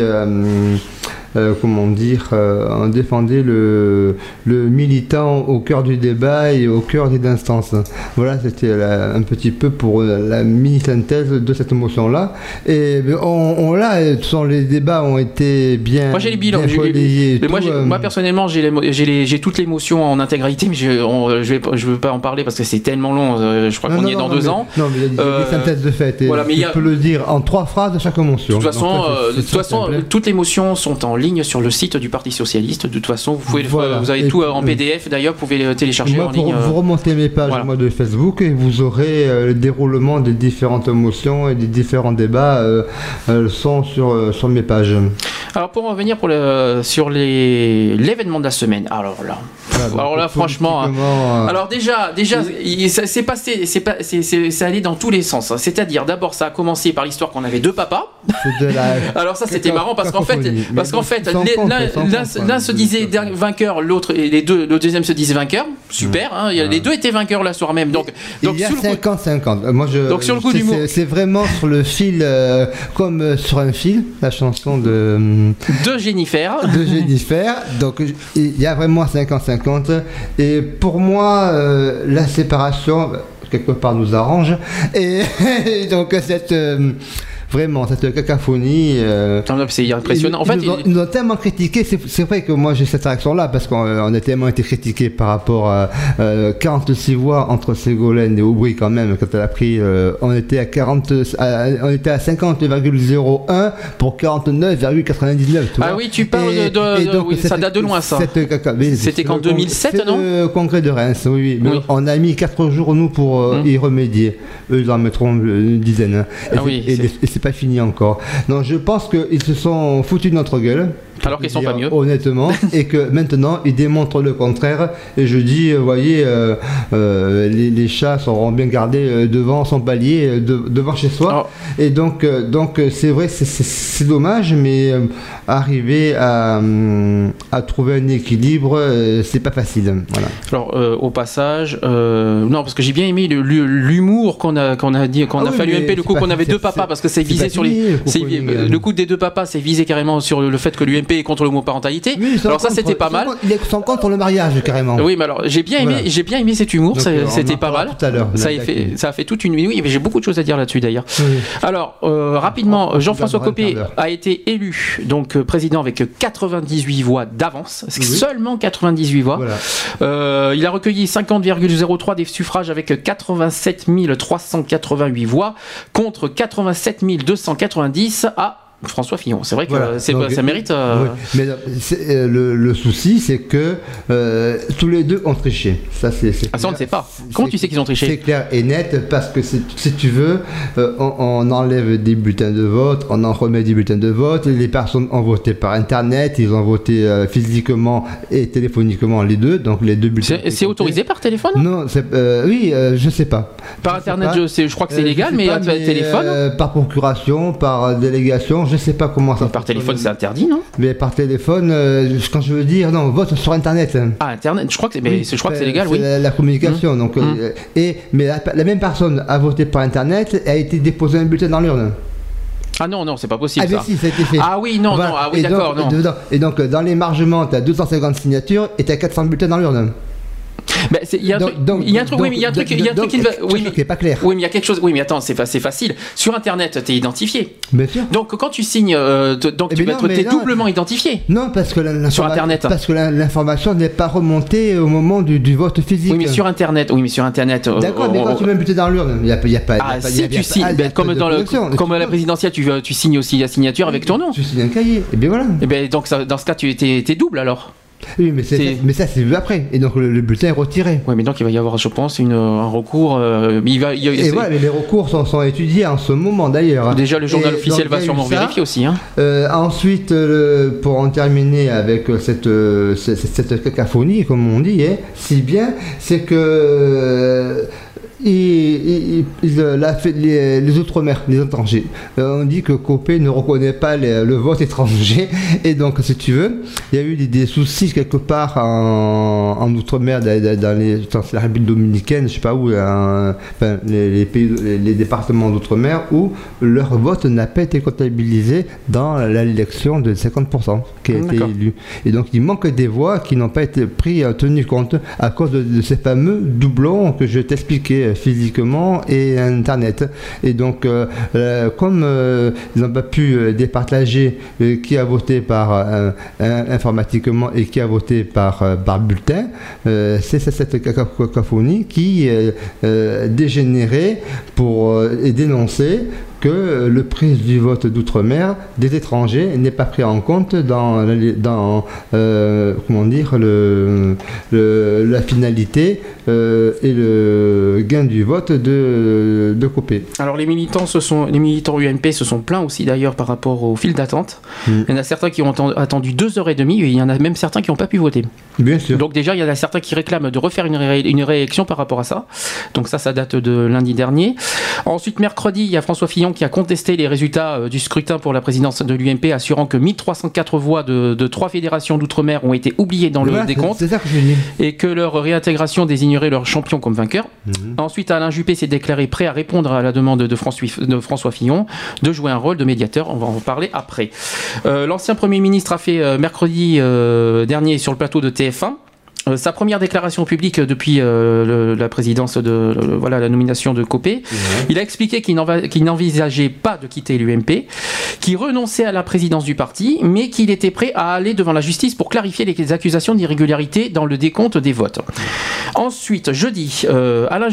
F: on défendait le militant au cœur du débat et au cœur des instances. Voilà, c'était un petit peu pour la mini-synthèse de cette motion-là. Et les débats ont été bien.
D: Moi j'ai les bilans. Moi personnellement, j'ai toutes les motions en intégralité, mais je veux pas en parler parce que c'est tellement long. Je crois qu'on y est dans 2 ans.
F: Non, mais il y a des synthèses de fait.
D: Voilà,
F: tu peux le dire en 3 phrases de chaque motion.
D: De toute façon, toutes les motions sont en ligne sur le site du Parti Socialiste. De toute façon, vous avez tout en PDF d'ailleurs, vous pouvez le télécharger en ligne.
F: Vous remontez mes pages de Facebook et vous aurez le déroulement des différentes motions et des différents débats sont sur mes pages.
D: Alors pour en revenir sur l'événement de la semaine, alors là franchement, alors déjà c'est passé, c'est allé dans tous les sens. Hein. C'est-à-dire d'abord ça a commencé par l'histoire qu'on avait 2 papas. Alors ça c'était marrant parce qu'en fait fait, l'un se disait vainqueur, l'autre et le deuxième se disait vainqueur. Super, hein, les deux étaient vainqueurs le soir même. Donc
F: il y a 50-50. Donc sur le coup d'humour, c'est vraiment sur le fil, comme sur un fil, la chanson de
D: Jennifer.
F: Donc il y a vraiment 50-50. Et pour moi, la séparation quelque part nous arrange. Et donc vraiment, cette cacophonie.
D: C'est impressionnant. En fait,
F: ils nous ont tellement critiqué. C'est vrai que moi j'ai cette réaction-là parce qu'on a tellement été critiqué par rapport à 46 voix entre Ségolène et Aubry quand même. Quand elle a pris, on était à 50,01 pour 49,99.
D: Ah oui, tu parles oui, ça date de loin ça. C'était qu'en 2007, non?
F: Le congrès de Reims, oui. Mais on a mis 4 jours nous pour y remédier. Eux, ils en mettront une dizaine. Et c'est pas fini encore. Non, je pense qu'ils se sont foutus de notre gueule.
D: Alors qu'ils sont pas mieux.
F: Honnêtement, et que maintenant ils démontrent le contraire. Et je dis, voyez, les chats seront bien gardés devant son palier, devant chez soi. Et donc c'est vrai, c'est dommage, mais arriver à trouver un équilibre, c'est pas facile. Voilà.
D: Alors au passage, non, parce que j'ai bien aimé l'humour qu'on a fait à l'UMP, le coup qu'on avait deux papas, parce que c'est visé sur le coup des deux papas, c'est visé carrément sur le fait que l'UMP est contre l'homoparentalité.
F: Oui,
D: alors ça c'était pas mal.
F: Il est contre le mariage carrément.
D: Oui, mais alors j'ai bien aimé cet humour, c'était pas mal.
F: Tout à l'heure,
D: ça a fait toute une oui, mais j'ai beaucoup de choses à dire là-dessus d'ailleurs. Oui. Alors rapidement, Jean-François Copé a été élu donc président avec 98 voix d'avance, seulement 98 voix. Voilà. Il a recueilli 50,03 des suffrages avec 87 388 voix contre 87 290 à François Fillon. C'est vrai que ça mérite.
F: Oui. Mais le souci, c'est que tous les deux ont triché. Ça, c'est
D: ça, on ne sait pas. Comment tu sais qu'ils ont triché?
F: C'est clair et net parce que si tu veux, on enlève des bulletins de vote, on en remet des bulletins de vote. Les personnes ont voté par Internet, ils ont voté physiquement et téléphoniquement les deux. Donc les deux bulletins.
D: C'est autorisé par téléphone?
F: Non, oui, je sais pas.
D: Par Internet, je crois que c'est légal, mais téléphone.
F: Par procuration, par délégation. Je sais pas comment ça.
D: Par téléphone, c'est interdit, non?
F: Mais par téléphone, quand je veux dire, non, vote sur Internet.
D: Ah, Internet, je crois que c'est légal, oui.
F: La communication, donc. Mais la même personne a voté par Internet et a été déposé un bulletin dans l'urne.
D: Ah non, c'est pas possible.
F: Ah, mais si, ça a été fait.
D: Ah oui, non,
F: voilà.
D: D'accord, non.
F: Et donc, dans l'émargement, tu as 250 signatures et tu as 400 bulletins dans l'urne.
D: Il y a un truc
F: qui est pas clair.
D: Oui, mais il y a quelque chose. Oui, mais attends, c'est facile. Sur Internet, t'es identifié.
F: Bien sûr.
D: Donc quand tu signes, t'es doublement identifié.
F: Non, parce que
D: sur Internet.
F: Parce que l'information n'est pas remontée au moment du vote physique.
D: Oui, mais sur Internet.
F: D'accord, mais quand tu mets un bulletin dans l'urne, il y a pas.
D: Ah, si tu signes, comme à la présidentielle, tu signes aussi la signature avec ton nom.
F: Tu signes un cahier. Et bien voilà.
D: Et bien donc dans ce cas, tu es double alors.
F: Oui, mais ça c'est vu après, et donc le bulletin est retiré.
D: Oui, mais donc il va y avoir, je pense, un recours.
F: Mais les recours sont étudiés en ce moment d'ailleurs.
D: Déjà, le journal officiel va sûrement vérifier aussi. Hein.
F: Ensuite, pour en terminer avec cette cacophonie, comme on dit, si bien, c'est que. Les outre-mer, les étrangers. On dit que Copé ne reconnaît pas le vote étranger. Et donc, si tu veux, il y a eu des soucis quelque part en outre-mer, dans la République dominicaine, je sais pas où, les départements d'outre-mer, où leur vote n'a pas été comptabilisé dans l'élection de 50% qui a été élu. Et donc, il manque des voix qui n'ont pas été tenues compte à cause de ces fameux doublons que je t'expliquais physiquement et Internet. Et donc, comme ils n'ont pas pu départager qui a voté par informatiquement et qui a voté par bulletin, c'est cette cacophonie qui dégénérait et dénonçait que le prix du vote d'outre-mer des étrangers n'est pas pris en compte dans la finalité et le gain du vote de Copé.
D: Alors les militants UMP se sont plaints aussi d'ailleurs par rapport au fil d'attente. Il y en a certains qui ont attendu 2h30 et il y en a même certains qui n'ont pas pu voter.
F: Bien sûr.
D: Donc déjà il y en a certains qui réclament de refaire une réélection par rapport à ça. Donc ça date de lundi dernier. Ensuite mercredi il y a François Fillon Fillon qui a contesté les résultats du scrutin pour la présidence de l'UMP, assurant que 1304 voix de 3 fédérations d'outre-mer ont été oubliées dans le décompte.
F: C'est ça que je dis.
D: Et que leur réintégration désignerait leur champion comme vainqueur. Ensuite, Alain Juppé s'est déclaré prêt à répondre à la demande de François Fillon de jouer un rôle de médiateur. On va en parler après. L'ancien Premier ministre a fait mercredi dernier sur le plateau de TF1 sa première déclaration publique depuis la présidence la nomination de Copé. Il a expliqué qu'il n'envisageait pas de quitter l'UMP, qu'il renonçait à la présidence du parti, mais qu'il était prêt à aller devant la justice pour clarifier les accusations d'irrégularité dans le décompte des votes. Ensuite, jeudi, Alain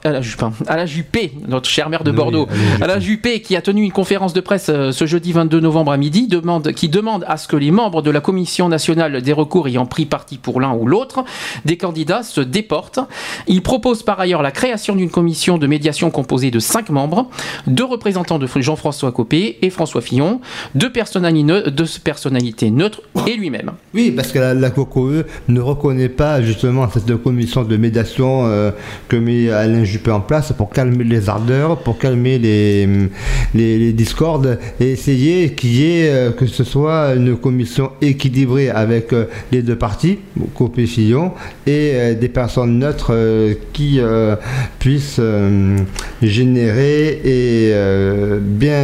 D: Juppé, notre cher maire de Bordeaux, Alain Juppé, qui a tenu une conférence de presse ce jeudi 22 novembre à midi, demande à ce que les membres de la Commission nationale des recours ayant pris parti pour l'un ou l'autre des candidats se déportent. Il propose par ailleurs la création d'une commission de médiation composée de 5 membres, 2 représentants de Jean-François Copé et François Fillon, 2 personnalités neutres et lui-même.
F: Oui, parce que la COCOE ne reconnaît pas justement cette commission de médiation que met Alain Juppé en place pour calmer les ardeurs, pour calmer les discordes et essayer que ce soit une commission équilibrée avec les 2 partis, Copé et Fillon, et des personnes neutres qui puissent générer et bien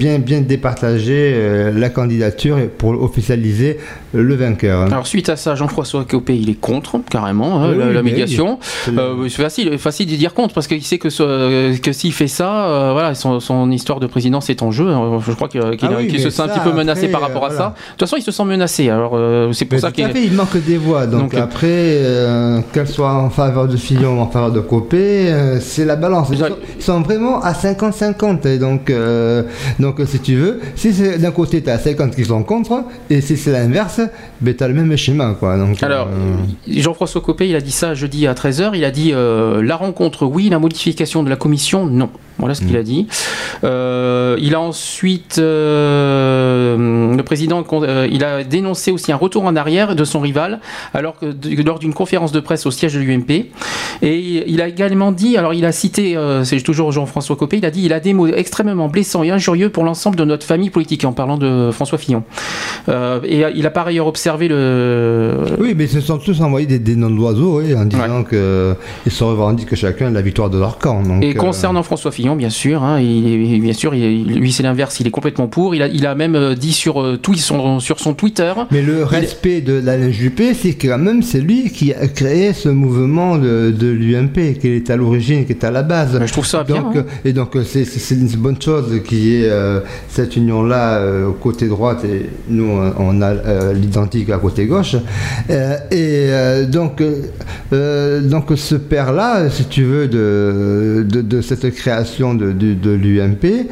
F: départager la candidature pour officialiser le vainqueur.
D: Alors suite à ça, Jean-François Copé, il est contre carrément la médiation. C'est facile de dire contre parce qu'il sait que s'il fait ça, son histoire de présidence est en jeu. Je crois qu'il se sent un petit peu menacé par rapport à ça. De toute façon, il se sent menacé. Alors c'est pour ça
F: il manque des voix. Donc après, qu'elle soit en faveur de Fillon ou en faveur de Copé, c'est la balance. Ils sont vraiment à 50-50. Et donc si tu veux, si c'est d'un côté tu as 50 qui sont contre, et si c'est l'inverse, tu as le même schéma, quoi. Donc, alors,
D: Jean-François Copé, il a dit ça jeudi à 13h. Il a dit la rencontre, oui, la modification de la commission, non. Voilà ce qu'il a dit. Il a ensuite, le président, il a dénoncé aussi un retour en arrière de son rival, alors que lors d'une conférence de presse au siège de l'UMP. Et il a également dit, alors il a cité, c'est toujours Jean-François Copé, il a dit, il a des mots extrêmement blessants et injurieux pour l'ensemble de notre famille politique, en parlant de François Fillon. Et il a par ailleurs observé
F: Oui, mais ils se sont tous envoyés des noms d'oiseaux, en disant qu'ils se revendiquent chacun la victoire de leur camp. Donc,
D: et concernant François Fillon, bien sûr, lui c'est l'inverse, il est complètement pour. Il a même dit sur son Twitter.
F: Mais le respect de l'Alain Juppé, c'est quand même c'est lui qui a créé ce mouvement de l'UMP, qui est à l'origine, qui est à la base.
D: Je trouve ça bien.
F: Et donc c'est une bonne chose qui est cette union-là côté droite et nous on a l'identique à côté gauche. Donc ce père-là, si tu veux, de cette création de l'UMP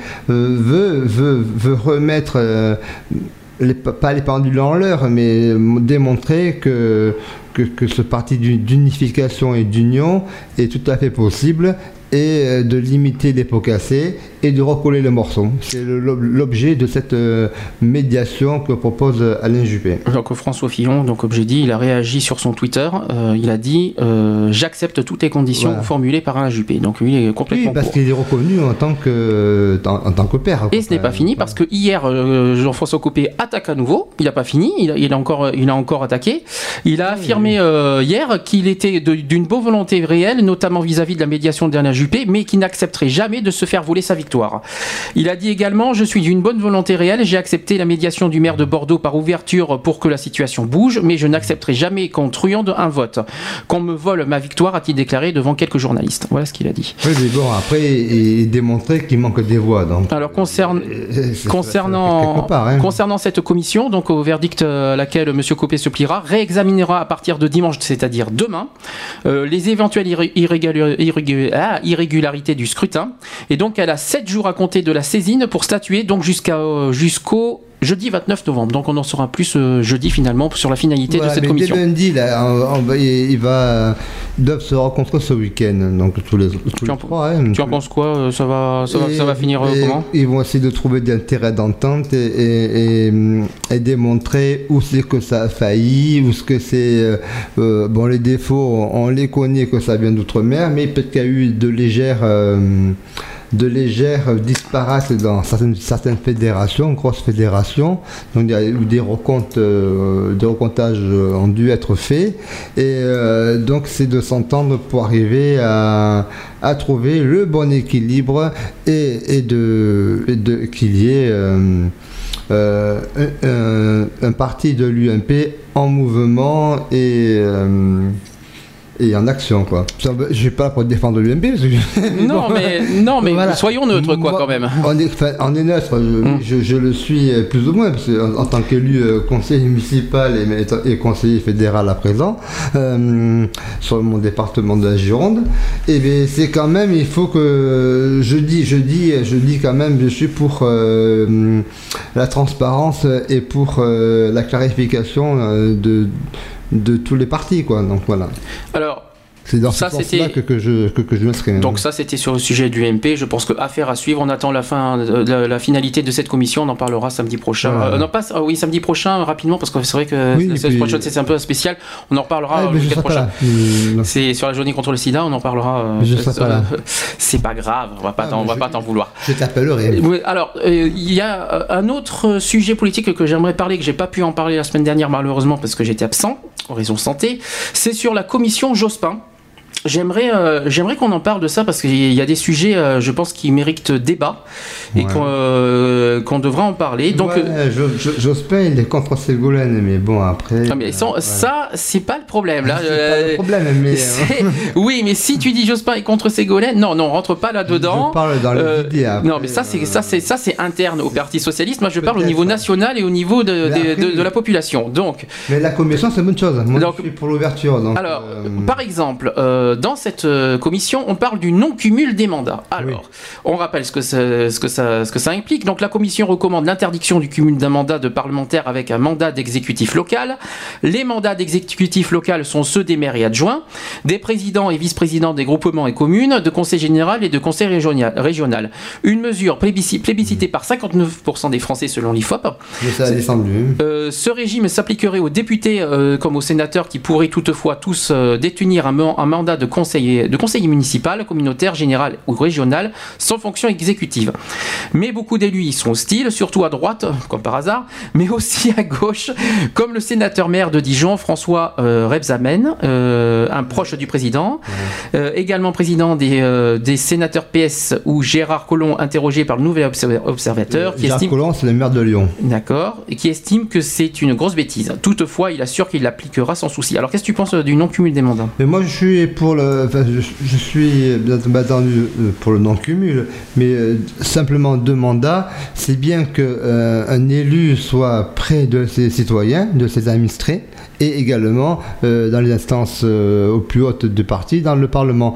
F: veut remettre pas les pendules en l'heure, mais démontrer que ce parti d'unification et d'union est tout à fait possible, et de limiter les pots cassés et de recoller le morceau. C'est l'objet de cette médiation que propose Alain Juppé.
D: Donc François Fillon, donc comme j'ai dit, il a réagi sur son Twitter. Il a dit j'accepte toutes les conditions formulées par Alain Juppé. Donc lui il est complètement
F: parce qu'il est reconnu en tant que père.
D: Et ce n'est pas fini parce que hier Jean-François Copé attaque à nouveau. Il n'a pas fini. Il a encore attaqué. Il a affirmé hier qu'il était d'une bonne volonté réelle, notamment vis-à-vis de la médiation d'Alain Juppé, mais qui n'accepterait jamais de se faire voler sa victoire. Il a dit également « Je suis d'une bonne volonté réelle, j'ai accepté la médiation du maire de Bordeaux par ouverture pour que la situation bouge, mais je n'accepterai jamais qu'on truande un vote. Qu'on me vole ma victoire », a-t-il déclaré devant quelques journalistes. Voilà ce qu'il a dit.
F: Oui, mais bon, après, il démontrait qu'il manque des voix. Donc,
D: alors, concernant cette commission, donc au verdict à laquelle M. Copé se pliera, réexaminera à partir de dimanche, c'est-à-dire demain, les éventuelles irrégularités du scrutin. Et donc, elle a 7 jours à compter de la saisine pour statuer, donc jusqu'au jeudi 29 novembre. Donc on en saura plus jeudi finalement sur la finalité de cette commission.
F: Dès lundi, là, ils doivent se rencontrer ce week-end. Donc tous les trois.
D: Tu en penses quoi ? Ça va finir comment ?
F: Ils vont essayer de trouver des intérêts d'entente et démontrer où c'est que ça a failli, où ce que c'est. Les défauts, on les connaît que ça vient d'outre-mer, mais peut-être qu'il y a eu de légères légères disparates dans certaines fédérations, grosses fédérations, donc où des recomptages ont dû être faits, et donc c'est de s'entendre pour arriver à trouver le bon équilibre et qu'il y ait un parti de l'UMP en mouvement et en action, quoi. Je ne suis pas pour défendre l'UMP.
D: Non, mais voilà. Soyons neutres, quoi, quand même.
F: On est neutre, je le suis plus ou moins, parce que, en tant qu'élu conseiller municipal et conseiller fédéral à présent, sur mon département de la Gironde, et bien, c'est quand même, il faut que je dis quand même, je suis pour la transparence et pour la clarification de tous les partis, quoi. Donc voilà.
D: Alors,
F: c'est dans ce sens-là que je m'inscris.
D: Donc ça, c'était sur le sujet du MP. Je pense que affaire à suivre. On attend la finalité de cette commission. On en parlera samedi prochain.
F: Ouais.
D: Samedi prochain, rapidement, parce que c'est vrai que la semaine prochaine, c'est un peu spécial. On en reparlera le week-end prochain. C'est sur la journée contre le sida. On en parlera. C'est pas grave. On va pas t'en vouloir.
F: Je t'appellerai.
D: Alors, il y a un autre sujet politique que j'aimerais parler, que j'ai pas pu en parler la semaine dernière, malheureusement, parce que j'étais absent en raison de santé. C'est sur la commission Jospin. J'aimerais qu'on en parle de ça, parce qu'il y a des sujets, je pense, qui méritent débat et qu'on devra en parler. Donc,
F: Jospin, il est contre Ségolène, mais bon, après.
D: Non, mais ça, c'est pas le problème là.
F: C'est pas le problème, mais.
D: Oui, mais si tu dis Jospin est contre Ségolène, non, rentre pas là-dedans.
F: Je parle dans les idées. Après,
D: non, mais ça, c'est interne au Parti socialiste. Moi, je parle au niveau national et au niveau de la population. Donc.
F: Mais la commission, c'est une bonne chose. Moi, je suis pour l'ouverture. Donc,
D: alors, par exemple. Dans cette commission, on parle du non-cumul des mandats. Alors, on rappelle ce que ça implique. Donc, la commission recommande l'interdiction du cumul d'un mandat de parlementaire avec un mandat d'exécutif local. Les mandats d'exécutif local sont ceux des maires et adjoints, des présidents et vice-présidents des groupements et communes, de conseil général et de conseil régional. Une mesure plébiscitée par 59% des Français selon l'IFOP.
F: Mais ça a descendu.
D: Ce régime s'appliquerait aux députés comme aux sénateurs qui pourraient toutefois tous détenir un mandat de conseiller municipal, communautaire, général ou régional, sans fonction exécutive. Mais beaucoup d'élus y sont hostiles, surtout à droite, comme par hasard, mais aussi à gauche, comme le sénateur-maire de Dijon, François Rebsamen, un proche du président, également président des sénateurs PS, ou Gérard Collomb, interrogé par le Nouvel Observateur.
F: Gérard Collomb, c'est le maire de Lyon.
D: D'accord, et qui estime que c'est une grosse bêtise. Toutefois, il assure qu'il l'appliquera sans souci. Alors, qu'est-ce que tu penses du non-cumul des mandats ?
F: Mais moi, je suis je suis bien entendu pour le non-cumul, mais simplement 2 mandats, c'est bien qu'un élu soit près de ses citoyens, de ses administrés, et également dans les instances aux plus hautes du parti, dans le Parlement.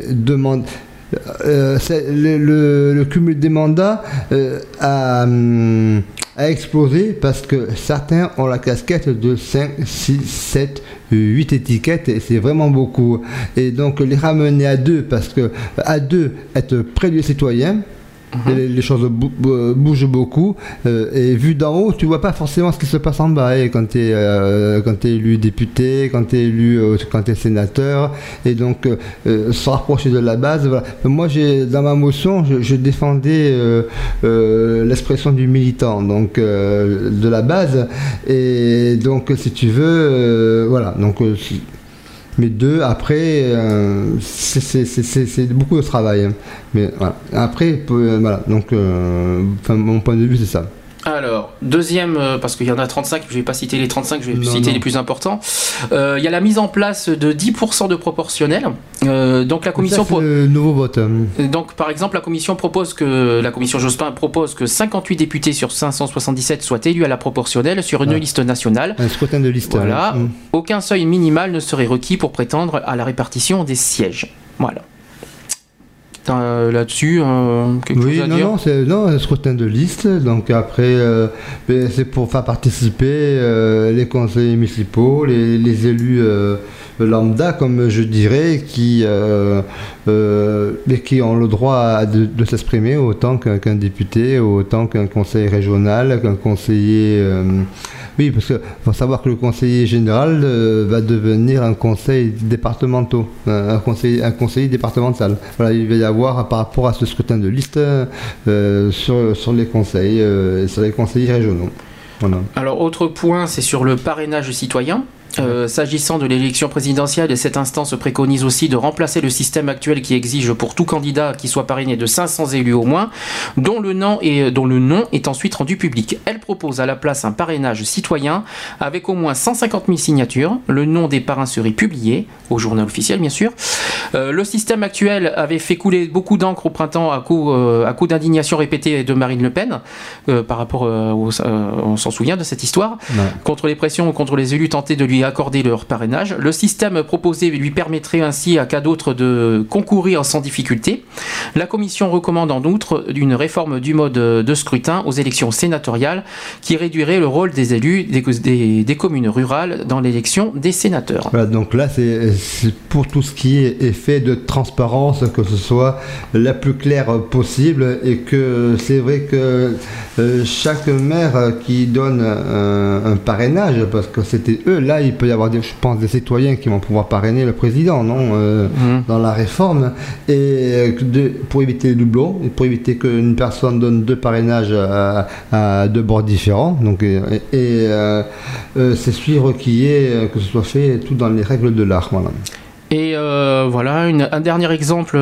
F: Le cumul des mandats a explosé parce que certains ont la casquette de 5, 6, 7, 8 étiquettes, et c'est vraiment beaucoup. Et donc les ramener à 2, parce que à 2, être près du citoyen, les choses bougent beaucoup, et vu d'en haut, tu vois pas forcément ce qui se passe en bas, quand tu es élu député, quand tu es élu, quand tu es sénateur, et donc se rapprocher de la base. Voilà. Moi, dans ma motion, je défendais l'expression du militant, donc de la base, et donc si tu veux, voilà. Donc mais 2, après, c'est beaucoup de travail. Mais voilà. Après, voilà. Donc, mon point de vue, c'est ça.
D: Alors, deuxième, parce qu'il y en a 35, je ne vais pas citer les 35, je vais citer les plus importants. Il y a la mise en place de 10% de proportionnel. Donc la commission...
F: Ça, c'est le nouveau vote.
D: Donc par exemple, la commission Jospin propose que 58 députés sur 577 soient élus à la proportionnelle sur une liste nationale.
F: Un scrutin de liste.
D: Voilà. Aucun seuil minimal ne serait requis pour prétendre à la répartition des sièges. Voilà. Là-dessus, quelque chose à dire ?
F: C'est un scrutin de liste. Donc après, c'est pour faire participer les conseillers municipaux, les élus lambda, comme je dirais, qui ont le droit de s'exprimer autant qu'un député, autant qu'un conseiller régional, qu'un conseiller Oui, parce qu'il faut savoir que le conseiller général va devenir un conseil départemental, un conseiller départemental. Voilà, il va y avoir par rapport à ce scrutin de liste sur les conseils, sur les conseillers régionaux. Voilà.
D: Alors, autre point, c'est sur le parrainage citoyen. S'agissant de l'élection présidentielle, cette instance préconise aussi de remplacer le système actuel qui exige pour tout candidat qui soit parrainé de 500 élus au moins, dont le nom est ensuite rendu public. Elle propose à la place un parrainage citoyen avec au moins 150 000 signatures. Le nom des parrains serait publié au journal officiel, bien sûr. Le système actuel avait fait couler beaucoup d'encre au printemps à coup d'indignation répétée de Marine Le Pen par rapport on s'en souvient de cette histoire, contre les pressions, contre les élus tentés de lui accorder leur parrainage. Le système proposé lui permettrait ainsi à cas d'autre de concourir sans difficulté. La commission recommande en outre une réforme du mode de scrutin aux élections sénatoriales qui réduirait le rôle des élus des communes rurales dans l'élection des sénateurs.
F: Voilà, donc là c'est pour tout ce qui est effet de transparence, que ce soit la plus claire possible, et que c'est vrai que chaque maire qui donne un parrainage, parce que c'était eux, là il peut y avoir, je pense, des citoyens qui vont pouvoir parrainer le président, dans la réforme, et pour éviter les doublons, et pour éviter qu'une personne donne 2 parrainages à 2 bords différents, donc, c'est suivre que ce soit fait tout dans les règles de l'art. Voilà.
D: Et voilà, un dernier exemple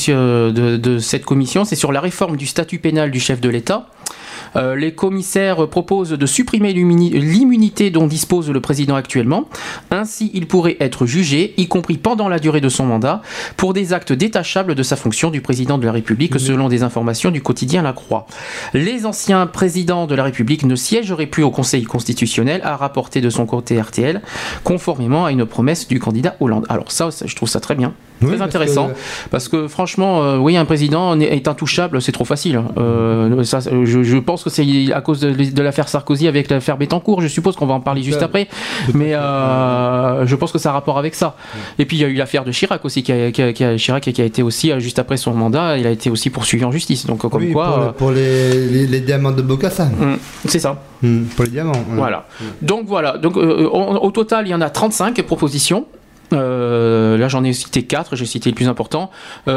D: de cette commission, c'est sur la réforme du statut pénal du chef de l'État. Les commissaires proposent de supprimer l'immunité dont dispose le président actuellement. Ainsi, il pourrait être jugé, y compris pendant la durée de son mandat, pour des actes détachables de sa fonction du président de la République, selon des informations du quotidien La Croix. Les anciens présidents de la République ne siégeraient plus au Conseil constitutionnel, a rapporté de son côté RTL, conformément à une promesse du candidat Hollande. Alors ça, je trouve ça très bien. Très intéressant, parce que franchement, oui, un président est intouchable, c'est trop facile. Je pense que c'est à cause de l'affaire Sarkozy avec l'affaire Bettencourt, je suppose qu'on va en parler juste après, mais je pense que ça a rapport avec ça. Et puis il y a eu l'affaire de Chirac aussi, qui a été aussi, juste après son mandat, il a été aussi poursuivi en justice. Donc comme quoi...
F: Pour les diamants de Bokassa.
D: C'est ça.
F: Pour les diamants.
D: Voilà. Donc voilà. Donc, au total, il y en a 35 propositions. Là j'en ai cité 4, j'ai cité le plus important.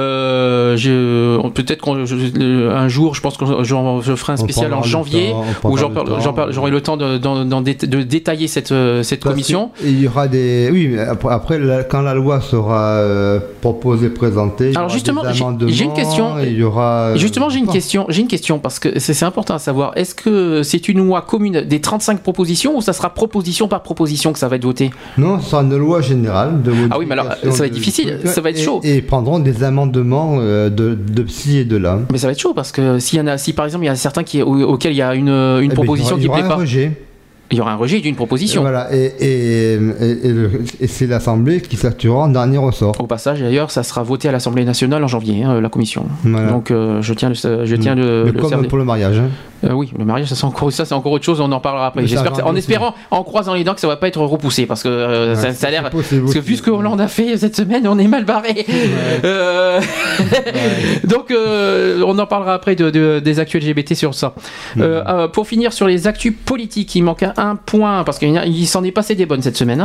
D: Peut-être qu'un jour, je pense que je ferai un spécial en janvier où j'aurai le temps de détailler cette commission.
F: Il y aura oui, après quand la loi sera proposée, présentée.
D: Alors justement, j'ai une question.
F: Il y aura.
D: Justement, j'ai une question parce que c'est important à savoir. Est-ce que c'est une loi commune des 35 propositions ou ça sera proposition par proposition que ça va être voté?
F: Non, ce sera une loi générale.
D: Ah oui, mais alors ça va être difficile, ça va être chaud.
F: Et prendront des amendements de ci et de là.
D: Mais ça va être chaud parce que si par exemple il y a certains auxquels il y a une proposition qui plaît pas. Il y aura un rejet d'une proposition.
F: Et voilà, et c'est l'Assemblée qui statuera en dernier ressort.
D: Au passage, d'ailleurs, ça sera voté à l'Assemblée nationale en janvier, la commission. Voilà. Donc, je tiens le
F: comme pour le mariage.
D: Oui, le mariage, ça c'est encore autre chose, on en parlera après. En espérant, en croisant les dents, que ça va pas être repoussé, parce que ça a l'air. Parce que vu ce que Hollande a fait cette semaine, on est mal barré. Ouais. Donc, on en parlera après des actus LGBT sur ça. Pour finir sur les actus politiques, il manque un point, parce qu'il s'en est passé des bonnes cette semaine.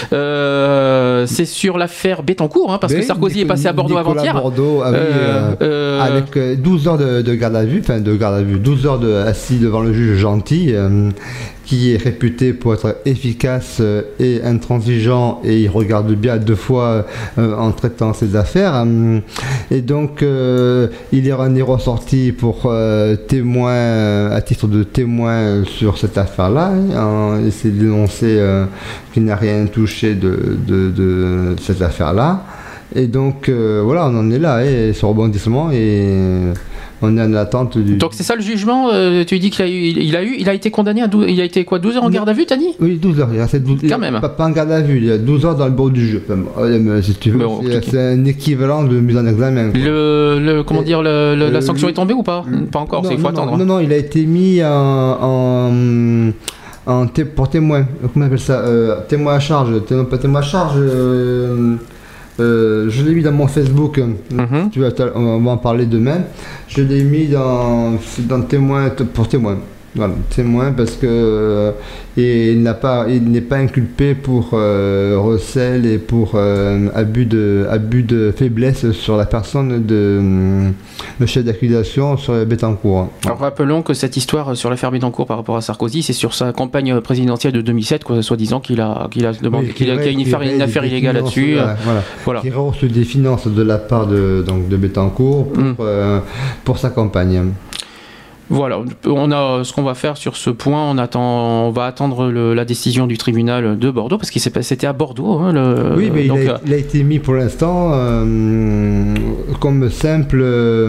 D: C'est sur l'affaire Bettencourt, parce que Sarkozy est passé à Bordeaux avant-hier.
F: Bordeaux, avec 12 heures de garde à vue, 12 heures assis devant le juge Gentil, qui est réputé pour être efficace et intransigeant, et il regarde bien 2 fois en traitant ses affaires. Et donc, il est ressorti pour témoin, à titre de témoin sur cette affaire-là. Il s'est dénoncé qu'il n'a rien touché de cette affaire-là. Et donc, voilà, on en est là, ce rebondissement, et on est en attente du...
D: Donc c'est ça le jugement, tu dis qu'il a été condamné à 12 heures en garde à vue, t'as dit?
F: Oui, 12 heures, il restait 12
D: quand même.
F: Pas en garde à vue, il y a 12 heures dans le bureau du jeu, si tu veux, c'est un équivalent de mise en examen.
D: Comment dire, la sanction est tombée ou pas? Pas encore, il faut attendre.
F: Non, il a été mis pour témoin, comment on appelle ça, témoin à charge, pas témoin à charge... je l'ai mis dans mon Facebook, on va en parler demain. Je l'ai mis dans témoin, pour témoin. Voilà, témoin parce que il n'est pas inculpé pour recel et pour abus de faiblesse sur la personne le chef d'accusation sur Bettencourt.
D: Alors rappelons que cette histoire sur l'affaire Bettencourt par rapport à Sarkozy, c'est sur sa campagne présidentielle de 2007, soi-disant qu'il a une affaire illégale là-dessus. Voilà.
F: Qui reçoit des finances de la part de Bettencourt pour sa campagne.
D: Voilà, ce qu'on va faire sur ce point, on va attendre la décision du tribunal de Bordeaux, parce que c'était à Bordeaux.
F: Oui, mais il a été mis pour l'instant comme simple,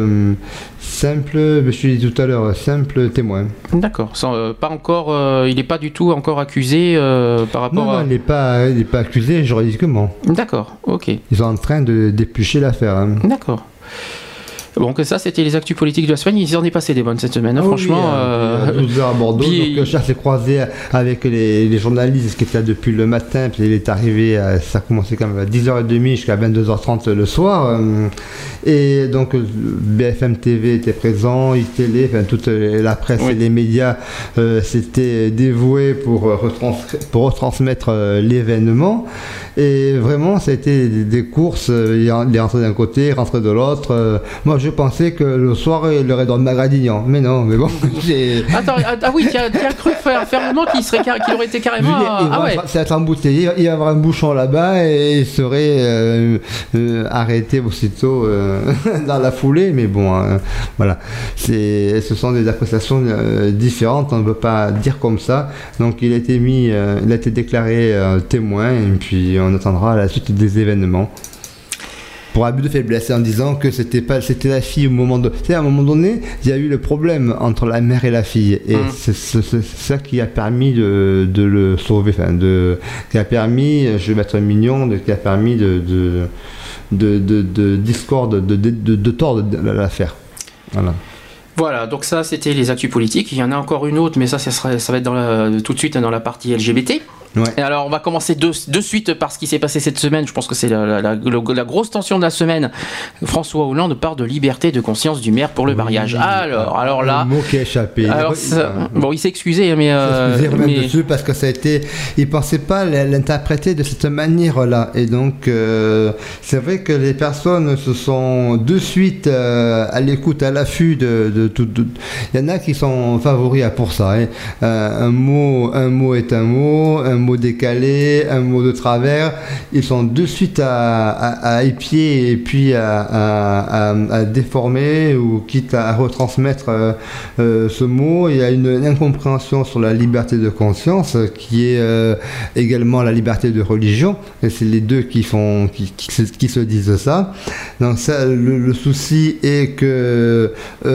F: je l'ai dit tout à l'heure, simple témoin.
D: D'accord, pas encore, il n'est pas du tout encore accusé par rapport à...
F: Non, il n'est pas accusé juridiquement.
D: D'accord, ok.
F: Ils sont en train de d'éplucher l'affaire. Hein.
D: D'accord. Bon, que ça, c'était les actus politiques de la semaine. Il s'en est passé des bonnes cette semaine, franchement.
F: À 12h à Bordeaux, donc Charles s'est croisé avec les journalistes qui étaient là depuis le matin, puis il est arrivé, ça a commencé quand même à 10h30 jusqu'à 22h30 le soir. Et donc BFM TV était présent, iTélé, enfin toute la presse et les médias s'étaient dévoués pour retransmettre l'événement. Et vraiment, ça a été des courses. Il est rentré d'un côté, il est rentré de l'autre. Moi, je pensais que le soir, il aurait dormi à Gradignan. Mais non, mais bon.
D: Attends, oui, tu as cru fermement qu'il aurait été carrément.
F: C'est être embouteillé. Il va y avoir un bouchon là-bas et il serait arrêté aussitôt dans la foulée. Mais bon, voilà. Ce sont des appréciations différentes. On ne peut pas dire comme ça. Donc, il a été déclaré témoin et puis on attendra la suite des événements. Pour abus de faiblesse, en disant que c'était la fille au moment de... à un moment donné, il y a eu le problème entre la mère et la fille, et c'est ça qui a permis de le sauver, qui a permis, je vais être mignon, qui a permis de discorde, de tordre l'affaire.
D: Voilà, donc ça c'était les actus politiques. Il y en a encore une autre, mais ça va être tout de suite dans la partie LGBT. Ouais. Et alors on va commencer de suite par ce qui s'est passé cette semaine. Je pense que c'est la grosse tension de la semaine. François Hollande parle de liberté de conscience du maire pour le mariage. Alors là,
F: un mot qui a échappé.
D: Bon, il s'est excusé, mais
F: dessus parce que ça a été, il pensait pas l'interpréter de cette manière-là, et donc c'est vrai que les personnes se sont de suite à l'écoute, à l'affût de tout. Il y en a qui sont favoris pour ça. Hein. Un mot est un mot décalé, un mot de travers, ils sont de suite à épier et puis à déformer ou quitte à retransmettre ce mot. Il y a une incompréhension sur la liberté de conscience qui est également la liberté de religion, et c'est les deux qui se disent ça. Donc ça, le souci est que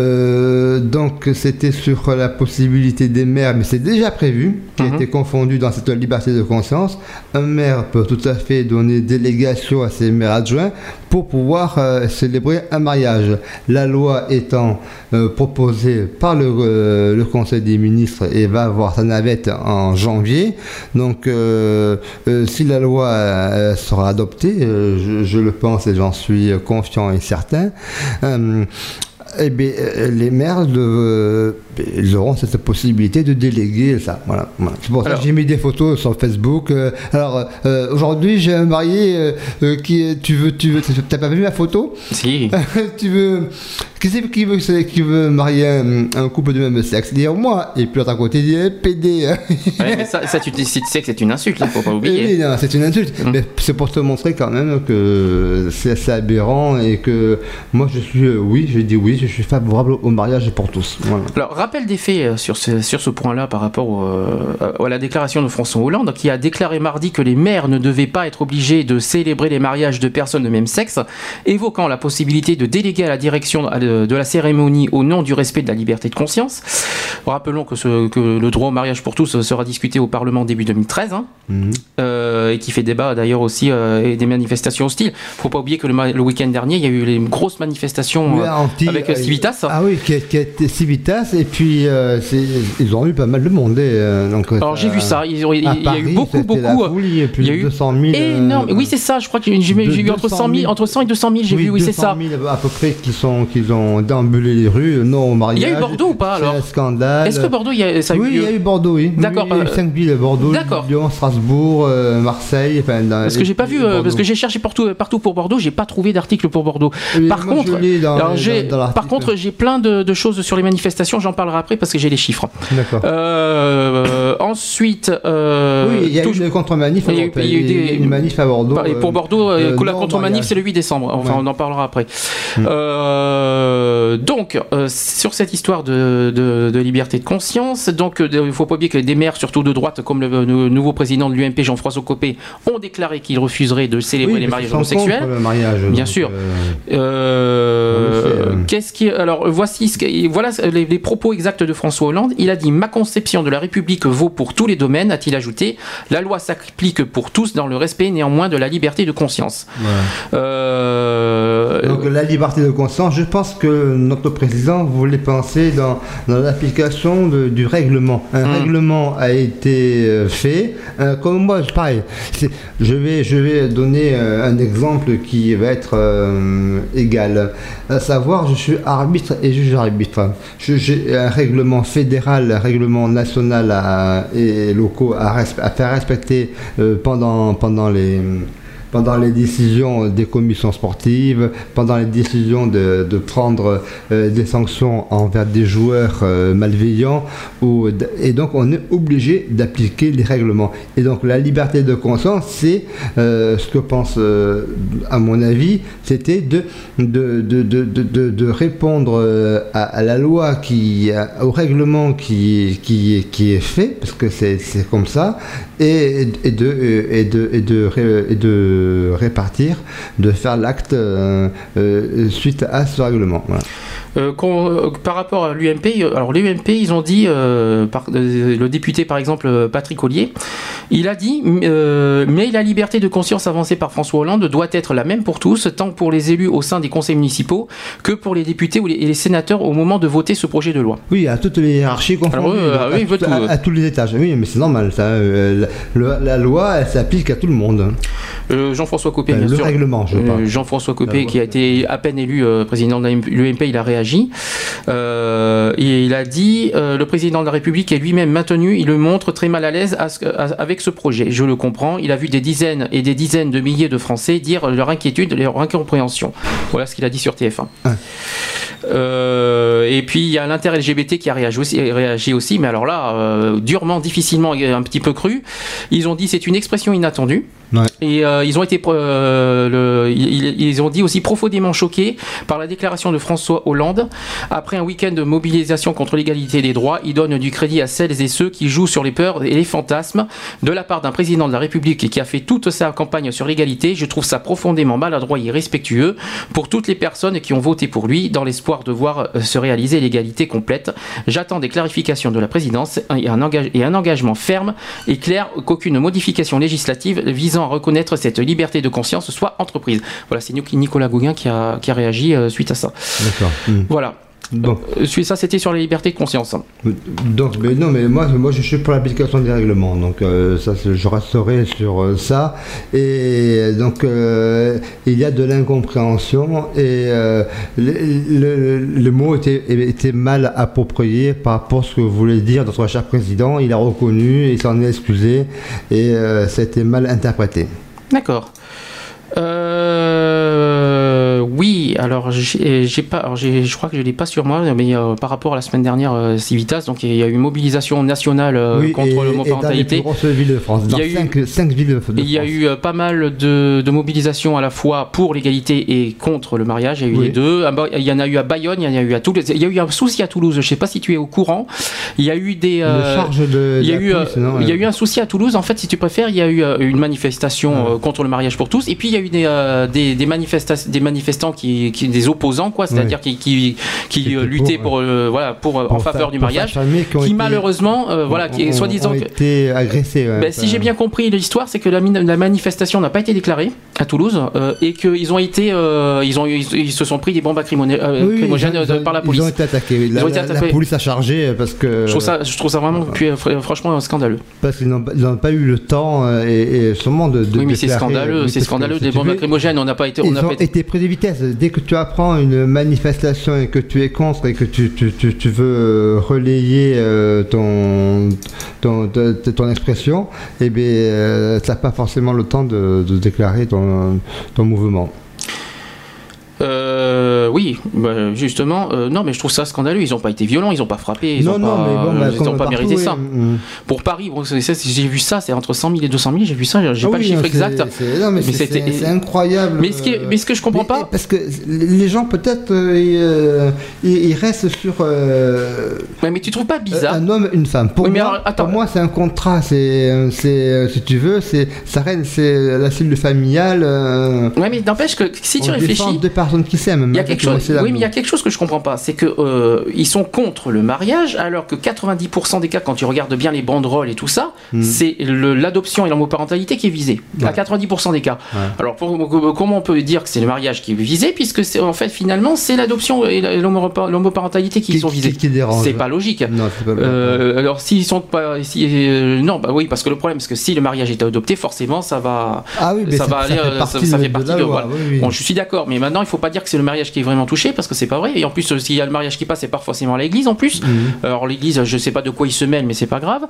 F: donc c'était sur la possibilité des maires, mais c'est déjà prévu, qui a été confondu dans cette liberté de conscience. Un maire peut tout à fait donner délégation à ses maires adjoints pour pouvoir célébrer un mariage. La loi étant proposée par le Conseil des ministres et va avoir sa navette en janvier. Donc si la loi sera adoptée, je le pense et j'en suis confiant et certain, les maires ils auront cette possibilité de déléguer ça. Voilà. C'est pour ça que j'ai mis des photos sur Facebook. Aujourd'hui, j'ai un marié qui... T'as pas vu ma photo ?
D: Si.
F: Qui c'est qui veut marier un couple de même sexe ? Dire moi, et puis l'autre à côté dit PD.
D: Ouais, mais ça tu sais que c'est une insulte, là, faut pas oublier.
F: Oui, non, c'est une insulte. Mais c'est pour te montrer quand même que c'est assez aberrant et que moi je suis favorable au mariage pour tous. Voilà.
D: Alors, rappel des faits sur ce point-là par rapport à la déclaration de François Hollande, qui a déclaré mardi que les maires ne devaient pas être obligés de célébrer les mariages de personnes de même sexe, évoquant la possibilité de déléguer à la direction de la cérémonie au nom du respect de la liberté de conscience. Rappelons que le droit au mariage pour tous sera discuté au Parlement début 2013, et qui fait débat d'ailleurs aussi, et des manifestations hostiles. Faut pas oublier que le week-end dernier, il y a eu les grosses manifestations avec Civitas.
F: Ah oui, qui a été Civitas, et puis ils ont eu pas mal de monde. Donc,
D: alors j'ai vu ça, il y a eu beaucoup.
F: Folie,
D: il y a eu
F: 200 000.
D: Énorme. Oui, c'est ça, je crois que j'ai vu entre 100 et 200 000, j'ai vu, oui, c'est ça.
F: 200 000 à peu près qui ont déambulé les rues, non au mariage.
D: Il y a eu Bordeaux ou pas alors?
F: C'est un scandale.
D: Est-ce que Bordeaux, ça a eu
F: Oui, il y a eu Bordeaux, oui.
D: D'accord.
F: Il y a eu 5 villes, Bordeaux, Lyon, Strasbourg, Marseille.
D: Parce que j'ai pas vu, parce que j'ai cherché partout pour Bordeaux, j'ai pas trouvé d'article pour Bordeaux. Par contre, j'ai plein de choses sur les manifestations, j'en parlerai après parce que j'ai les chiffres.
F: D'accord.
D: Ensuite,
F: oui, il y a eu une contre-manif. Il y a eu une manif à Bordeaux.
D: Et pour Bordeaux, la contre-manif, c'est le 8 décembre. Enfin, on en parlera après. Donc, sur cette histoire de liberté de conscience, donc il ne faut pas oublier que des maires, surtout de droite, comme le nouveau président de l'UMP, Jean-François Copé, ont déclaré qu'ils refuseraient de célébrer les mariages homosexuels. Bien sûr. Alors, voilà les propos exacts de François Hollande. Il a dit: ma conception de la République vaut pour tous les domaines, a-t-il ajouté. La loi s'applique pour tous dans le respect néanmoins de la liberté de conscience. Voilà.
F: Donc la liberté de conscience, je pense que notre président voulait penser dans l'application du règlement. Un règlement a été fait. Comme moi, pareil. Je vais donner un exemple qui va être égal. À savoir, je suis arbitre et juge-arbitre. J'ai un règlement fédéral, un règlement national et locaux à faire respecter pendant les décisions des commissions sportives, pendant les décisions de prendre des sanctions envers des joueurs malveillants, et donc on est obligé d'appliquer les règlements. Et donc la liberté de conscience, c'est ce que pense, à mon avis, c'était de répondre à la loi, au règlement qui est fait, parce que c'est comme ça, et de répartir, de faire l'acte suite à ce règlement. Voilà.
D: Par rapport à l'UMP, alors l'UMP, ils ont dit, le député par exemple Patrick Ollier, il a dit mais la liberté de conscience avancée par François Hollande doit être la même pour tous, tant pour les élus au sein des conseils municipaux que pour les députés et les sénateurs au moment de voter ce projet de loi.
F: Oui, à toutes les hiérarchies confondues, à tous les étages. Oui, mais c'est normal, ça. La loi, elle s'applique à tout le monde.
D: Jean-François Copé, bien
F: sûr. Le règlement, je parle.
D: Jean-François Copé, qui a été à peine élu président de l'UMP, il a réagi. Et il a dit le président de la République est lui-même maintenu, il le montre très mal à l'aise avec ce projet. Je le comprends, il a vu des dizaines et des dizaines de milliers de Français dire leur inquiétude, leur incompréhension. Voilà ce qu'il a dit sur TF1. Et puis il y a l'inter-LGBT qui a réagi aussi, mais alors là, durement, difficilement, un petit peu cru. Ils ont dit c'est une expression inattendue. Ouais. Et ils ont dit aussi profondément choqués par la déclaration de François Hollande. Après un week-end de mobilisation contre l'égalité des droits, il donne du crédit à celles et ceux qui jouent sur les peurs et les fantasmes de la part d'un président de la République qui a fait toute sa campagne sur l'égalité. Je trouve ça profondément maladroit et irrespectueux pour toutes les personnes qui ont voté pour lui dans l'espoir de voir se réaliser l'égalité complète. J'attends des clarifications de la présidence et un engagement ferme et clair qu'aucune modification législative visant à reconnaître cette liberté de conscience soit entreprise. Voilà, c'est Nicolas Gauguin qui a réagi suite à ça.
F: D'accord.
D: Voilà.
F: Bon.
D: Ça, c'était sur la liberté de conscience.
F: Donc, mais non, mais moi, je suis pour l'application des règlements. Donc, ça, je resterai sur ça. Et donc, il y a de l'incompréhension et le mot était mal approprié par rapport à ce que voulait dire notre cher président. Il a reconnu, il s'en est excusé et ça a été mal interprété.
D: D'accord. Oui, alors je crois que je l'ai pas sur moi, mais par rapport à la semaine dernière, Civitas, donc il y a eu une mobilisation nationale contre l'homoparentalité.
F: Dans les plus grosses villes de France, dans 5 villes de France.
D: Il y a eu pas mal de mobilisations à la fois pour l'égalité et contre le mariage. Il y a eu les deux. Il y en a eu à Bayonne, il y en a eu à Toulouse. Il y a eu un souci à Toulouse. Je sais pas si tu es au courant. Il y a eu des. Il y a eu un souci à Toulouse. En fait, si tu préfères, il y a eu une manifestation contre le mariage pour tous. Et puis il y a eu des manifestants qui des opposants, quoi, c'est-à-dire qui luttaient en faveur du mariage, qui malheureusement, qui soi-disant
F: été agressés.
D: Si j'ai bien compris l'histoire, c'est que la manifestation n'a pas été déclarée à Toulouse et qu'ils ont été, ils se sont pris des bombes lacrymogènes par la police.
F: Ils ont été attaqués. La police a chargé parce que.
D: Je trouve ça vraiment, franchement, scandaleux.
F: Parce qu'ils n'ont pas eu le temps et sûrement de.
D: Oui, mais c'est scandaleux. C'est scandaleux. Des bombes lacrymogènes, on n'a pas été.
F: Ils ont été pris de vitesse. Dès que tu apprends une manifestation et que tu es contre et que tu veux relayer ton expression, tu n'as pas forcément le temps de déclarer ton mouvement.
D: Oui, justement, non, mais je trouve ça scandaleux. Ils n'ont pas été violents, ils n'ont pas frappé, ils n'ont pas mérité ça. Pour Paris, j'ai vu ça, c'est entre 100 000 et 200 000, j'ai vu ça, j'ai pas le chiffre exact.
F: C'est incroyable.
D: Mais ce que je comprends pas.
F: Parce que les gens, peut-être, ils restent sur.
D: Mais tu trouves pas bizarre
F: un homme, une femme. Pour moi, c'est un contrat. Si tu veux, c'est la cellule familiale.
D: Ouais, mais n'empêche que si tu réfléchis.
F: Deux personnes qui s'aiment.
D: Il y a quelque chose. Oui, mais il y a quelque chose que je comprends pas, c'est que ils sont contre le mariage, alors que 90% des cas, quand tu regardes bien les banderoles et tout ça, c'est l'adoption et l'homoparentalité qui est visée. Ouais. À 90% des cas. Ouais. Alors comment on peut dire que c'est le mariage qui est visé, puisque en fait finalement c'est l'adoption et l'homoparentalité qui sont visées. C'est pas logique. Non, c'est pas alors s'ils sont pas, non, oui, parce que le problème c'est que si le mariage est adopté, forcément ça va, ça fait partie de. Voilà. Oui. Bon, je suis d'accord, mais maintenant il faut pas dire que c'est le mariage qui est vraiment touché, parce que c'est pas vrai. Et en plus, s'il y a le mariage qui passe, c'est pas forcément à l'église en plus. Alors l'église, je sais pas de quoi ils se mêlent, mais c'est pas grave.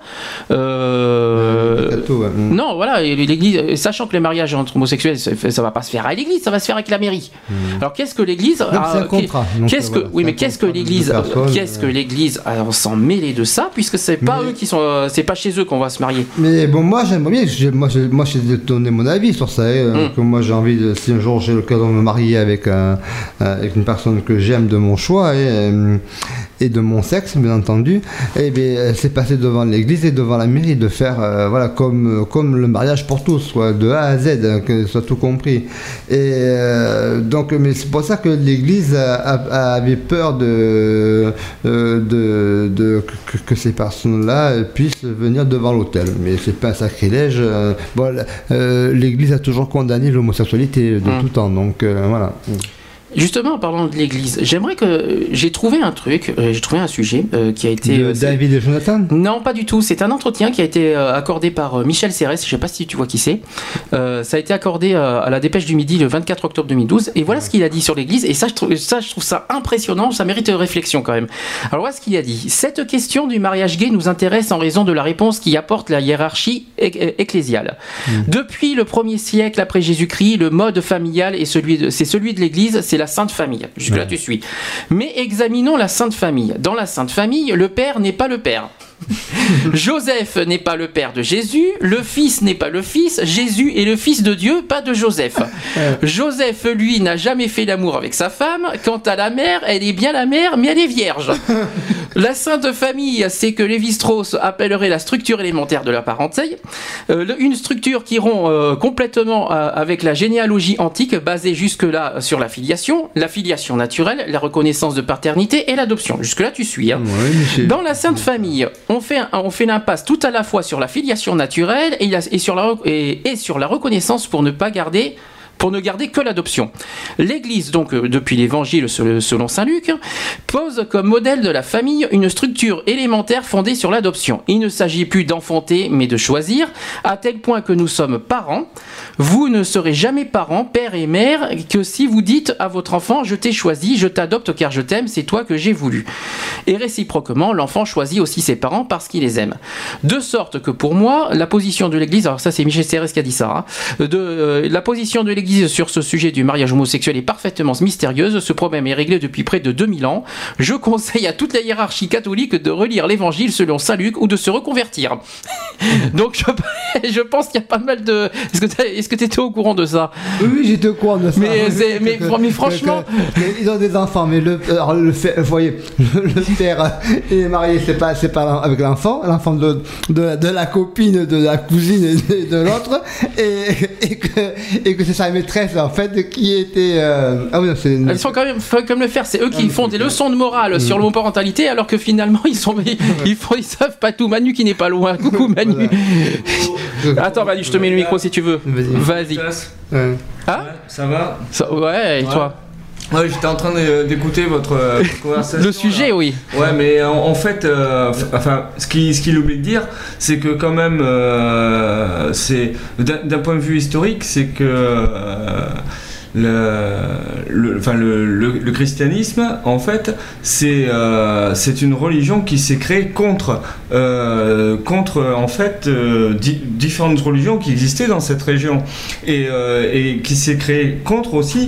D: Non, voilà, et l'église, sachant que les mariages entre homosexuels, ça va pas se faire à l'église, ça va se faire avec la mairie. Alors qu'est-ce que l'église
F: c'est un contrat.
D: Qu'est-ce que l'église s'en mêler de ça, puisque c'est pas eux qui sont, c'est pas chez eux qu'on va se marier.
F: Mais bon, moi j'aimerais bien, moi j'ai donné mon avis sur ça. Que moi j'ai envie de, si un jour j'ai l'occasion de me marier avec une personne que j'aime de mon choix et de mon sexe, bien entendu, c'est passer devant l'église et devant la mairie, de faire comme le mariage pour tous, soit de A à Z, que soit tout compris. Et donc, mais c'est pour ça que l'église avait peur que ces personnes-là puissent venir devant l'autel. Mais c'est pas un sacrilège. L'église a toujours condamné l'homosexualité de tout temps, donc voilà.
D: Justement, en parlant de l'église, j'aimerais que... J'ai trouvé un sujet qui a été...
F: David et Jonathan ?
D: Non, pas du tout. C'est un entretien qui a été accordé par Michel Serres, je ne sais pas si tu vois qui c'est. Ça a été accordé à la Dépêche du Midi le 24 octobre 2012. Et voilà ce qu'il a dit sur l'église. Et je trouve ça impressionnant, ça mérite réflexion quand même. Alors voilà ce qu'il a dit. Cette question du mariage gay nous intéresse en raison de la réponse qu'y apporte la hiérarchie ecclésiale. Depuis le 1er siècle après Jésus-Christ, le mode familial est celui de l'église, c'est la Sainte Famille. Jusque-là, tu suis. Mais examinons la Sainte Famille. Dans la Sainte Famille, le père n'est pas le père. Joseph n'est pas le père de Jésus, le fils n'est pas le fils, Jésus est le fils de Dieu, pas de Joseph. Joseph, lui, n'a jamais fait l'amour avec sa femme. Quant à la mère, elle est bien la mère, mais elle est vierge. La Sainte Famille, c'est que Lévi-Strauss appellerait la structure élémentaire de la parenté, une structure qui rompt complètement avec la généalogie antique, basée jusque-là sur la filiation naturelle, la reconnaissance de paternité et l'adoption. Jusque-là, tu suis. Hein. Ouais, dans la Sainte Famille, on fait l'impasse tout à la fois sur la filiation naturelle et sur la reconnaissance pour ne garder que l'adoption. L'Église, donc depuis l'Évangile selon saint Luc, pose comme modèle de la famille une structure élémentaire fondée sur l'adoption. Il ne s'agit plus d'enfanter, mais de choisir, à tel point que nous sommes parents. Vous ne serez jamais parents, père et mère, que si vous dites à votre enfant « Je t'ai choisi, je t'adopte car je t'aime, c'est toi que j'ai voulu ». Et réciproquement, l'enfant choisit aussi ses parents parce qu'il les aime. De sorte que pour moi, la position de l'Église, alors ça c'est Michel Serres qui a dit ça, la position de l'Église sur ce sujet du mariage homosexuel est parfaitement mystérieuse. Ce problème est réglé depuis près de 2000 ans. Je conseille à toute la hiérarchie catholique de relire l'Évangile selon saint Luc ou de se reconvertir. Donc je pense qu'il y a pas mal de... Est-ce que tu étais au courant de ça ?
F: Oui, j'étais au courant de ça.
D: Mais franchement...
F: Ils ont des enfants, mais le père est marié, c'est pas avec l'enfant de la copine, de la cousine et de l'autre, et que c'est sa maîtresse, en fait, qui était... Ah oui, non, c'est...
D: Elles sont quand même, faut comme le faire, c'est eux qui font des leçons de morale sur l'homoparentalité, alors que finalement, ils savent pas tout. Manu qui n'est pas loin. Coucou, Manu.
F: Voilà.
D: Attends, Manu, je te mets le micro si tu veux. Vas-y.
F: Ouais.
D: Hein
J: Ça va?
D: Ouais, et toi?
J: Ouais, j'étais en train d'écouter votre conversation.
D: Le sujet,
J: là.
D: oui.
J: Ouais, mais en fait, ce qu'il oublie de dire, c'est que quand même, c'est d'un point de vue historique, c'est que le christianisme, en fait, c'est une religion qui s'est créée contre en fait différentes religions qui existaient dans cette région et qui s'est créée contre aussi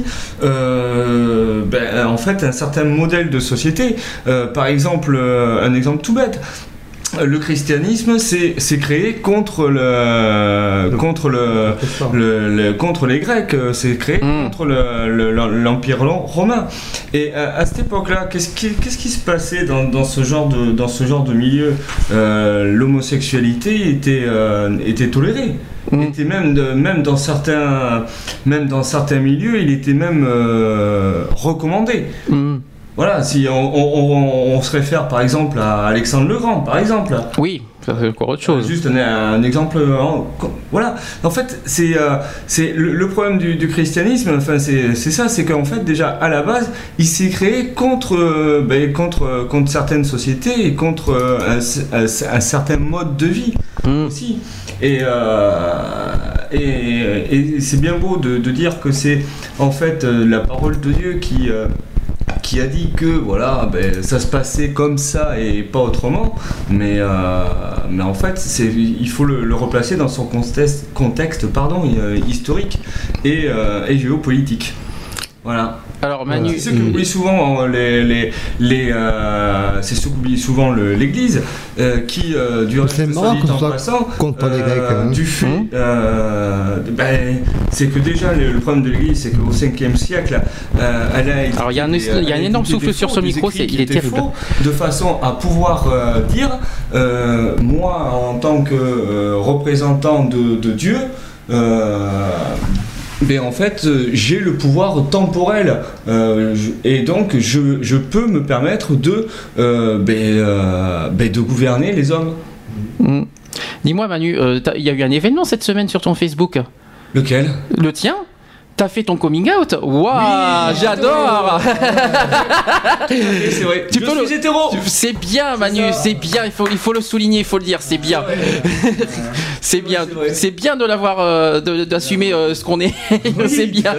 J: en fait un certain modèle de société. Par exemple, un exemple tout bête. Le christianisme s'est créé contre les Grecs, c'est créé contre l'Empire romain. Et à cette époque-là, qu'est-ce qui se passait dans ce genre de milieu? L'homosexualité était tolérée. Il était même dans certains milieux, il était même recommandé. Voilà, si on se réfère par exemple à Alexandre le Grand, par exemple.
D: Oui, c'est encore autre chose.
J: Juste un exemple. Voilà. En fait, c'est le problème du christianisme. Enfin, c'est ça, c'est qu'en fait déjà à la base, il s'est créé contre certaines sociétés et contre un certain mode de vie aussi. Et c'est bien beau de dire que c'est en fait la parole de Dieu qui a dit que voilà, ça se passait comme ça et pas autrement, mais en fait il faut le replacer dans son contexte historique et géopolitique. Voilà.
D: Alors Manu,
J: c'est ce qu'oublie souvent c'est ce qu'oublie souvent l'Église, qui du reste de sa vie en passant, du fait, c'est que déjà le problème de l'Église, c'est qu'au 5e siècle, elle a été.
D: Alors il y a un énorme souffle sur ce micro, il est terrible.
J: De façon à pouvoir dire, moi en tant que représentant de Dieu. Mais en fait, j'ai le pouvoir temporel et donc je peux me permettre de gouverner les hommes.
D: Dis-moi Manu, il y a eu un événement cette semaine sur ton Facebook.
J: Lequel?
D: Le tien? T'as fait ton coming out? Waouh, oui, j'adore.
J: C'est vrai. Je suis hétéro.
D: C'est bien, Manu. C'est bien. Il faut le souligner. Il faut le dire. C'est bien. C'est bien. C'est bien de l'avoir, d'assumer ce qu'on est. C'est bien.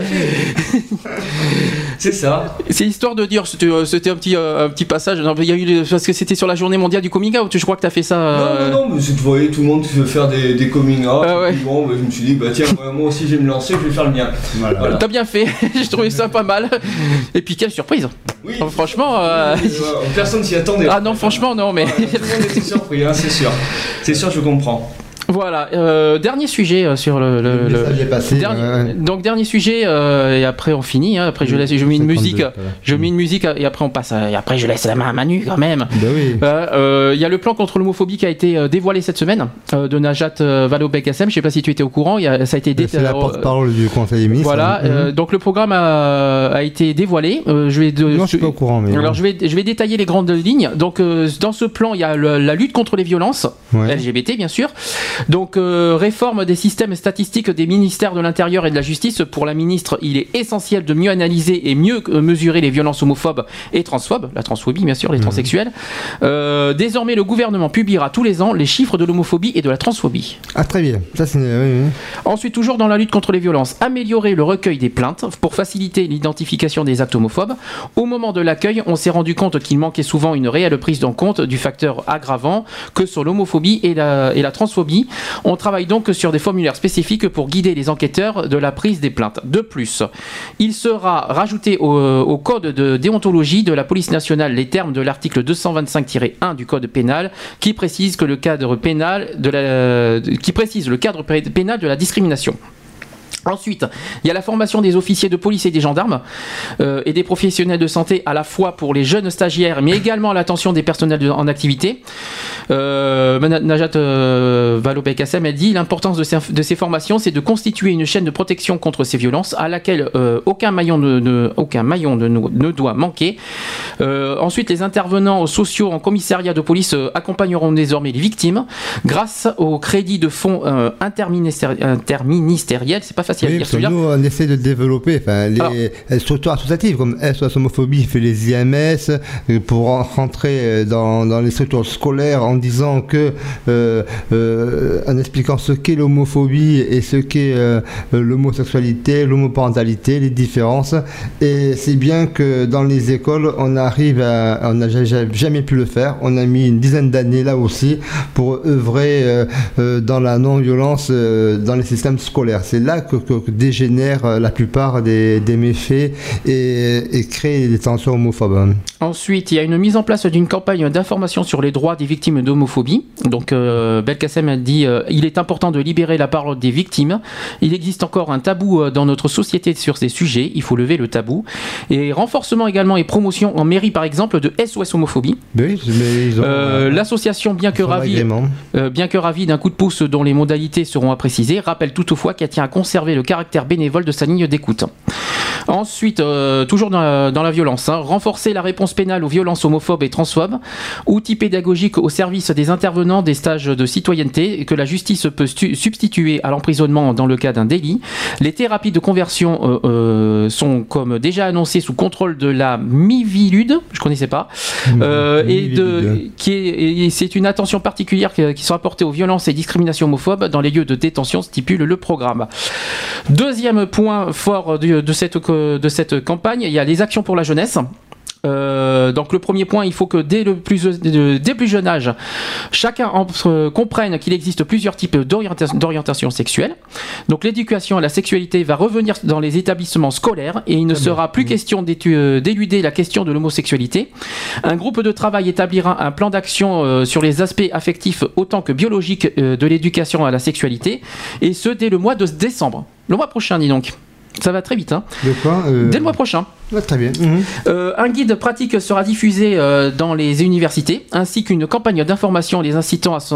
J: C'est ça.
D: C'est histoire de dire. C'était un petit passage. Non, il y a eu parce que c'était sur la journée mondiale du coming out. Je crois que t'as fait ça.
J: Non, mais tu voyais tout le monde faire des coming out.
D: Ouais.
J: Puis bon, je me suis dit tiens, moi aussi je vais me lancer, je vais faire le mien. Voilà.
D: T'as bien fait, j'ai trouvé ça pas mal. Et puis quelle surprise.
J: Oui.
D: Franchement.
J: Personne s'y attendait.
D: Ah non, franchement non, mais.
J: Tout le monde était surpris, c'est sûr. C'est sûr, je comprends.
D: Voilà, dernier sujet sur donc dernier sujet et après on finit. Après je mets une musique, et après on passe. Et après je laisse la main à Manu quand même. Il y a le plan contre l'homophobie qui a été dévoilé cette semaine de Najat Vallaud-Belkacem. Je sais pas si tu étais au courant. Ça a été
F: c'est la porte-parole du Conseil des ministres.
D: Voilà, donc le programme a été dévoilé.
F: Non, je suis pas au courant. Mais
D: alors je vais détailler les grandes lignes. Donc dans ce plan il y a la lutte contre les violences LGBT bien sûr. Donc réforme des systèmes statistiques des ministères de l'Intérieur et de la Justice. Pour la ministre, il est essentiel de mieux analyser et mieux mesurer les violences homophobes et transphobes, la transphobie bien sûr, les transsexuels. Désormais, le gouvernement publiera tous les ans les chiffres de l'homophobie et de la transphobie.
F: Ah très bien. Ça, c'est... Oui.
D: Ensuite, toujours dans la lutte contre les violences, améliorer le recueil des plaintes pour faciliter l'identification des actes homophobes. Au moment de l'accueil, on s'est rendu compte qu'il manquait souvent une réelle prise en compte du facteur aggravant que sont l'homophobie et la transphobie. On travaille donc sur des formulaires spécifiques pour guider les enquêteurs de la prise des plaintes. De plus, il sera rajouté au code de déontologie de la police nationale les termes de l'article 225-1 du code pénal qui précise le cadre pénal de la discrimination. Ensuite, il y a la formation des officiers de police et des gendarmes et des professionnels de santé à la fois pour les jeunes stagiaires mais également à l'attention des personnels en activité. Najat Vallaud-Belkacem, elle dit l'importance de ces formations, c'est de constituer une chaîne de protection contre ces violences à laquelle aucun maillon ne doit manquer. Ensuite, les intervenants sociaux en commissariat de police accompagneront désormais les victimes grâce au crédit de fonds interministériels. C'est pas facile.
F: Oui, parce que nous, on essaie de développer les structures associatives comme SOS Homophobie fait les IMS pour rentrer dans les structures scolaires en disant que, en expliquant ce qu'est l'homophobie et ce qu'est l'homosexualité, l'homoparentalité, les différences. Et c'est bien que dans les écoles, on n'a jamais pu le faire. On a mis une dizaine d'années là aussi pour œuvrer dans la non-violence dans les systèmes scolaires. C'est là que dégénèrent la plupart des méfaits et créent des tensions homophobes.
D: Ensuite, il y a une mise en place d'une campagne d'information sur les droits des victimes d'homophobie. Donc, Belkacem a dit il est important de libérer la parole des victimes. Il existe encore un tabou dans notre société sur ces sujets. Il faut lever le tabou. Et renforcement également et promotion en mairie, par exemple, de SOS Homophobie.
F: Oui, mais ils ont,
D: l'association, bien que ravie d'un coup de pouce dont les modalités seront à préciser, rappelle toutefois qu'elle tient à conserver le caractère bénévole de sa ligne d'écoute. Ensuite, toujours dans la violence, renforcer la réponse pénale aux violences homophobes et transphobes, outils pédagogiques au service des intervenants des stages de citoyenneté que la justice peut substituer à l'emprisonnement dans le cas d'un délit. Les thérapies de conversion sont, comme déjà annoncé, sous contrôle de la Mivilude, je ne connaissais pas, et c'est une attention particulière qui sera portée aux violences et discriminations homophobes dans les lieux de détention, stipule le programme. Deuxième point fort de cette campagne, il y a les actions pour la jeunesse. Donc le premier point, il faut que dès le plus jeune âge, chacun comprenne qu'il existe plusieurs types d'orientation sexuelle. Donc l'éducation à la sexualité va revenir dans les établissements scolaires et il ne sera plus question d'éluder la question de l'homosexualité. Un groupe de travail établira un plan d'action sur les aspects affectifs autant que biologiques de l'éducation à la sexualité, et ce dès le mois de décembre. Le mois prochain, dis donc. Ça va très vite, hein.
F: De quoi
D: Dès le mois prochain.
F: Ah, très bien.
D: Un guide pratique sera diffusé dans les universités, ainsi qu'une campagne d'information les incitant à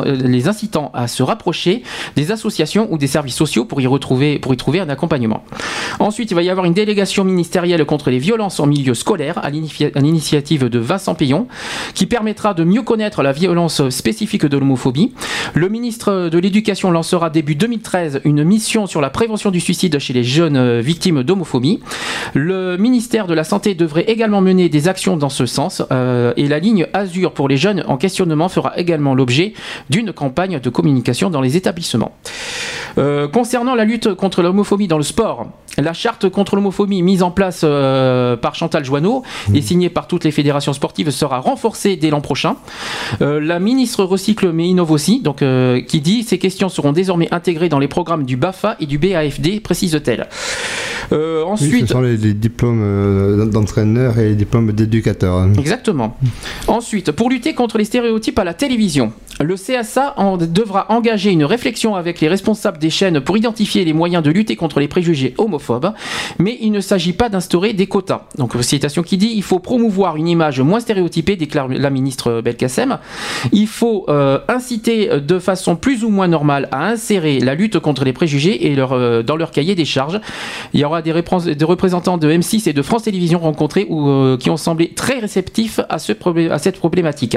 D: se rapprocher des associations ou des services sociaux pour y trouver un accompagnement. Ensuite, il va y avoir une délégation ministérielle contre les violences en milieu scolaire à l'initiative de Vincent Payon, qui permettra de mieux connaître la violence spécifique de l'homophobie. Le ministre de l'Éducation lancera début 2013 une mission sur la prévention du suicide chez les jeunes victimes d'homophobie. Le ministère de la Santé devrait également mener des actions dans ce sens et la ligne Azur pour les jeunes en questionnement fera également l'objet d'une campagne de communication dans les établissements. Concernant la lutte contre l'homophobie dans le sport, la charte contre l'homophobie mise en place par Chantal Joanneau et signée par toutes les fédérations sportives sera renforcée dès l'an prochain. La ministre recycle mais innove aussi, donc qui dit ces questions seront désormais intégrées dans les programmes du BAFA et du BAFD, précise-t-elle. Ensuite,
F: oui, ce sont les diplômes d'entraîneur et les diplômes d'éducateur.
D: Exactement. Ensuite, pour lutter contre les stéréotypes à la télévision, le CSA devra engager une réflexion avec les responsables des chaînes pour identifier les moyens de lutter contre les préjugés homophobes, mais il ne s'agit pas d'instaurer des quotas. Donc, citation qui dit « Il faut promouvoir une image moins stéréotypée », déclare la ministre Belkacem. Il faut inciter de façon plus ou moins normale à insérer la lutte contre les préjugés et dans leur cahier des charges. Il y aura des représentants de M6 et de France Télévisions rencontrés qui ont semblé très réceptifs à cette problématique.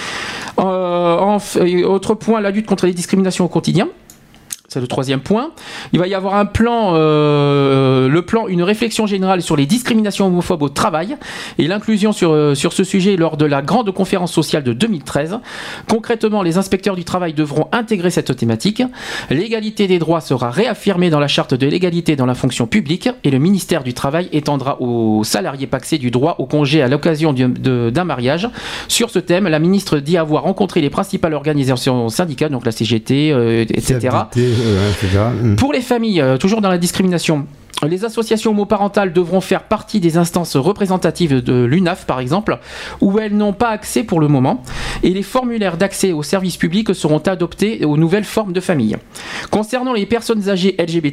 D: Autre point, la lutte contre les discriminations au quotidien. C'est le troisième point. Il va y avoir un plan, une réflexion générale sur les discriminations homophobes au travail et l'inclusion sur ce sujet lors de la grande conférence sociale de 2013. Concrètement, les inspecteurs du travail devront intégrer cette thématique. L'égalité des droits sera réaffirmée dans la charte de l'égalité dans la fonction publique et le ministère du Travail étendra aux salariés pacsés du droit au congé à l'occasion d'un mariage. Sur ce thème, la ministre dit avoir rencontré les principales organisations syndicales, donc la CGT, etc. Pour les familles, toujours dans la discrimination, les associations homoparentales devront faire partie des instances représentatives de l'UNAF, par exemple, où elles n'ont pas accès pour le moment, et les formulaires d'accès aux services publics seront adoptés aux nouvelles formes de famille. Concernant les personnes âgées LGBT,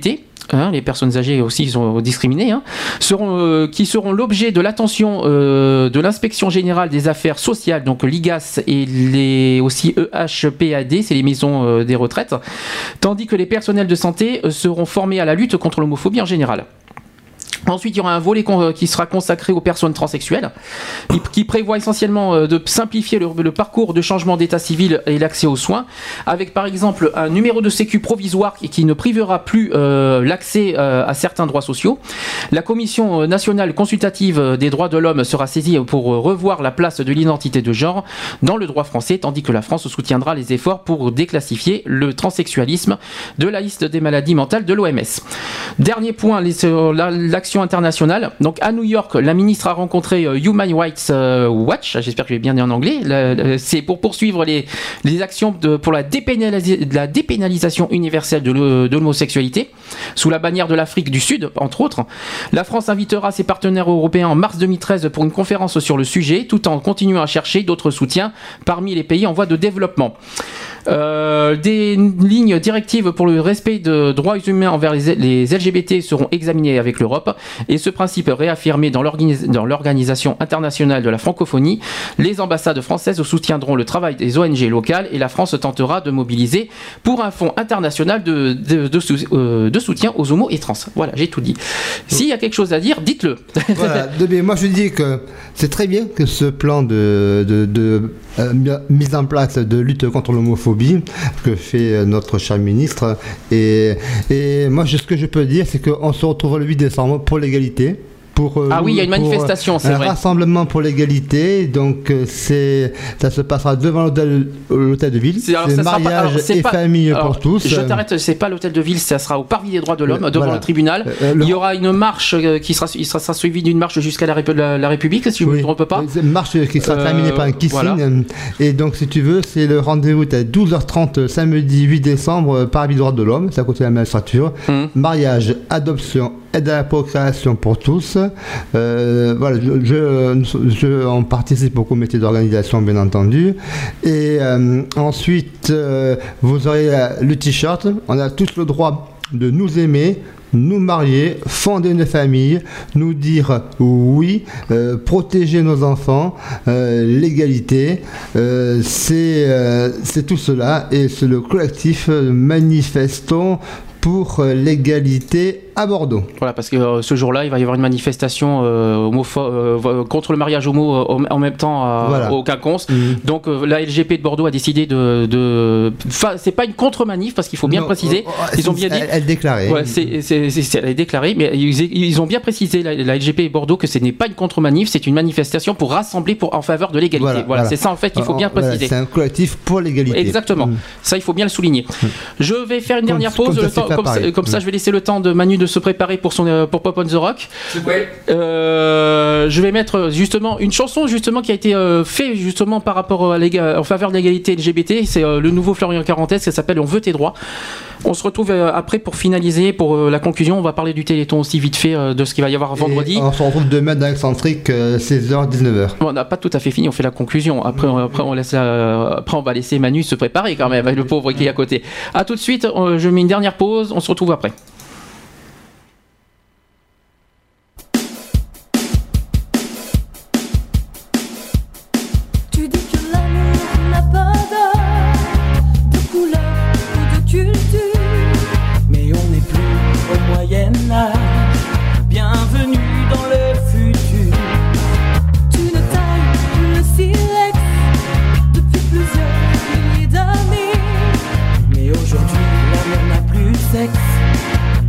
D: les personnes âgées aussi sont discriminées, qui seront l'objet de l'attention de l'inspection générale des affaires sociales, donc l'IGAS et aussi EHPAD, c'est les maisons des retraites, tandis que les personnels de santé seront formés à la lutte contre l'homophobie en général. Ensuite, il y aura un volet qui sera consacré aux personnes transsexuelles, qui prévoit essentiellement de simplifier le parcours de changement d'état civil et l'accès aux soins, avec par exemple un numéro de sécu provisoire qui ne privera plus l'accès à certains droits sociaux. La Commission nationale consultative des droits de l'homme sera saisie pour revoir la place de l'identité de genre dans le droit français, tandis que la France soutiendra les efforts pour déclassifier le transsexualisme de la liste des maladies mentales de l'OMS. Dernier point, l'action internationale. Donc à New York, la ministre a rencontré Human Rights Watch, j'espère que je vais bien dit en anglais, c'est pour poursuivre les actions pour la dépénalisation universelle de l'homosexualité, sous la bannière de l'Afrique du Sud, entre autres. La France invitera ses partenaires européens en mars 2013 pour une conférence sur le sujet, tout en continuant à chercher d'autres soutiens parmi les pays en voie de développement. Des lignes directives pour le respect de droits humains envers les LGBT seront examinées avec l'Europe, et ce principe réaffirmé dans l'Organisation internationale de la francophonie. Les ambassades françaises soutiendront le travail des ONG locales, et la France tentera de mobiliser pour un fonds international de soutien aux homos et trans. Voilà, j'ai tout dit. S'il y a quelque chose à dire, dites-le.
F: Voilà, moi je dis que c'est très bien que ce plan de mise en place de lutte contre l'homophobie que fait notre cher ministre, et moi ce que je peux dire, c'est qu'on se retrouve le 8 décembre pour l'égalité.
D: Oui, il y a une manifestation, c'est vrai.
F: Un rassemblement pour l'égalité, donc ça se passera devant l'hôtel de ville. C'est mariage et famille pour tous.
D: Je t'arrête, c'est pas l'hôtel de ville, ça sera au Parvis des droits de l'homme, devant le tribunal. Il y aura une marche qui sera suivie d'une marche jusqu'à la République, si je ne me trompe pas.
F: C'est une marche qui sera terminée par un kissing. Voilà. Et donc, si tu veux, c'est le rendez-vous à 12h30 samedi 8 décembre, Parvis des droits de l'homme, c'est à côté de la magistrature. Mariage, adoption, aide à la procréation pour tous. Voilà, on participe au comité d'organisation, bien entendu. Et ensuite, vous aurez le t-shirt. On a tous le droit de nous aimer, nous marier, fonder une famille, nous dire oui, protéger nos enfants, l'égalité, c'est tout cela, et c'est le collectif Manifestons pour l'égalité à Bordeaux.
D: Voilà, parce que ce jour-là, il va y avoir une manifestation contre le mariage homo en même temps au Quinconce. Donc la LGP de Bordeaux a décidé c'est pas une contre-manif, parce qu'il faut bien préciser. Ils ont bien dit.
F: Elle déclarait.
D: Ouais, elle est déclarée, mais ils ont bien précisé, la LGP de Bordeaux, que ce n'est pas une contre-manif, c'est une manifestation pour rassembler en faveur de l'égalité. Voilà. C'est ça en fait qu'il faut bien préciser.
F: C'est un collectif pour l'égalité.
D: Exactement. Ça, il faut bien le souligner. Je vais faire une dernière pause. Comme ça, je vais laisser le temps de Manu de se préparer pour Pop on the Rock. Je vais mettre justement une chanson qui a été faite justement par rapport en faveur de l'égalité LGBT. C'est le nouveau Florian Carantès, ça s'appelle On veut tes droits. On se retrouve après pour finaliser, pour la conclusion. On va parler du Téléthon aussi vite fait, de ce qu'il va y avoir vendredi.
F: On se retrouve demain dans Excentrique, 16h, 19h.
D: On n'a pas tout à fait fini, on fait la conclusion. Après on va laisser Manu se préparer quand même, le pauvre qui est à côté. A tout de suite, je mets une dernière pause, on se retrouve après.
H: Tu dis que l'amour n'a pas d'heure, de couleur ou de culture,
E: mais on n'est plus au Moyen-Âge. Bienvenue dans le futur.
H: tu ne tailles le silex depuis plusieurs milliers d'années.
E: Mais aujourd'hui, l'amour n'a plus de sexe.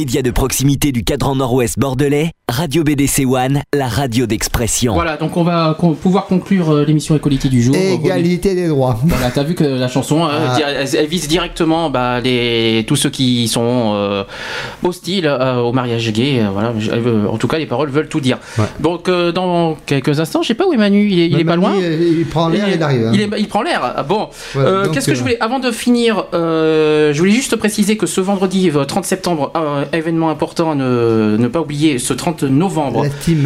A: média de proximité du cadran nord-ouest bordelais, Radio BDC One, la radio d'expression.
D: Voilà, donc on va pouvoir conclure l'émission Equality du jour.
F: Égalité des droits.
D: Voilà, t'as vu que la chanson, elle vise directement tous ceux qui sont hostiles au mariage gay. Voilà, en tout cas, les paroles veulent tout dire. Ouais. Donc, dans quelques instants, je sais pas où est Manu, il est pas loin.
F: Il prend l'air, il arrive. Hein.
D: Il prend l'air. Ah, bon, voilà, qu'est-ce que je voulais, avant de finir, je voulais juste préciser que ce vendredi 30 septembre, événement important à ne pas oublier, ce 30 novembre,
F: la team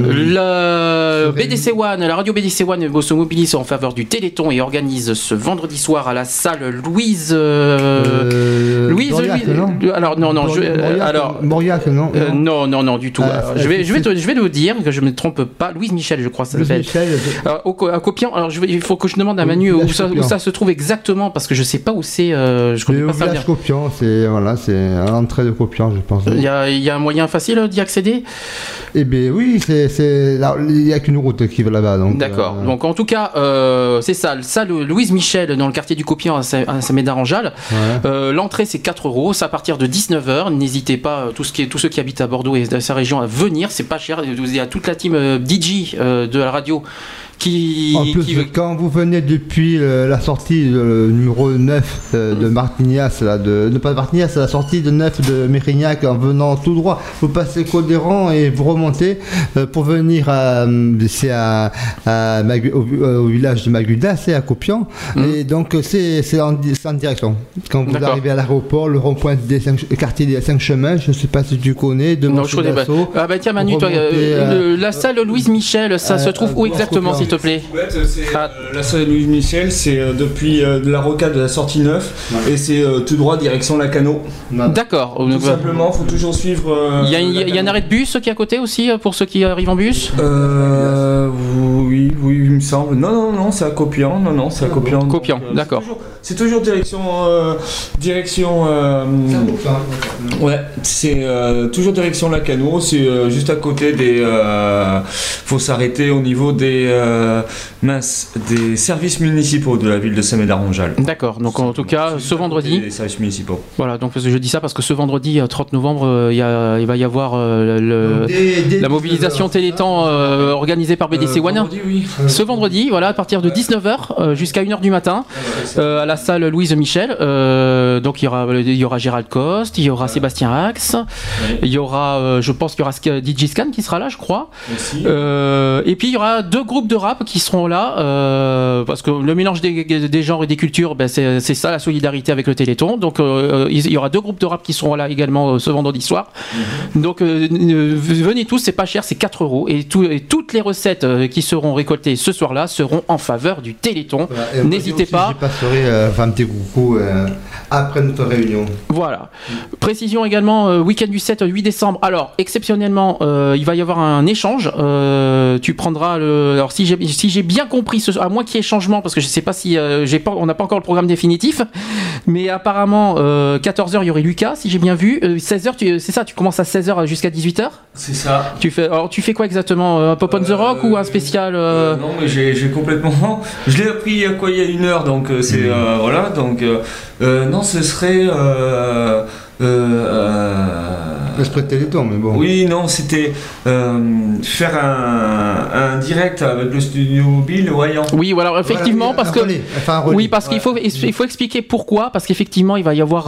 D: BDC One, la radio BDC One se mobilise en faveur du Téléthon et organise ce vendredi soir à la salle Louise.
F: Mauriac, non
D: alors non,
F: Mauriac, non.
D: Non, du tout. Je vais te dire que je me trompe pas. Louise Michel, je crois, ça s'appelle. À Copian. Alors il faut que je demande à Manu où ça se trouve exactement parce que je sais pas où c'est. Je connais pas ça bien.
F: Copian, c'est à l'entrée de Copian, je pense.
D: Il y a un moyen facile d'y accéder.
F: Eh bien oui, il n'y a qu'une route qui va là-bas.
D: D'accord. Donc en tout cas, c'est ça, Louise Michel dans le quartier du Copian à Saint-Médard-en-Jalles. Ouais. L'entrée c'est 4 €, c'est à partir de 19h. N'hésitez pas, tous ceux qui habitent à Bordeaux et de sa région à venir, c'est pas cher. Il y a toute la team DJ de la radio.
F: En plus, quand vous venez depuis la sortie numéro 9 de Martignas, pas de Martignas, c'est la sortie de 9 de Mérignac, en venant tout droit, vous passez Codéran et vous remontez pour venir au village de Maguda, c'est à Copian. Et donc c'est en direction. Quand vous arrivez à l'aéroport, le rond-point des quartier des 5 chemins, je ne sais pas si tu connais, de
D: non, je connais pas. Ah bah tiens Manu, toi, la salle Louise Michel, ça se trouve où exactement s'il te plaît?
J: La salle Louise Michel, c'est depuis la rocade de la sortie 9 et c'est tout droit direction Lacano.
D: D'accord.
J: Tout simplement, il faut toujours suivre.
D: Il y a un arrêt de bus qui est à côté aussi pour ceux qui arrivent en bus.
J: Oui, il me semble. Non, c'est à Copian. Non, c'est à Copian.
D: Copian, d'accord.
J: C'est toujours direction. Ouais, c'est toujours direction Lacano. C'est juste à côté des. Faut s'arrêter au niveau des services municipaux de la ville de Saint-Médard-en-Jalles.
D: D'accord. Donc en tout cas, ce vendredi.
J: Des services municipaux.
D: Voilà. Donc je dis ça parce que ce vendredi 30 novembre, il va y avoir la mobilisation Téléthon organisée par BDC One.
J: Oui.
D: Ce vendredi, voilà, à partir de 19h jusqu'à 1h du matin, à la salle Louise Michel. Donc il y aura Gérald Coste, il y aura Sébastien Axe, il y aura, je pense qu'il y aura DJ Scan qui sera là, je crois. Et puis il y aura 2 groupes de rap qui seront là, parce que le mélange des genres et des cultures, c'est ça la solidarité avec le Téléthon. Donc il y aura 2 groupes de rap qui seront là également ce vendredi soir. Donc venez tous, c'est pas cher, c'est 4 € et toutes les recettes qui seront récoltées ce soir-là seront en faveur du Téléthon. Voilà. N'hésitez pas.
F: Je passerai un petit coucou après notre réunion.
D: Voilà. Précision également, week-end du 7 au 8 décembre. Alors, exceptionnellement, il va y avoir un échange. Tu prendras alors si j'ai bien compris, à moins qu'il y ait changement, parce que je sais pas si on n'a pas encore le programme définitif, mais apparemment 14h il y aurait Lucas, si j'ai bien vu. 16h, c'est ça, tu commences à 16h jusqu'à 18h.
J: C'est ça.
D: Tu fais quoi exactement, un Pop on the Rock ou un spécial
J: Non, mais j'ai complètement. Je l'ai appris il y a 1 heure, donc c'est voilà, donc non, ce serait.
F: L'esprit de Téléthon, mais bon.
J: Oui, non, c'était faire un direct avec le studio mobile Wayant.
D: Oui, voilà, effectivement, parce que oui, parce qu'il faut expliquer pourquoi, parce qu'effectivement, il va y avoir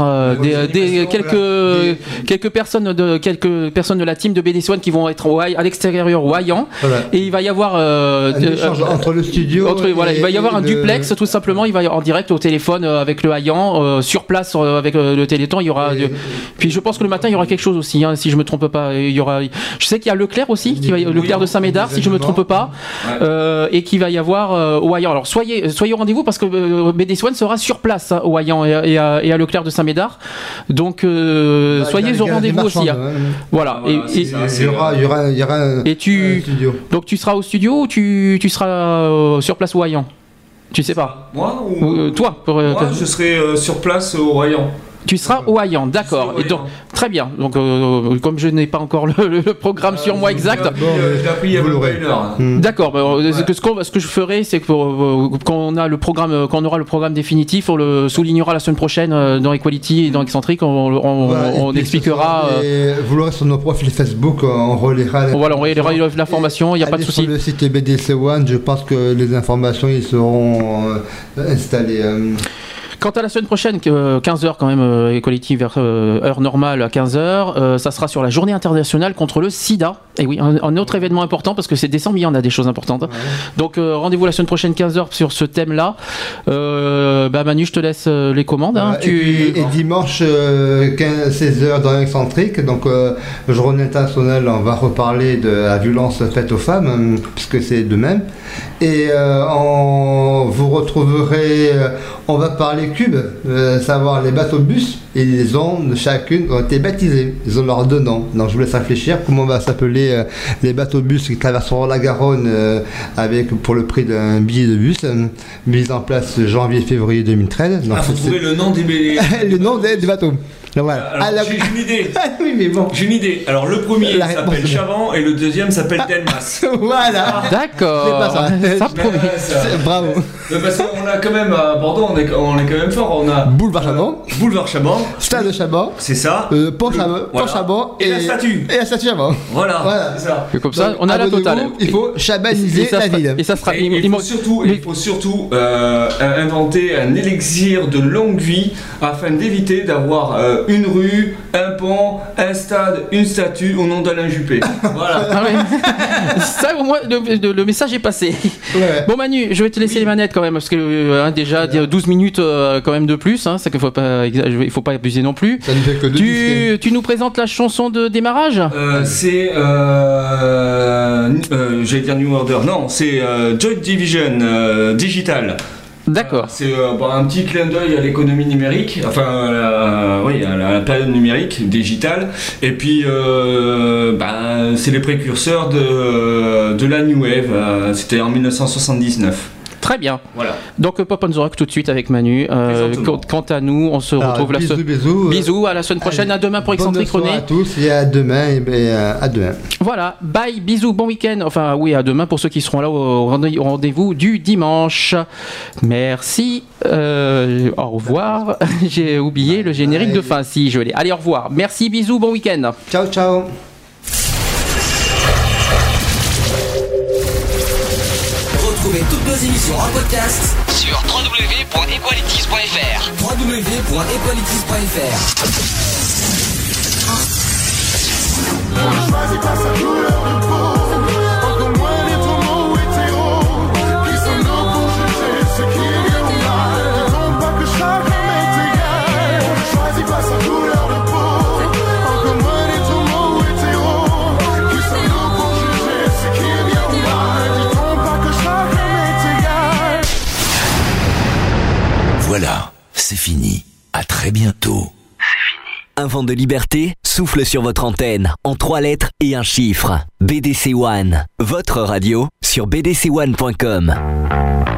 D: quelques personnes de la team de BDC One qui vont être à l'extérieur Wayant, et il va y avoir
F: un échange entre le studio.
D: Il va y avoir un duplex, tout simplement. Il va y avoir en direct au téléphone avec le Wayant, sur place avec le Téléthon. Il y aura. Puis je pense que le matin il y aura quelque chose aussi, si je me trompe pas. Il y aura. Je sais qu'il y a Leclerc aussi, Leclerc de Saint-Médard, si je me trompe pas, et qu'il va y avoir au Wayant. Alors soyez au rendez-vous parce que BDC One sera sur place au Wayant et à Leclerc de Saint-Médard. Donc soyez au rendez-vous aussi. Voilà.
F: Il y aura.
D: Et studio. Donc tu seras au studio ou tu seras sur place au Wayant? Tu sais pas.
J: Moi ou
D: toi
J: Moi, je serai sur place au Wayant.
D: Tu seras au Hayan, d'accord. Et donc, très bien. Donc, comme je n'ai pas encore le programme sur moi exact.
J: Je l'ai appris il y a peu près une heure.
D: D'accord. Ce que je ferai, c'est que quand on aura le programme définitif, on le soulignera la semaine prochaine dans Equality et dans Excentrique. On expliquera.
F: Vous l'aurez sur nos profils Facebook, on relira.
D: Voilà, on relira l'information. Il n'y a pas de souci.
F: Sur le site BDC One, je pense que les informations ils seront installées.
D: Quant à la semaine prochaine, 15h quand même, Equality vers heure normale à 15h, ça sera sur la journée internationale contre le sida. Et oui, un autre événement important parce que c'est décembre, il y en a des choses importantes. Ouais. Donc rendez-vous la semaine prochaine 15h sur ce thème-là. Manu, je te laisse les commandes. Hein,
F: et dimanche 16h dans Excentrique, donc journée internationale, on va reparler de la violence faite aux femmes, puisque c'est demain. Et vous retrouverez, on va parler cube, savoir les bateaux-bus et les ondes, chacune ont été baptisées. Ils ont leur deux noms. Donc je vous laisse réfléchir comment on va s'appeler les bateaux-bus qui traverseront la Garonne pour le prix d'un billet de bus, mis en place janvier-février 2013. Donc
J: vous trouvez le nom des
F: le nom des bateaux.
J: Voilà. J'ai une idée.
F: Oui, mais bon.
J: J'ai une idée. Alors le premier s'appelle Chavant et le deuxième s'appelle Delmas.
F: Voilà.
D: D'accord.
F: C'est pas ça.
D: Ça promet.
F: Bravo.
J: Parce qu'on a quand même à Bordeaux, on est quand même fort. On a
F: Boulevard Chabon.
J: Boulevard Chabon.
F: Stade de Chabon.
J: C'est ça.
F: Pont Chabon.
J: Et la statue.
F: Et la statue Chabon.
J: Voilà. C'est ça.
D: Et comme ça, on a la totale.
F: Il faut chabaniser la ville.
D: Et ça sera.
J: Il faut surtout inventer un élixir de longue vie afin d'éviter d'avoir une rue, un pont, un stade, une statue au nom d'Alain Juppé. Voilà.
D: Ah ouais. Ça, au moins, le message est passé. Ouais. Bon, Manu, je vais te laisser les manettes quand même, parce que déjà 12 minutes quand même de plus, c'est qu'il ne faut pas abuser non plus.
F: Ça ne fait que 2 disques.
D: Tu nous présentes la chanson de démarrage ?
J: C'est. J'allais dire New Order. Non, c'est Joy Division Digital.
D: D'accord.
J: C'est un petit clin d'œil à l'économie numérique, à la période numérique, digitale. Et puis, c'est les précurseurs de la New Wave. C'était en 1979.
D: Très bien.
J: Voilà.
D: Donc Pop on the Rock tout de suite avec Manu. Quant à nous, on se retrouve la semaine. Bisous. À la semaine prochaine. À demain pour Excentrique René.
F: Bonne soirée à tous et à demain. À demain.
D: Voilà. Bye. Bisous. Bon week-end. Enfin oui, à demain pour ceux qui seront là au rendez-vous du dimanche. Merci. Au revoir. J'ai oublié le générique de fin. Si je l'ai. Allez, au revoir. Merci. Bisous. Bon week-end.
F: Ciao, ciao.
B: Retrouvez toutes nos émissions en podcast sur www.equalities.fr.
C: On ne choisit pas sa couleur de peau, encore moins les tourments hétéros. Qui sommes-nous pour juger ce qui est bien ou mal? Disons pas que chacun est égal. On ne choisit pas sa couleur de peau, encore moins les tourments hétéros. Qui sommes-nous pour juger ce qui est bien ou mal? Disons pas que chacun est égal.
A: Voilà, c'est fini. À très bientôt. Un vent de liberté souffle sur votre antenne en 3 lettres et un chiffre. BDC One, votre radio sur bdc1.com.